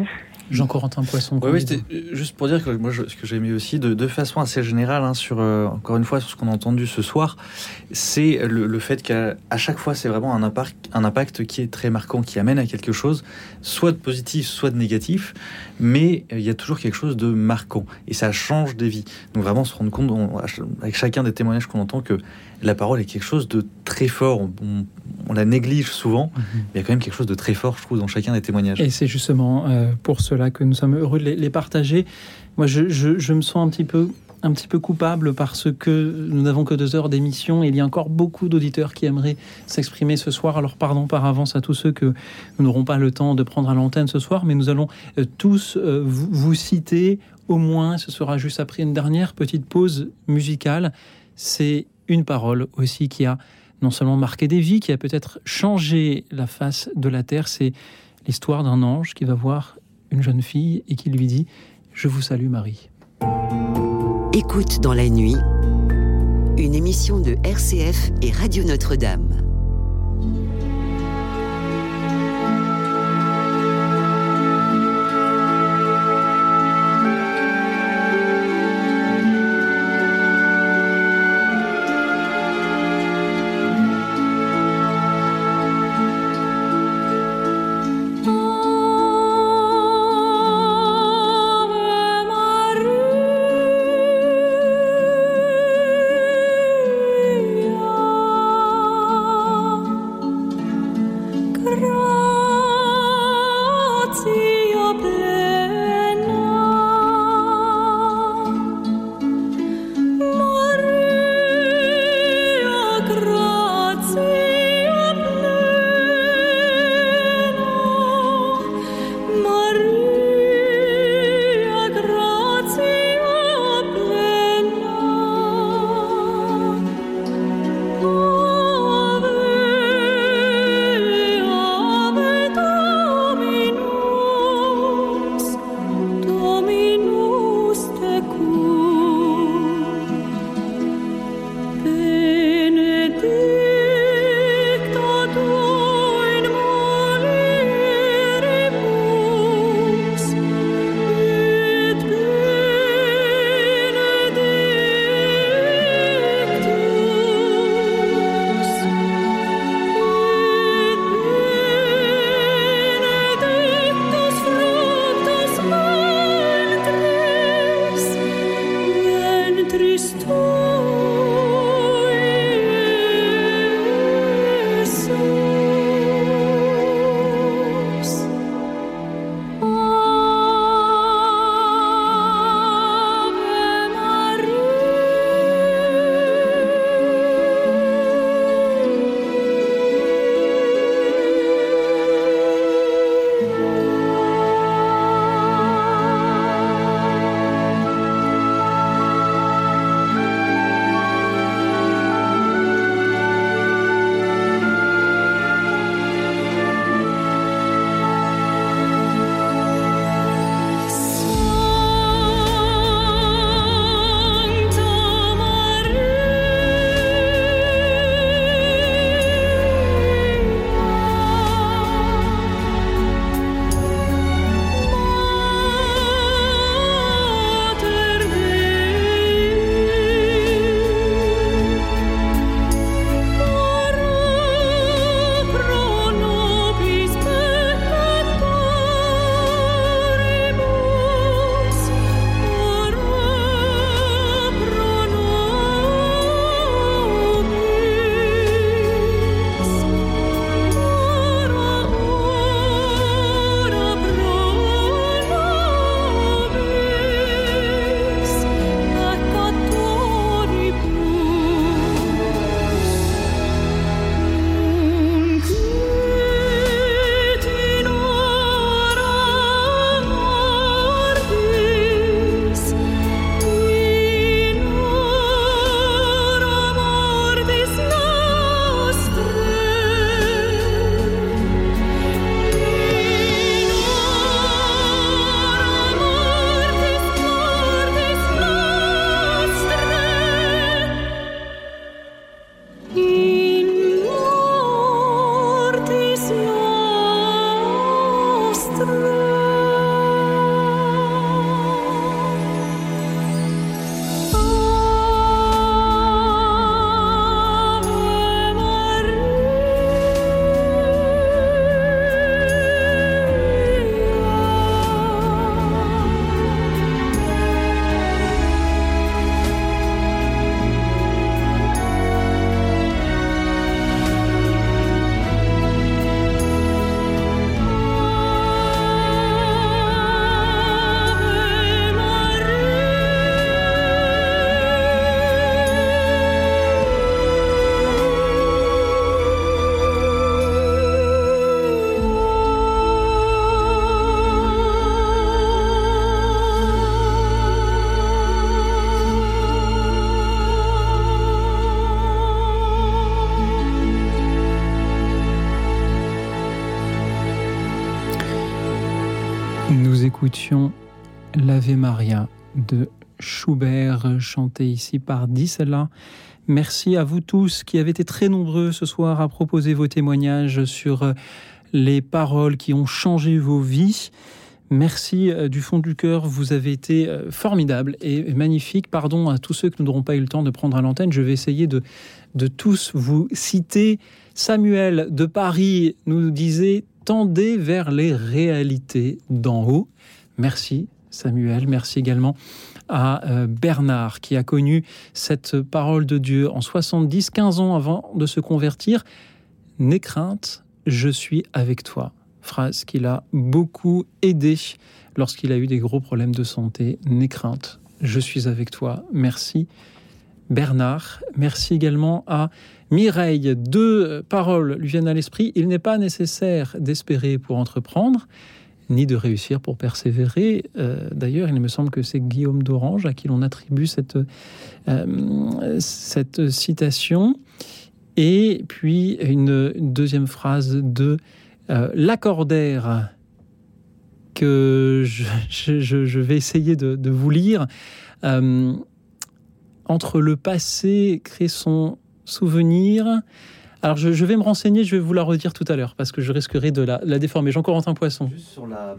Jean-Corentin Poisson. Oui, oui, c'était juste pour dire que moi, je, ce que j'ai aimé aussi, de, de façon assez générale, hein, sur, euh, encore une fois, sur ce qu'on a entendu ce soir, c'est le, le fait qu'à à chaque fois, c'est vraiment un impact, un impact qui est très marquant, qui amène à quelque chose, soit de positif, soit de négatif, mais il y a toujours quelque chose de marquant, et ça change des vies. Donc vraiment, se rendre compte, on, avec chacun des témoignages qu'on entend, que la parole est quelque chose de très fort. On, on, on la néglige souvent, mmh. mais il y a quand même quelque chose de très fort, je trouve, dans chacun des témoignages. Et c'est justement euh, pour cela que nous sommes heureux de les, les partager. Moi, je, je, je me sens un petit peu, un petit peu coupable parce que nous n'avons que deux heures d'émission et il y a encore beaucoup d'auditeurs qui aimeraient s'exprimer ce soir. Alors, pardon par avance à tous ceux que nous n'aurons pas le temps de prendre à l'antenne ce soir, mais nous allons euh, tous euh, vous, vous citer. Au moins, ce sera juste après une dernière petite pause musicale. C'est une parole aussi qui a non seulement marqué des vies, qui a peut-être changé la face de la terre. C'est l'histoire d'un ange qui va voir une jeune fille et qui lui dit « Je vous salue Marie ». Écoute dans la nuit, une émission de R C F et Radio Notre-Dame. Maria écoutions l'Ave Maria de Schubert, chanté ici par Disela. Merci à vous tous qui avez été très nombreux ce soir à proposer vos témoignages sur les paroles qui ont changé vos vies. Merci du fond du cœur, vous avez été formidables et magnifiques. Pardon à tous ceux qui n'auront pas eu le temps de prendre à l'antenne, je vais essayer de, de tous vous citer. Samuel de Paris nous disait « Tendez vers les réalités d'en haut ». Merci Samuel, merci également à euh, Bernard qui a connu cette parole de Dieu en soixante-dix, quinze ans avant de se convertir. « N'aie crainte, je suis avec toi ». Phrase qui l'a beaucoup aidé lorsqu'il a eu des gros problèmes de santé. « N'aie crainte, je suis avec toi ». Merci Bernard. Merci également à Mireille. Deux paroles lui viennent à l'esprit. Il n'est pas nécessaire d'espérer pour entreprendre, ni de réussir pour persévérer. Euh, d'ailleurs, il me semble que c'est Guillaume d'Orange à qui l'on attribue cette, euh, cette citation. Et puis, une, une deuxième phrase de euh, Lacordaire que je, je, je vais essayer de, de vous lire. Euh, entre le passé crée son souvenir. Alors, je, je vais me renseigner, je vais vous la redire tout à l'heure, parce que je risquerai de la, la déformer. Jean-Corentin Poisson. Juste sur la...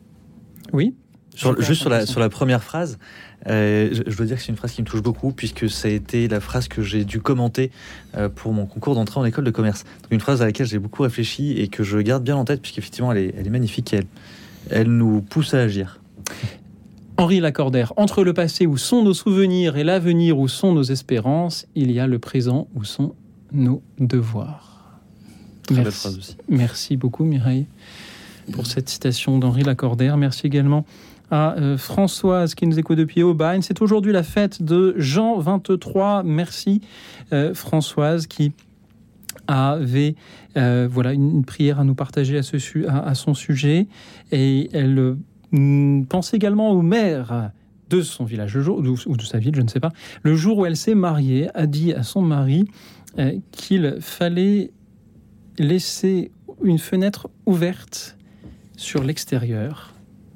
Oui sur, Juste sur la, sur la première phrase, euh, je, je dois dire que c'est une phrase qui me touche beaucoup, puisque ça a été la phrase que j'ai dû commenter euh, pour mon concours d'entrée en école de commerce. Donc, une phrase à laquelle j'ai beaucoup réfléchi et que je garde bien en tête, puisqu'effectivement, elle est, elle est magnifique et elle, elle nous pousse à agir. Henri Lacordaire, entre le passé où sont nos souvenirs et l'avenir où sont nos espérances, il y a le présent où sont nos devoirs. Très merci. Belle phrase aussi. Merci beaucoup Mireille pour cette citation d'Henri Lacordaire. Merci également à euh, Françoise qui nous écoute depuis Aubagne. C'est aujourd'hui la fête de Jean vingt-trois. Merci euh, Françoise qui avait euh, voilà, une, une prière à nous partager à, ce su- à, à son sujet. Et elle euh, pense également au maire de son village, le jour, ou de sa ville, je ne sais pas. Le jour où elle s'est mariée, a dit à son mari euh, qu'il fallait laisser une fenêtre ouverte sur l'extérieur.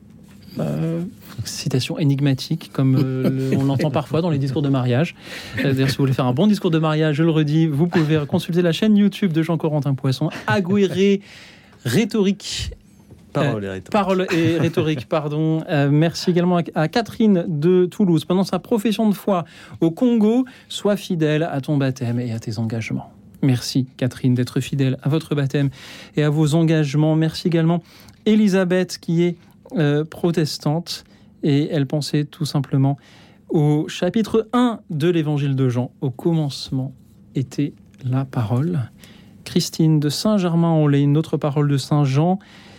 Euh, citation énigmatique, comme euh, le, on l'entend parfois dans les discours de mariage. C'est-à-dire, si vous voulez faire un bon discours de mariage, je le redis, vous pouvez consulter la chaîne YouTube de Jean-Corentin Poisson, Aguirre Rhétorique. Parole et rhétorique. Euh, parole et rhétorique, pardon. Euh, merci également à, à Catherine de Toulouse. Pendant sa profession de foi au Congo, sois fidèle à ton baptême et à tes engagements. Merci Catherine d'être fidèle à votre baptême et à vos engagements. Merci également Elisabeth qui est euh, protestante et elle pensait tout simplement au chapitre un de l'évangile de Jean. Au commencement était la parole. Christine de Saint-Germain-en-Laye, une autre parole de Saint Jean.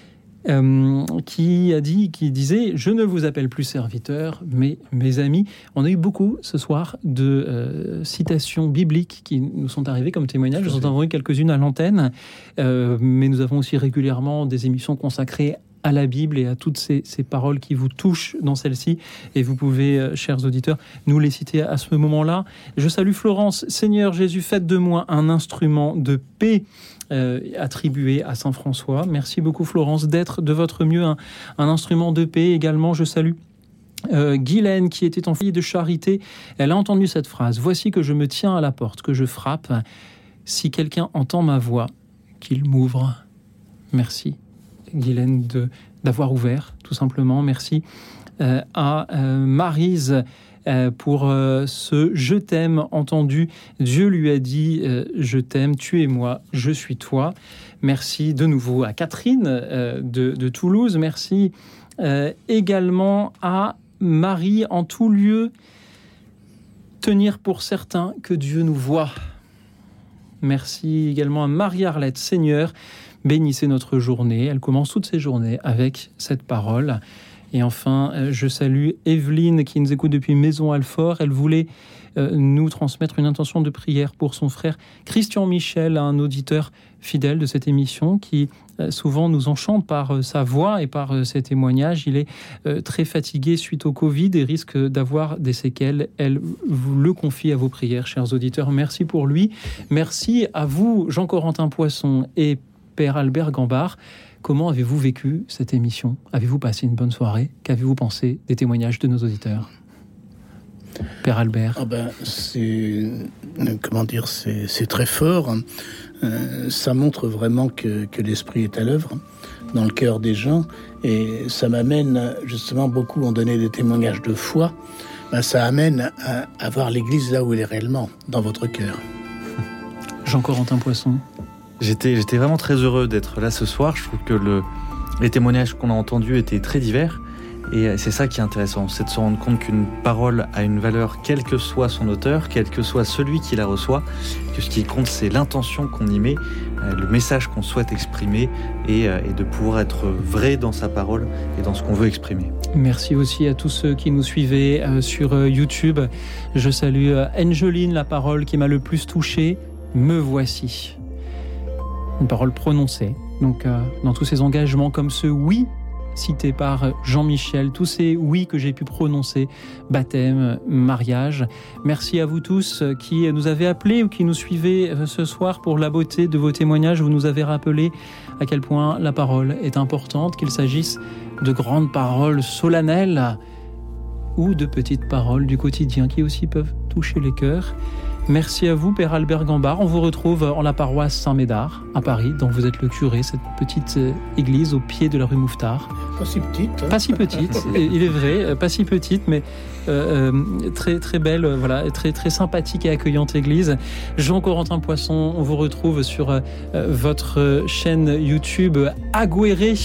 Euh, qui a dit, qui disait « Je ne vous appelle plus serviteur, mais mes amis ». On a eu beaucoup ce soir de euh, citations bibliques qui nous sont arrivées comme témoignages. Nous en avons eu quelques-unes à l'antenne, euh, mais nous avons aussi régulièrement des émissions consacrées à la Bible et à toutes ces, ces paroles qui vous touchent dans celle-ci. Et vous pouvez, euh, chers auditeurs, nous les citer à ce moment-là. Je salue Florence. « Seigneur Jésus, faites de moi un instrument de paix ». Euh, attribué à Saint François. Merci beaucoup Florence d'être de votre mieux un, un instrument de paix. Également, je salue euh, Guylaine qui était en foyer de charité. Elle a entendu cette phrase. Voici que je me tiens à la porte, que je frappe. Si quelqu'un entend ma voix, qu'il m'ouvre. Merci Guylaine de, d'avoir ouvert, tout simplement. Merci euh, à euh, Maryse Euh, pour euh, ce « Je t'aime » entendu. Dieu lui a dit euh, « Je t'aime, tu es moi, je suis toi ». Merci de nouveau à Catherine euh, de, de Toulouse. Merci euh, également à Marie en tout lieu. Tenir pour certain que Dieu nous voit. Merci également à Marie-Arlette. Seigneur, bénissez notre journée. Elle commence toutes ses journées avec cette parole. Et enfin, je salue Evelyne qui nous écoute depuis Maison-Alfort. Elle voulait euh, nous transmettre une intention de prière pour son frère Christian Michel, un auditeur fidèle de cette émission qui euh, souvent nous enchante par euh, sa voix et par euh, ses témoignages. Il est euh, très fatigué suite au Covid et risque d'avoir des séquelles. Elle vous le confie à vos prières, chers auditeurs. Merci pour lui. Merci à vous, Jean-Corentin Poisson et Père Albert Gambard. comment avez-vous vécu cette émission ? Avez-vous passé une bonne soirée ? Qu'avez-vous pensé des témoignages de nos auditeurs ? Père Albert. Ah ben, c'est, comment dire, c'est, c'est très fort. Euh, ça montre vraiment que, que l'esprit est à l'œuvre dans le cœur des gens. Et ça m'amène, justement, beaucoup ont donné des témoignages de foi. Ben, ça amène à, à voir l'Église là où elle est réellement, dans votre cœur. Jean-Corentin Poisson. J'étais, j'étais vraiment très heureux d'être là ce soir. Je trouve que le, les témoignages qu'on a entendus étaient très divers. Et c'est ça qui est intéressant, c'est de se rendre compte qu'une parole a une valeur quel que soit son auteur, quel que soit celui qui la reçoit, que ce qui compte c'est l'intention qu'on y met, le message qu'on souhaite exprimer et, et de pouvoir être vrai dans sa parole et dans ce qu'on veut exprimer. Merci aussi à tous ceux qui nous suivaient euh, sur euh, YouTube. Je salue euh, Angeline, la parole qui m'a le plus touché, me voici. Une parole prononcée, donc euh, dans tous ces engagements comme ce oui cité par Jean-Michel, tous ces oui que j'ai pu prononcer, baptême, mariage. Merci à vous tous qui nous avez appelés ou qui nous suivez ce soir pour la beauté de vos témoignages. Vous nous avez rappelé à quel point la parole est importante, qu'il s'agisse de grandes paroles solennelles ou de petites paroles du quotidien qui aussi peuvent toucher les cœurs. Merci à vous, Père Albert Gambard. On vous retrouve en la paroisse Saint-Médard, à Paris, dont vous êtes le curé, cette petite église au pied de la rue Mouffetard. Pas si petite. Hein. Pas si petite, il est vrai, pas si petite, mais euh, très très belle, voilà, très très sympathique et accueillante église. Jean-Corentin Poisson, on vous retrouve sur euh, votre chaîne YouTube Aguerré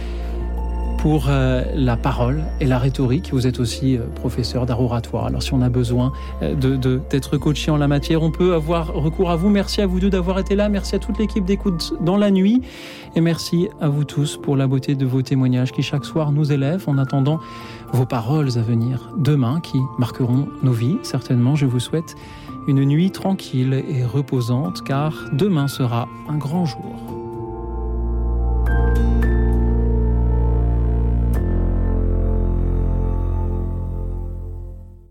pour euh, la parole et la rhétorique. Vous êtes aussi euh, professeur d'art oratoire. Alors si on a besoin euh, de, de, d'être coaché en la matière, on peut avoir recours à vous. Merci à vous deux d'avoir été là. Merci à toute l'équipe d'écoute dans la nuit. Et merci à vous tous pour la beauté de vos témoignages qui chaque soir nous élèvent en attendant vos paroles à venir demain qui marqueront nos vies. Certainement, je vous souhaite une nuit tranquille et reposante car demain sera un grand jour.